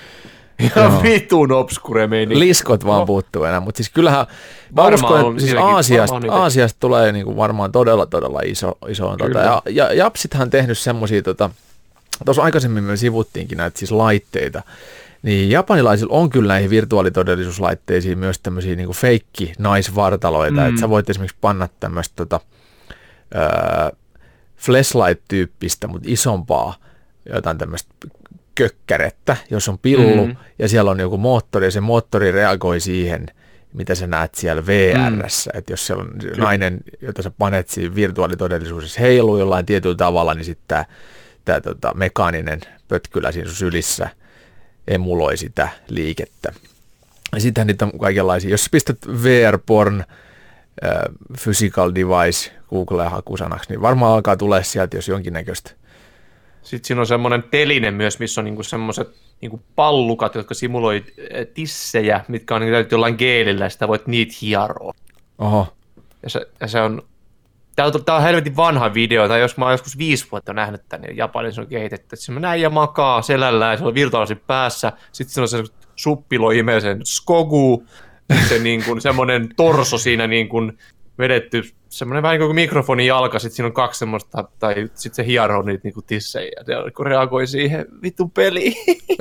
Ja vitun obskure meininkiä. Liskot vaan puuttuu enää, mutta siis kyllähän uskon, että siis Aasiasta, Aasiasta tulee niin kuin varmaan todella, todella iso. iso tota, ja, ja Japsithan on tehnyt semmoisia... Tota, tuossa aikaisemmin me sivuttiinkin näitä siis laitteita, niin japanilaisilla on kyllä näihin virtuaalitodellisuuslaitteisiin myös tämmöisiä niinku feikki naisvartaloita, mm. että sä voit esimerkiksi panna tämmöistä tota, äh, flashlight-tyyppistä, mutta isompaa jotain tämmöistä kökkärettä, jos on pillu mm. ja siellä on joku moottori ja se moottori reagoi siihen, mitä sä näet siellä V R:ssä, mm. että jos siellä on kyllä. nainen, jota sä panet siinä virtuaalitodellisuudessa heiluu jollain tietyllä tavalla, niin sitten tämä tämä tota, mekaaninen pötkylä siinä sun sylissä emuloi sitä liikettä. Ja sittenhän niitä on kaikenlaisia. Jos pistät V R-porn, äh, physical device Google-hakusanaksi, niin varmaan alkaa tulee sieltä, jos jonkinnäköistä. Sitten siinä on semmoinen teline myös, missä on niinku semmoiset niinku pallukat, jotka simuloi tissejä, mitkä on niinku jollain geelillä, ja sitä voit niitä hieroa. Oho. Ja se, ja se on... Tämä on helvetin vanha video, tai jos mä oon joskus viisi vuotta nähnyt tämän, niin Japanissa on kehitetty, että se näin makaa selällään, se on virtuaalisesti päässä, sitten se on se suppilo imee sen skogu, se niin kuin, semmoinen torso siinä niin kuin vedetty, semmoinen vähän niin kuin mikrofonin jalka, sitten siinä on kaksi semmoista, tai sitten se hieroo niitä niin kuin tissejä, ja kun reagoi siihen vitun peliin.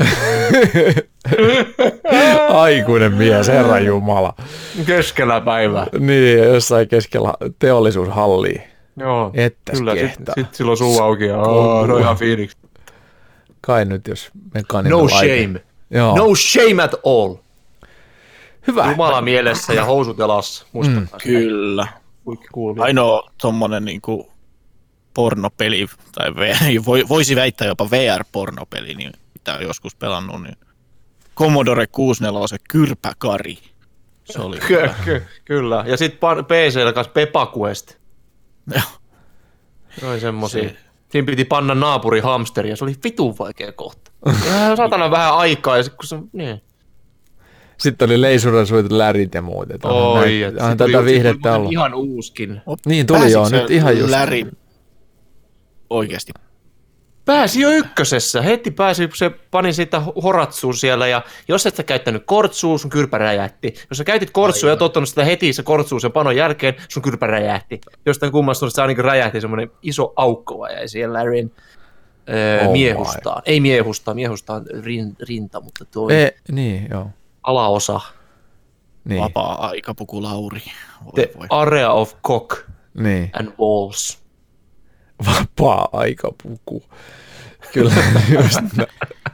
Aikuinen mies, herra jumala. Keskellä päivää. Niin, jossain keskellä teollisuushallia. Joo, Ettäs kyllä. kehtaa. Sitten sit silloin suu auki ja oh, no ihan fiiliksi. Kai nyt, jos mekaaninen No laite. shame. Joo. No shame at all. Hyvä. Jumala mielessä ja housut jalassa. Mm, kyllä. Ainoa tommonen niinku pornopeli, tai voisi väittää jopa V R-pornopeli, niin mitä on joskus pelannut, niin Commodore kuusikymmentäneljä Kyrpäkari. Se oli ky- ky- kyllä. Ja sitten P C:llä kanssa Pepa Quest. Joo. Noin semmosia. Se... Siinä piti panna naapuri hamsteri ja se oli vitun vaikea kohta. Ja satana vähän aikaa ja sit kun se... Niin. Sitten oli leisurasuit, lärit ja muut. Oi, että on tätä viihdettä ollut. Ihan uuskin. Niin tuli Pääsikö joo, nyt ihan just. Läri oikeasti? Pääsi jo ykkösessä. Heti pääsi, se pani sitä horatsuun siellä ja jos et sä käyttänyt kortsua, sun kyrpä räjähti. Jos sä käytit kortsua ja tottunut sitä heti se kortsuu sen panon jälkeen, sun kyrpä räjähti. Jostain kummasta se ainakin räjähti semmoinen iso aukko jäi siihen Larryn öö, oh miehustaan. My. Ei miehustaan, miehustaan rin, rinta, mutta tuo e, niin, joo. alaosa. Niin. Vapaa-aikapuku Lauri. Voi The voi. Area of cock niin. and balls. Vapaa-aikapuku. Kyllä, just näin.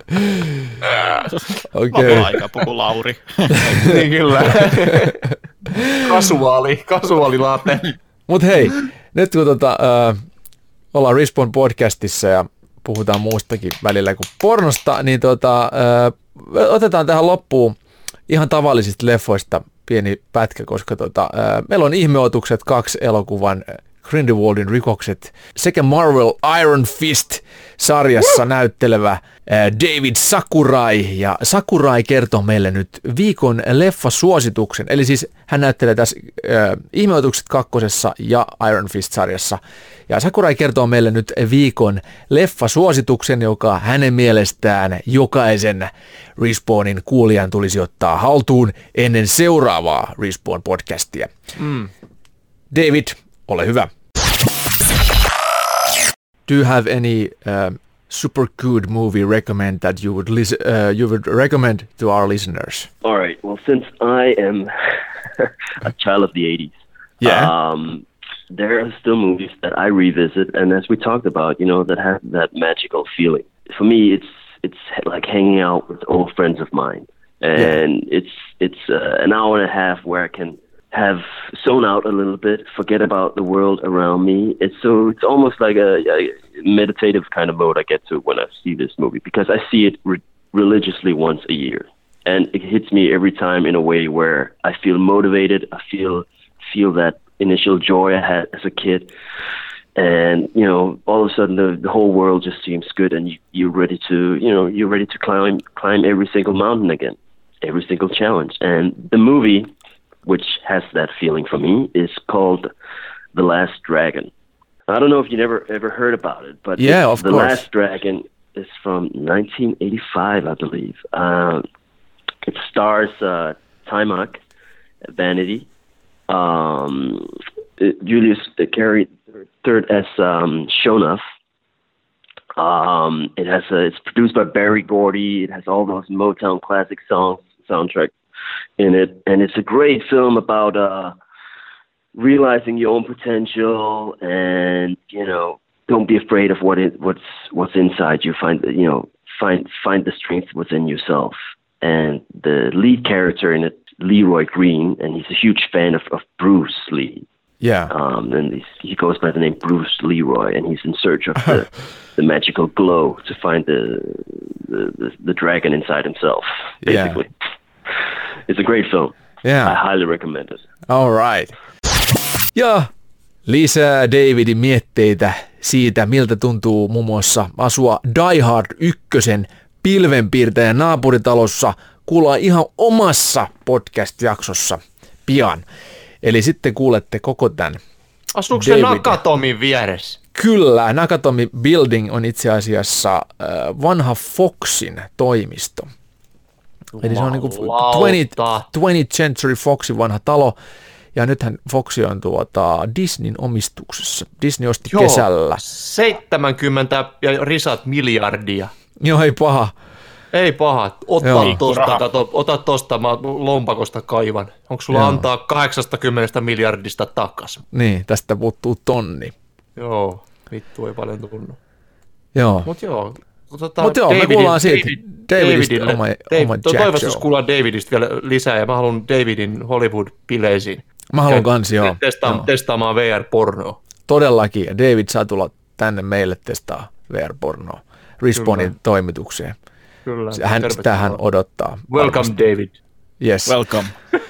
Okay. Vapaa-aikapuku Lauri. Niin kyllä. Kasuaali, kasuaali laate. Mut hei, nyt kun tota, äh, ollaan Respawn podcastissa ja puhutaan muustakin välillä kuin pornosta, niin tota, äh, otetaan tähän loppuun ihan tavallisista leffoista pieni pätkä, koska tota, äh, meillä on Ihmeotukset kaksi elokuvan Grindelwaldin rikokset sekä Marvel Iron Fist-sarjassa näyttelevä David Sakurai. Ja Sakurai kertoo meille nyt viikon leffasuosituksen. Eli siis hän näyttelee tässä äh, Ihmeotukset kakkosessa ja Iron Fist-sarjassa. Ja Sakurai kertoo meille nyt viikon leffasuosituksen, joka hänen mielestään jokaisen Respawnin kuulijan tulisi ottaa haltuun ennen seuraavaa Respawn-podcastia. Mm. David, ole hyvä. Do you have any uh, super good movie recommend that you would listen, uh, you would recommend to our listeners? All right. Well, since I am a child of the eighties, yeah, um, there are still movies that I revisit, and as we talked about, you know, that have that magical feeling. For me, it's it's like hanging out with old friends of mine, and yeah. it's it's uh, an hour and a half where I can have zoned out a little bit, forget about the world around me. It's so it's almost like a, a meditative kind of mode I get to when I see this movie, because I see it re- religiously once a year, and it hits me every time in a way where I feel motivated. I feel feel that initial joy I had as a kid, and you know, all of a sudden the, the whole world just seems good, and you, you're ready to you know you're ready to climb climb every single mountain again, every single challenge. And the movie, which has that feeling for me, is called The Last Dragon. I don't know if you never ever heard about it, but yeah, of The course. Last Dragon is from nineteen eighty-five, I believe. Uh, it stars uh, Taimak, Vanity, um, Julius Carey third as um, Shonuff. Um, it has a, it's produced by Barry Gordy. It has all those Motown classic songs soundtrack in it, and it's a great film about uh, realizing your own potential, and you know, don't be afraid of what it, what's what's inside you. Find you know find find the strength within yourself. And the lead character in it, Leroy Green, and he's a huge fan of, of Bruce Lee. Yeah. Um, and he's, he goes by the name Bruce Leroy, and he's in search of the, the magical glow to find the the, the the dragon inside himself. Basically, yeah. It's a great film. Yeah, I highly recommend it. All right. Ja lisää Davidin mietteitä siitä, miltä tuntuu muun muassa asua Die Hard ykkösen pilvenpiirtäjän naapuritalossa, kuullaan ihan omassa podcast-jaksossa pian. Eli sitten kuulette koko tämän. Asuuko se Nakatomin vieressä? Kyllä, Nakatomi Building on itse asiassa äh, vanha Foxin toimisto. Eli se on niin kuin twentieth Century Foxin vanha talo. Ja nythän Fox on tuota Disneyn omistuksessa. Disney osti Joo, kesällä. seitsemänkymmentä ja risat miljardia. Joo, ei paha. Ei paha. Ota tosta, kato, ota tosta, mä lompakosta kaivan. Onko sulla Joo. antaa kahdeksankymmentä miljardista takas? Niin, tästä puuttuu tonni. Joo, vittu ei paljon tunnu. Joo. Mut joo. Tota, Mut joo, Davidin, me kuullaan siitä David, Davidista Davidille, oma, David, oma toivottavasti kuullaan Davidista vielä lisää, ja mä haluan Davidin Hollywood-bileisiin. Mä haluan kans, joo. Testa- testaamaan V R-pornoa. Todellakin, ja David saa tulla tänne meille testaa V R-pornoa Respawnin Kyllä. toimitukseen. Kyllä. Hän, sitä hän odottaa. Welcome, varmasti. David. Yes. Welcome.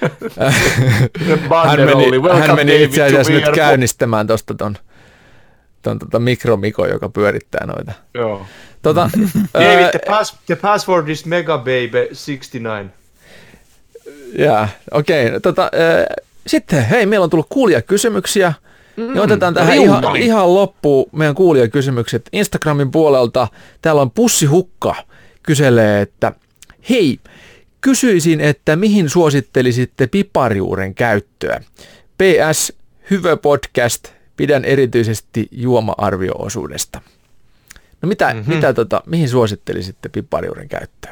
hän meni, Welcome, hän meni itse asiassa nyt käynnistämään tuosta ton, ton tota mikromiko, joka pyörittää noita. Joo. Tota, David, the, pass, the password is megababy sixty-nine. Jaa, okei. Okay, tota, äh, sitten, hei, meillä on tullut kuulijakysymyksiä. Mm, ja otetaan tähän ihan, ihan loppuun meidän kuulijakysymykset Instagramin puolelta. Täällä on Pussi Hukka kyselee, että hei, kysyisin, että mihin suosittelisitte piparijuuren käyttöä? P S. Hyvä podcast. Pidän erityisesti juoma-arvio-osuudesta. No mitä, mm-hmm. mitä tota, mihin suosittelisitte piparijuuren käyttöä?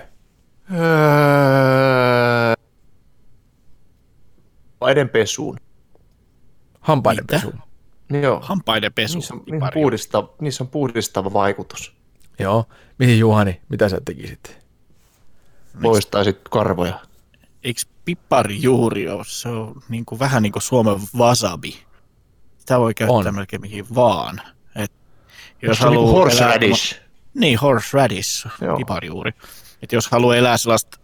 Öö... Hampaiden pesuun. Hampaiden pesuun. Joo. Hampaiden pesuun. Niissä on, niissä, on puhdistava, niissä on puhdistava vaikutus. Joo. Mihin Juhani, mitä sä tekisit? Poistaisit karvoja. Eikö piparijuuri ole? Se on niin kuin, vähän niin kuin Suomen wasabi. Sitä voi käyttää on. melkein mihin vaan. Et jos se on niin kuin horseradish. Niin, horseradish, piparijuuri. Et jos haluaa elää sellaista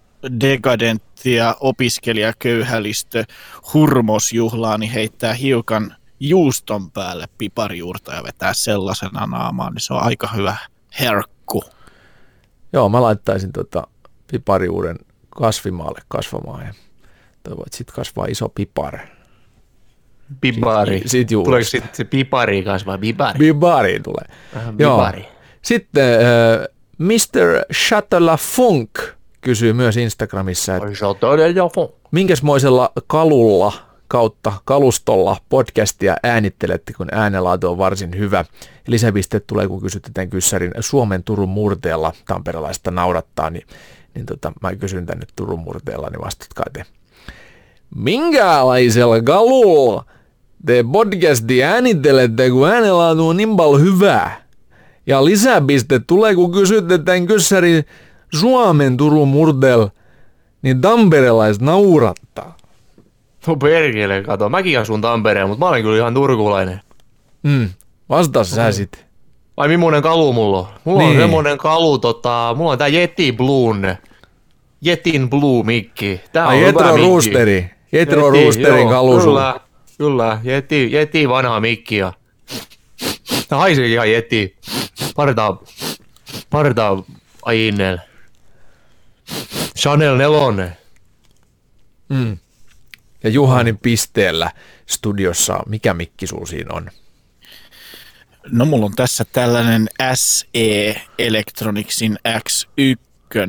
dekadenttia opiskelijaköyhälistö hurmosjuhlaa, niin heittää hiukan juuston päälle piparijuurta ja vetää sellaisena naamaan, niin se on aika hyvä herkku. Joo, mä laittaisin tota piparijuuren kasvimaalle kasvamaan ja toivon, että sit kasvaa iso pipari. Pipari. Sit, sit Tuleeko sitten se pipari kanssa vai pipari? Pipari tulee. Vähän Joo. pipari. Sitten äh, mister Chattelafunk kysyy myös Instagramissa, että Se on todella fun. minkäsmoisella kalulla kautta kalustolla podcastia äänittelette, kun äänenlaatu on varsin hyvä. Lisäpisteet tulee, kun kysytetään kyssärin Suomen Turun murteella tamperelaista naurattaa, niin, niin tota, mä kysyn tänne Turun murteella, niin vastatkaa te. Minkälaisella kalulla te podcastia äänittelette, kun äänenlaatu on niin paljon hyvää? Ja lisäpisteet tulee, kun kysytetään kyssärin Suomen Turun murteella, niin tamperelaiset naurattaa. No perkele, kato. Mäkin asun Tampereen, mutta mä olen kyllä ihan turkulainen. Mm. Vastaa sä sitten. Ai millainen kalu mulla on? Mulla Niin. on semmonen kalu, tota, mulla on tää Yeti Blue, Jetin Blue mikki. Tää on Ai hyvä Jetro mikki. Roosteri. Jetro Yeti, Roosterin joo, kalu sulla. Kyllä, kyllä. Yeti, Yeti vanha mikki ja tää haisee ihan Yeti. Partaa, partaa Ainel. Chanel nelonen. Mm. Ja Juhanin pisteellä studiossa, mikä mikki sulla siinä on? No mulla on tässä tällainen S E Electronicsin X yksi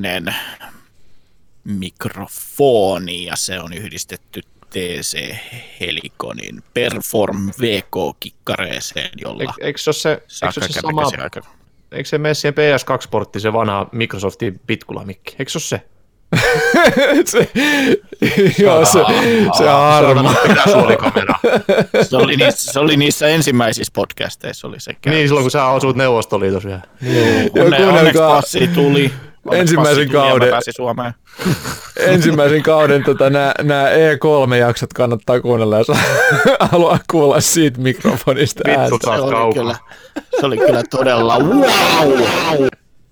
mikrofoni ja se on yhdistetty T C Heliconin Perform V K-kikkareeseen, jolla Eikö, eikö se ole se, eikö se, ole se sama, aika... eikö se mene siihen P S kaksi-portti, se vanha Microsoftin Pitkula-mikki? Eikö se ole se? se, joo, se, se harma. Peräsuolikamera. Se oli, niissä, se oli niissä ensimmäisissä podcasteissa oli se Niin, silloin kun sä asut Neuvostoliitossa vielä. Joo, Onne, onneksi kuunnelkaa passi tuli. Onneksi ensimmäisen passi tuli ja mä kauden. pääsin Suomeen. ensimmäisen kauden tota, nämä E kolme jaksot kannattaa kuunnella, jos haluaa kuulla siitä mikrofonista ääntä. Vittu Se taas oli, kaukaa. kyllä, se oli kyllä todella wow.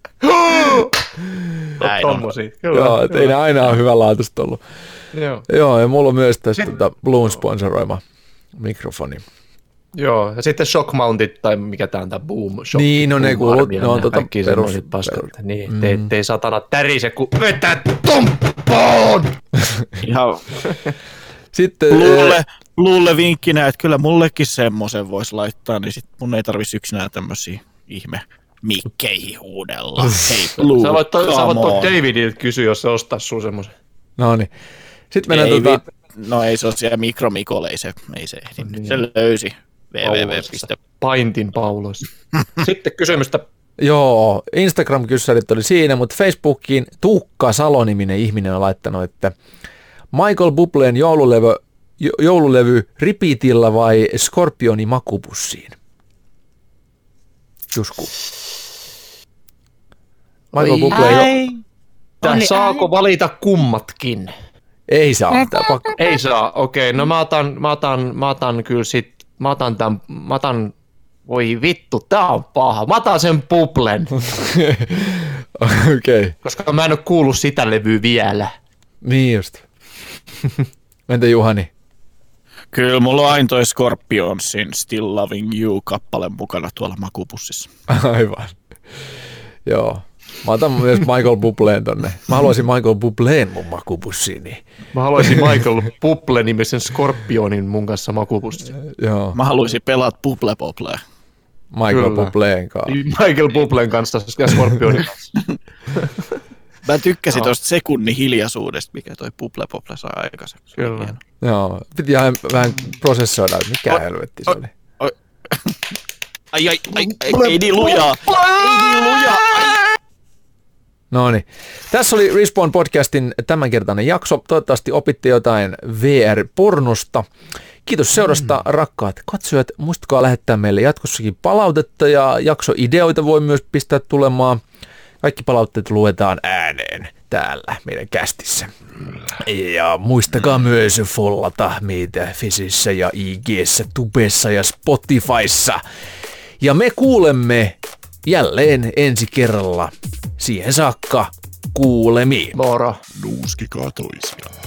Näin on. Tommosia. Kyllä, Joo, et ei ne aina ole hyvänlaatuista ollut. Joo. Joo, ja mulla on myös tässä tota, Bloom sponsoroima mikrofoni. Joo, ja sitten shock mountit, tai mikä tää on tää boom shock. Niin, no ne boom kuulut, armia, ne on tota kaikki perus- semmoiset paskat. Niin, Mm. te, ettei satana tärise, kun vetää tumppoon! Ihan Sitten Bluulle, Bluulle vinkkinä, että kyllä mullekin semmoisen voisi laittaa, niin sit mun ei tarvitsisi yksinään tämmösiä ihme mikkeihin huudella. Hei Blue, Sä voit, toi, sä voit toi come on. Davidilta kysyä, jos se ostaa sun semmoisen. no niin. Sitten mennään Ei, tota, vi- no ei se ole siellä mikromikolle, ei se, ei se ehdi. Nyt se löysi. www. Paintin pauloissa. Sitten kysymystä. joo, Instagram-kyssärit oli siinä, mutta Facebookiin Tuukka Salo-niminen ihminen on laittanut, että Michael Bubleen joululevy, jo- joululevy Repeatilla vai Scorpioni makupussiin? Jusku. Michael Bublé jo- Tää saako valita kummatkin? ei saa, tää pakko. Ei saa, okei. No mä otan, mä otan, mä otan kyllä sit, mä otan tämän, mä otan, voi vittu, tää on paha. Mä otan sen Bublen, Okei, okay. koska mä en oo kuullut sitä levyä vielä. niin just. Entä Juhani? Kyllä mulla on aina toi Scorpionsin Still Loving You-kappale mukana tuolla makupussissa. Aivan. Joo. Mä otan myös Michael Bubleen tonne. Mä haluaisin Michael Bubleen mun makupussiini. Mä haluaisin Michael Buble-nimisen Scorpionin mun kanssa makupussiin. Joo, Mä haluaisin pelata Bubble Bobble. Michael Kyllä. Bubleen kanssa. Michael Bublen kanssa ja Scorpionin kanssa. Mä tykkäsin tuosta sekunnin hiljaisuudesta, mikä toi Bubble Bobble sai aikaiseksi. Kyllä. Hieno. Joo, piti ihan vähän prosessoida, että mikä helvetti se oli. Ai, ai, ai, ai, ei niin lujaa. Ei niin lujaa. Ai. No niin. Tässä oli Respawn podcastin tämänkertainen jakso. Toivottavasti opitte jotain V R-pornosta. Kiitos seurasta, mm. rakkaat katsojat. Muistakaa lähettää meille jatkossakin palautetta ja jaksoideoita voi myös pistää tulemaan. Kaikki palautteet luetaan ääneen täällä meidän kästissä. Ja muistakaa myös follata meitä Fesissä ja I G:ssä, Tubessa ja Spotifyssa. Ja me kuulemme jälleen ensi kerralla. Siihen saakka kuulemiin. Moro. Nuuskikaa toisiaan.